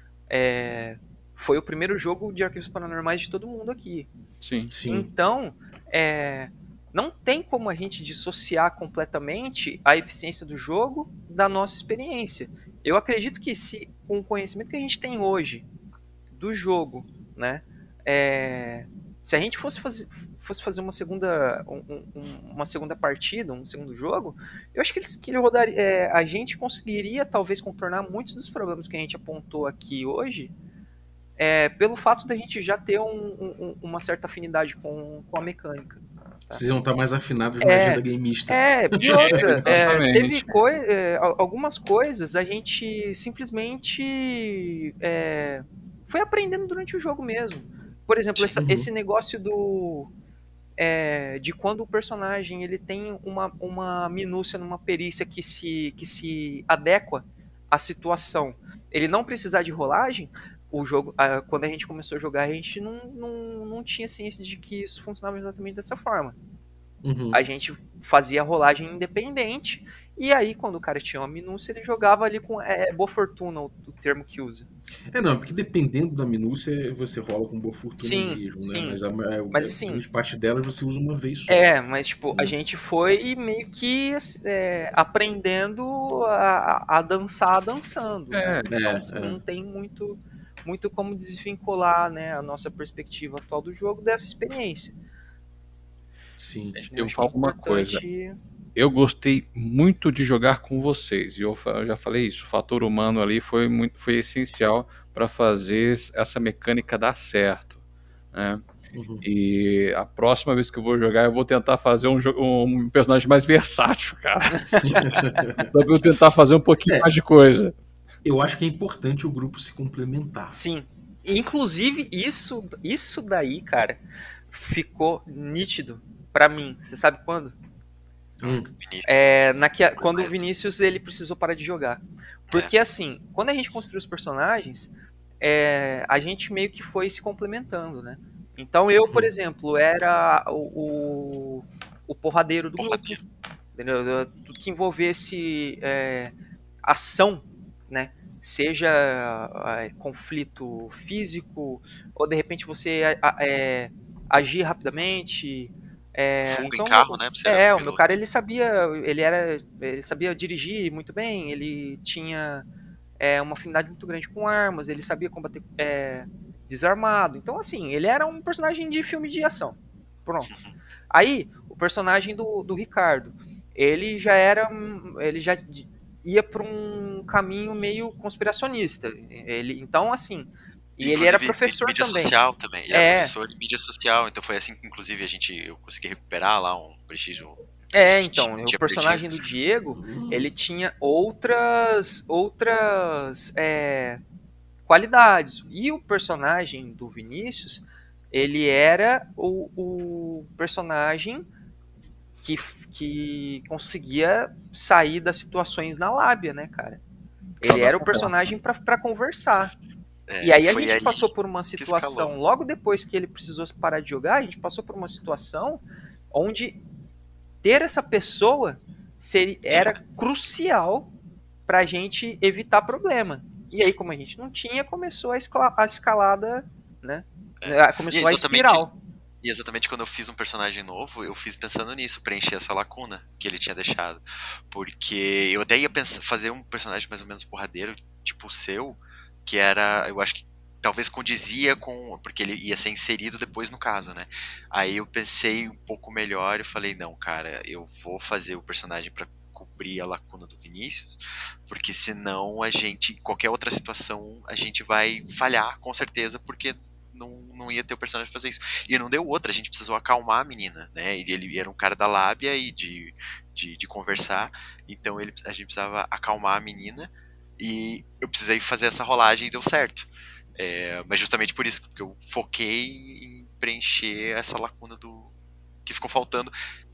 é, foi o primeiro jogo de Arquivos Paranormais de todo mundo aqui. Sim. Sim. Então, é, não tem como a gente dissociar completamente a eficiência do jogo da nossa experiência. Eu acredito que se com o conhecimento que a gente tem hoje do jogo, né, é, se a gente fosse fazer, fosse fazer uma segunda um- um- uma segunda partida, um segundo jogo, eu acho que, eles, que ele rodaria, é, a gente conseguiria talvez contornar muitos dos problemas que a gente apontou aqui hoje é, pelo fato da gente já ter um, um, uma certa afinidade com, com a mecânica. Tá? Vocês vão estar mais afinados na É, agenda gameista. É, e outra, é, Exatamente. teve coi é, al- algumas coisas a gente simplesmente é, foi aprendendo durante o jogo mesmo. Por exemplo, essa- Uhum. esse negócio do é, de quando o personagem ele tem uma, uma minúcia numa perícia que se, que se adequa à situação. Ele não precisar de rolagem, o jogo, ah, quando a gente começou a jogar, a gente não, não, não tinha ciência de que isso funcionava exatamente dessa forma. Uhum. A gente fazia a rolagem independente, e aí quando o cara tinha uma minúcia, ele jogava ali com é, boa fortuna, o, o termo que usa. É, não, porque dependendo da minúcia, você rola com boa fortuna Sim, mesmo, né? sim. Mas a, a, Mas a assim, grande parte delas você usa uma vez só. é, mas tipo, a Né? gente foi meio que é, aprendendo a, a dançar dançando, né? É, Então é, assim, é. não tem muito, muito como desvincular, né, a nossa perspectiva atual do jogo dessa experiência. Sim. eu Acho falo que é uma coisa. importante- Eu gostei muito de jogar com vocês. E eu, fa- eu já falei isso. O fator humano ali foi, muito, foi essencial para fazer essa mecânica dar certo, né? Uhum. E a próxima vez que eu vou jogar, eu vou tentar fazer um, jo- um personagem mais versátil, cara. Pra eu tentar fazer um pouquinho É. mais de coisa. Eu acho que é importante o grupo se complementar. Sim. Inclusive, isso, isso daí, cara, ficou nítido pra mim. Você sabe quando? Hum. Vinícius, É, naque, quando o mais- Vinícius ele precisou parar de jogar. Porque assim, quando a gente construiu os personagens, é, a gente meio que foi se complementando, né? Então eu, por Uhum. exemplo, era o, o, o porradeiro do Porradeiro. grupo. Entendeu? Tudo que envolvesse é, ação, né? Seja é, conflito físico, ou de repente você a- é, agir rapidamente. É, Fuga em então, carro, o- né? Pra você era é, o meu piloto. cara ele sabia, ele era, ele sabia dirigir muito bem, ele tinha é, uma afinidade muito grande com armas, ele sabia combater é, desarmado. Então, assim, ele era um personagem de filme de ação. Pronto. Aí, o personagem do, do Ricardo, ele já era, um- ele já ia para um caminho meio conspiracionista. Ele, então, assim, e ele era Inclusive, professor mídia também. social também. Ele era É. professor de mídia social, então foi assim que, inclusive, a gente, eu consegui recuperar lá um prestígio. É, a gente então, tinha o personagem do Diego, ele tinha outras outras é, qualidades. E o personagem do Vinícius, ele era o, o personagem que, que conseguia sair das situações na lábia, né, cara? Ele era o personagem para conversar. É, E aí a foi gente aí passou por uma que situação, escalou. logo depois que ele precisou parar de jogar, a gente passou por uma situação onde ter essa pessoa seria, era crucial pra gente evitar problema. E aí, como a gente não tinha, começou a, escala, a escalada, né? É. Começou E a exatamente- espiral. E exatamente quando eu fiz um personagem novo, eu fiz pensando nisso, preencher essa lacuna que ele tinha deixado. Porque eu até ia pensar, fazer um personagem mais ou menos porradeiro, tipo o seu, que era, eu acho que talvez condizia com. Porque ele ia ser inserido depois no caso, né? Aí eu pensei um pouco melhor e falei, não, cara, eu vou fazer o personagem pra cobrir a lacuna do Vinícius, porque senão a gente, em qualquer outra situação, a gente vai falhar, com certeza, porque não, não ia ter o personagem fazer isso. E não deu outra, a gente precisou acalmar a menina, né? E ele era um cara da lábia e de, de, de conversar, então ele, a gente precisava acalmar a menina e eu precisei fazer essa rolagem e deu certo. É, mas justamente por isso, porque eu foquei em preencher essa lacuna do que ficou faltando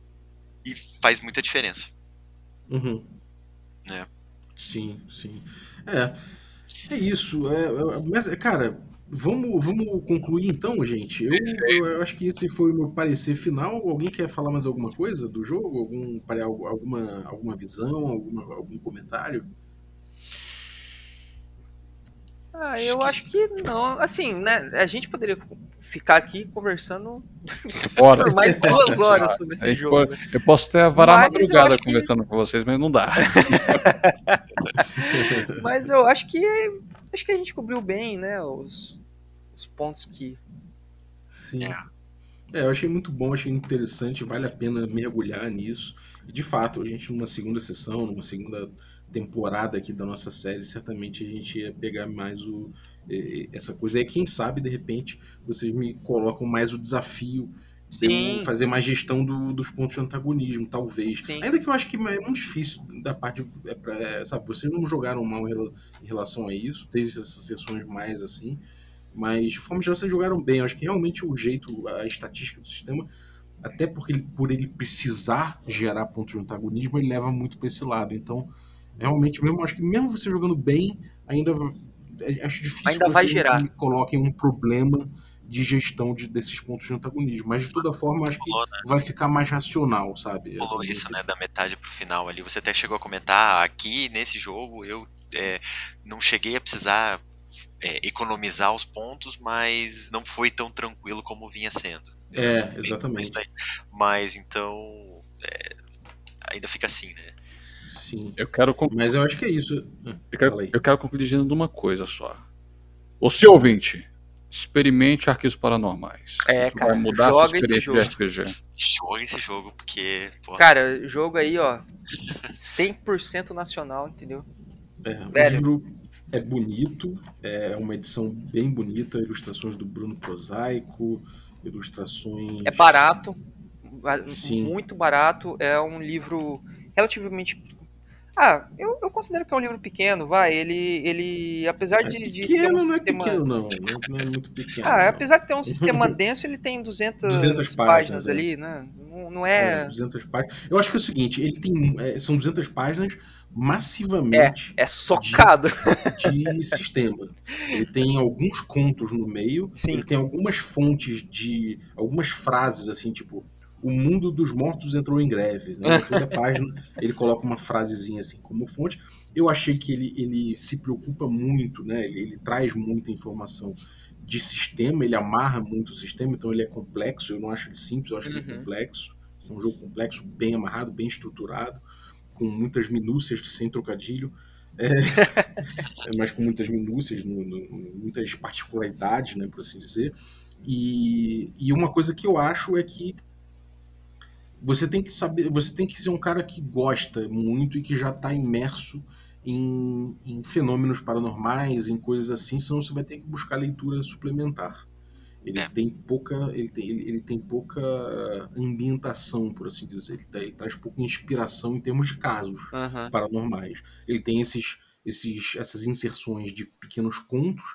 e faz muita diferença. Uhum. Né? Sim, sim. É, é isso. É, é, mas, cara, vamos, vamos concluir então, gente. Eu, eu, eu acho que esse foi o meu parecer final. Alguém quer falar mais alguma coisa do jogo? Algum, pare- alguma, alguma visão, alguma, algum comentário? Ah, eu acho que não. Assim, né? A gente poderia ficar aqui conversando Bora. por mais duas horas sobre A esse gente jogo. pode- né? eu posso até varar a Mas eu madrugada acho que- conversando com vocês, mas não dá. Mas eu acho que acho que a gente cobriu bem, né? Os, os pontos que. Sim. É. É, eu achei muito bom, achei interessante, vale a pena mergulhar nisso. E de fato, a gente numa segunda sessão, numa segunda temporada aqui da nossa série, certamente a gente ia pegar mais o, essa coisa. E quem sabe, de repente, vocês me colocam mais o desafio de eu Sim, fazer mais gestão do, dos pontos de antagonismo, talvez. sim. Ainda que eu acho que é muito difícil da parte. É pra, é, sabe, vocês não jogaram mal em relação a isso, teve essas sessões mais assim, mas de forma geral vocês jogaram bem. Eu acho que realmente o jeito, a estatística do sistema, até porque ele, por ele precisar gerar pontos de antagonismo, ele leva muito para esse lado. Então, realmente, mesmo acho que mesmo você jogando bem, ainda acho difícil Ainda que vai vocês me, gerar. me coloquem um problema de gestão de, desses pontos de antagonismo. Mas de toda forma, acho que Falou, né? vai ficar mais racional, sabe? A Falou isso, tendência. né? Da metade pro final ali. Você até chegou a comentar, "Ah, aqui nesse jogo eu é, não cheguei a precisar é, economizar os pontos, mas não foi tão tranquilo como vinha sendo. Eu lembro É, exatamente. Mas então é, ainda fica assim, né? Sim. Eu quero concluir, Mas eu acho que é isso. eu quero, Fala aí. eu quero concluir dizendo uma coisa só. Você ouvinte, experimente Arquivos Paranormais. É, Isso vai cara, mudar a sua joga esse experiência de jogo. R P G. Joga esse jogo, porque, pô, Cara, jogo aí, ó, cem por cento nacional, entendeu? É, o Velho, livro é bonito, é uma edição bem bonita, ilustrações do Bruno Prosaico, ilustrações. é barato, Sim. muito barato, é um livro relativamente... Ah, eu, eu considero que é um livro pequeno, vai, ele, ele apesar É de, de ter um pequeno, não é sistema... pequeno, não. Não, não é muito pequeno, Ah, não. apesar de ter um sistema denso, ele tem duzentas duzentas páginas, páginas é. ali, né? Não, não É, é... duzentas páginas. Eu acho que é o seguinte, ele tem. É, são duzentas páginas É, massivamente é de, socado. de sistema. Ele tem alguns contos no meio, Sim. ele tem algumas fontes de. algumas frases, assim, tipo. O mundo dos mortos entrou em greve. Né? No fim da página, ele coloca uma frasezinha assim como fonte. Eu achei que ele, ele se preocupa muito, né? Ele, ele traz muita informação de sistema, ele amarra muito o sistema, então ele é complexo. Eu não acho ele simples, eu acho ele Uhum. complexo. É um jogo complexo, bem amarrado, bem estruturado, com muitas minúcias, sem trocadilho, é, mas com muitas minúcias, no, no, muitas particularidades, né, por assim dizer. E, e uma coisa que eu acho é que você tem que saber, você tem que ser um cara que gosta muito e que já está imerso em, em fenômenos paranormais, em coisas assim, senão você vai ter que buscar leitura suplementar. Ele É. tem pouca, ele tem, ele, ele tem pouca ambientação, por assim dizer. Ele, tá, ele traz pouca inspiração em termos de casos Uhum. paranormais. Ele tem esses, esses, essas inserções de pequenos contos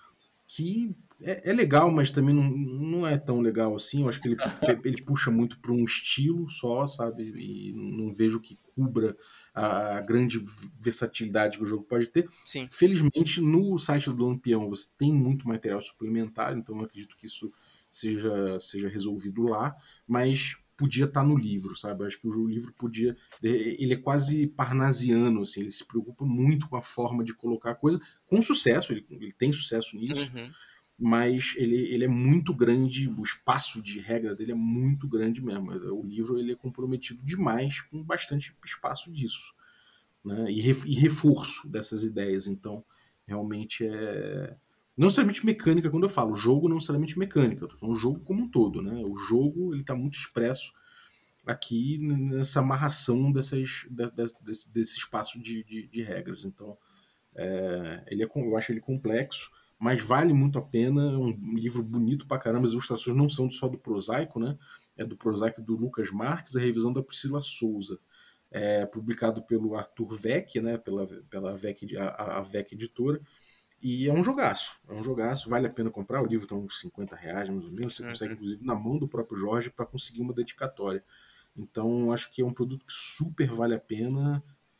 que é, é legal, mas também não, não é tão legal assim. Eu acho que ele, ele puxa muito para um estilo só, sabe? E não vejo que cubra a, a grande versatilidade que o jogo pode ter. Sim. Felizmente, no site do Lampião você tem muito material suplementar, então eu acredito que isso seja, seja resolvido lá, mas podia estar no livro, sabe? Eu acho que o livro podia... Ele é quase parnasiano, assim, ele se preocupa muito com a forma de colocar a coisa, com sucesso, ele, ele tem sucesso nisso, Uhum. mas ele, ele é muito grande, o espaço de regra dele é muito grande mesmo. O livro ele é comprometido demais com bastante espaço disso, né? E, ref, e reforço dessas ideias. Então, realmente é... Não necessariamente mecânica, quando eu falo jogo, não necessariamente mecânica, eu tô falando jogo como um todo, né? O jogo ele está muito expresso aqui nessa amarração dessas, de, de, desse, desse espaço de, de, de regras. Então, é, ele é, eu acho ele complexo, mas vale muito a pena. É um livro bonito pra caramba. As ilustrações não são só do Prosaico, né? É do Prosaico do Lucas Marques, a revisão da Priscila Souza. É publicado pelo Arthur Vec, né? Pela, pela Vec, a, a Vec Editora. E é um jogaço, é um jogaço, vale a pena comprar. O livro está uns cinquenta reais, mais ou menos. Você Uhum. consegue, inclusive, na mão do próprio Jorge para conseguir uma dedicatória. Então, acho que é um produto que super vale a pena,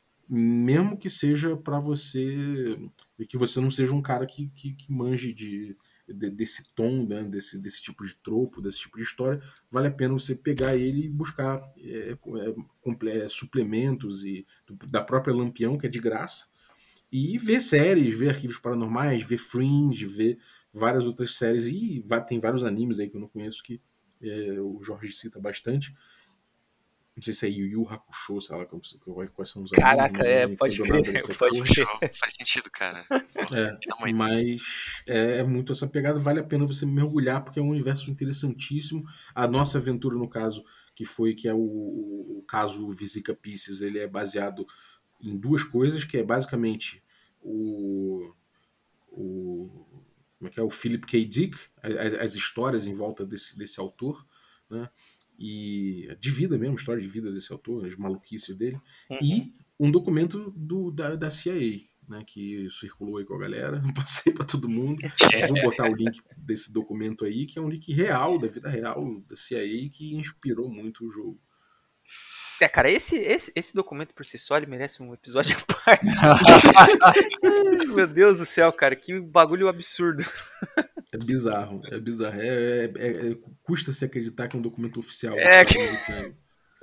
mesmo que seja para você, que você não seja um cara que, que, que manje de, de, desse tom, né, desse, desse tipo de tropo, desse tipo de história. Vale a pena você pegar ele e buscar é, é, suplementos e, da própria Lampião, que é de graça, e ver séries, ver Arquivos Paranormais, ver Fringe, ver várias outras séries. E tem vários animes aí que eu não conheço que é, o Jorge cita bastante. Não sei se é Yu Yu Hakusho, sei lá quais são os animes, Caraca, mas eu é, não pode entendo crer, nada dessa pode porra. crer. Faz sentido, cara. É, mas é, é muito essa pegada, vale a pena você mergulhar, porque é um universo interessantíssimo. A nossa aventura, no caso, que foi que é o, o caso Vesica Pisces, ele é baseado em duas coisas, que é basicamente o, o como é que é o Philip K. Dick, as, as histórias em volta desse, desse autor, né? E de vida mesmo, história de vida desse autor, as maluquices dele, Uhum. e um documento do, da, da C I A, né, que circulou aí com a galera, passei para todo mundo. Vou botar o link desse documento aí, que é um link real, da vida real da C I A, que inspirou muito o jogo. É, cara, esse, esse, esse documento por si só, ele merece um episódio à parte. Meu Deus do céu, cara, que bagulho absurdo. É bizarro, é bizarro. É, é, é, é, custa se acreditar que é um documento oficial do É, Estado americano.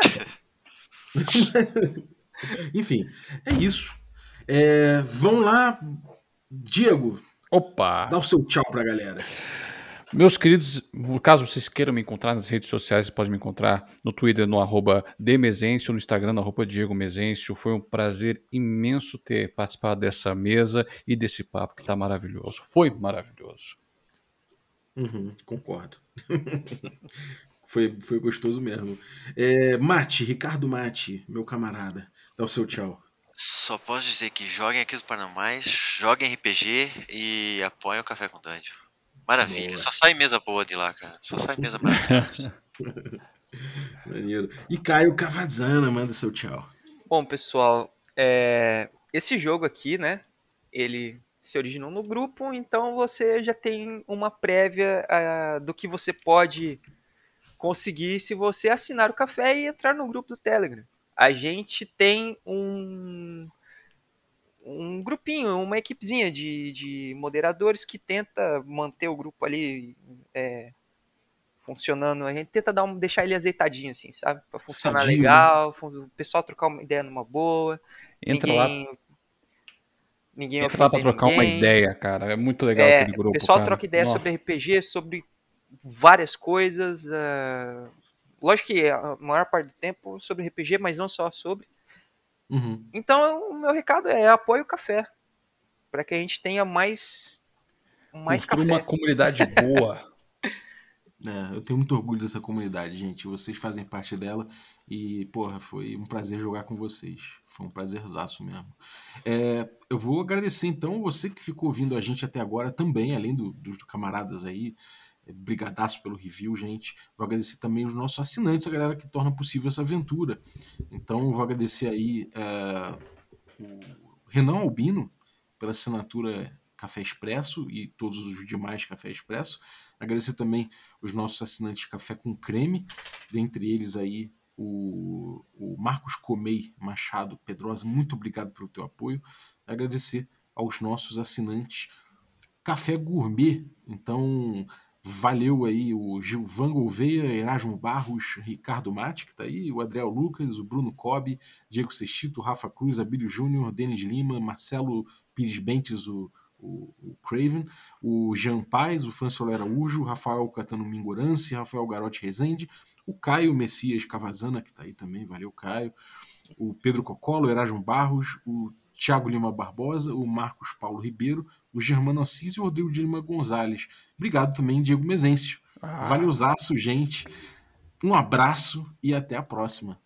Enfim, é isso. É, vão lá, Diego, Opa! dá o seu tchau pra galera. Meus queridos, caso vocês queiram me encontrar nas redes sociais, vocês podem me encontrar no Twitter, no arroba Demezencio, no Instagram, no arroba Diego Mezencio. Foi um prazer imenso ter participado dessa mesa e desse papo que tá maravilhoso. Foi maravilhoso. Uhum, concordo. foi, foi gostoso mesmo. É, Mate, Ricardo Mate, meu camarada, dá o seu tchau. Só posso dizer que joguem aqui os Panamais, joguem R P G e apoiem o Café com Dungeon. Maravilha, Boa. só sai mesa boa de lá, cara. Só sai mesa maravilhosa. Maneiro. E Caio Cavazzana, manda seu tchau. Bom, pessoal, é, esse jogo aqui, né, ele se originou no grupo, então você já tem uma prévia uh, do que você pode conseguir se você assinar o café e entrar no grupo do Telegram. A gente tem um, um grupinho, uma equipezinha de, de moderadores que tenta manter o grupo ali é, funcionando. A gente tenta dar um, deixar ele azeitadinho, assim, sabe? Pra funcionar Sadio, legal, o pessoal trocar uma ideia numa boa. Entra ninguém, lá, ninguém entra lá pra ofender trocar uma ninguém. ideia, cara. É muito legal É, aquele grupo, o pessoal cara. troca ideia Nossa. sobre R P G, sobre várias coisas. Uh, lógico que a maior parte do tempo sobre R P G, mas não só sobre. Uhum. Então, o meu recado é apoie o café, para que a gente tenha mais, mais Construir café. uma comunidade boa. É, eu tenho muito orgulho dessa comunidade, gente. Vocês fazem parte dela e, porra, foi um prazer jogar com vocês. Foi um prazerzaço mesmo. É, eu vou agradecer, então, você que ficou ouvindo a gente até agora também, além do, dos camaradas aí. Brigadaço pelo review, gente. Vou agradecer também os nossos assinantes, a galera que torna possível essa aventura. Então, vou agradecer aí é, o Renan Albino pela assinatura Café Expresso e todos os demais Café Expresso. Agradecer também os nossos assinantes Café com Creme, dentre eles aí o, o Marcos Comei Machado Pedrosa, muito obrigado pelo teu apoio. Agradecer aos nossos assinantes Café Gourmet, então valeu aí o Gilvan Gouveia, Erasmo Barros, Ricardo Mate, que tá aí, o Adriel Lucas, o Bruno Cobb, Diego Sextito, Rafa Cruz, Abílio Júnior, Denis Lima, Marcelo Pires Bentes, o O, o Craven, o Jean Paes, o Franciola Araújo, o Rafael Catano Mingorance, Rafael Garotti Rezende, o Caio Messias Cavazana, que tá aí também, valeu Caio, o Pedro Cocolo, o Erasmo Barros, o Thiago Lima Barbosa, o Marcos Paulo Ribeiro, o Germano Assis e o Rodrigo de Lima Gonzalez. Obrigado também, Diego Mezencio. Ah. Valeuzaço, gente. Um abraço e até a próxima.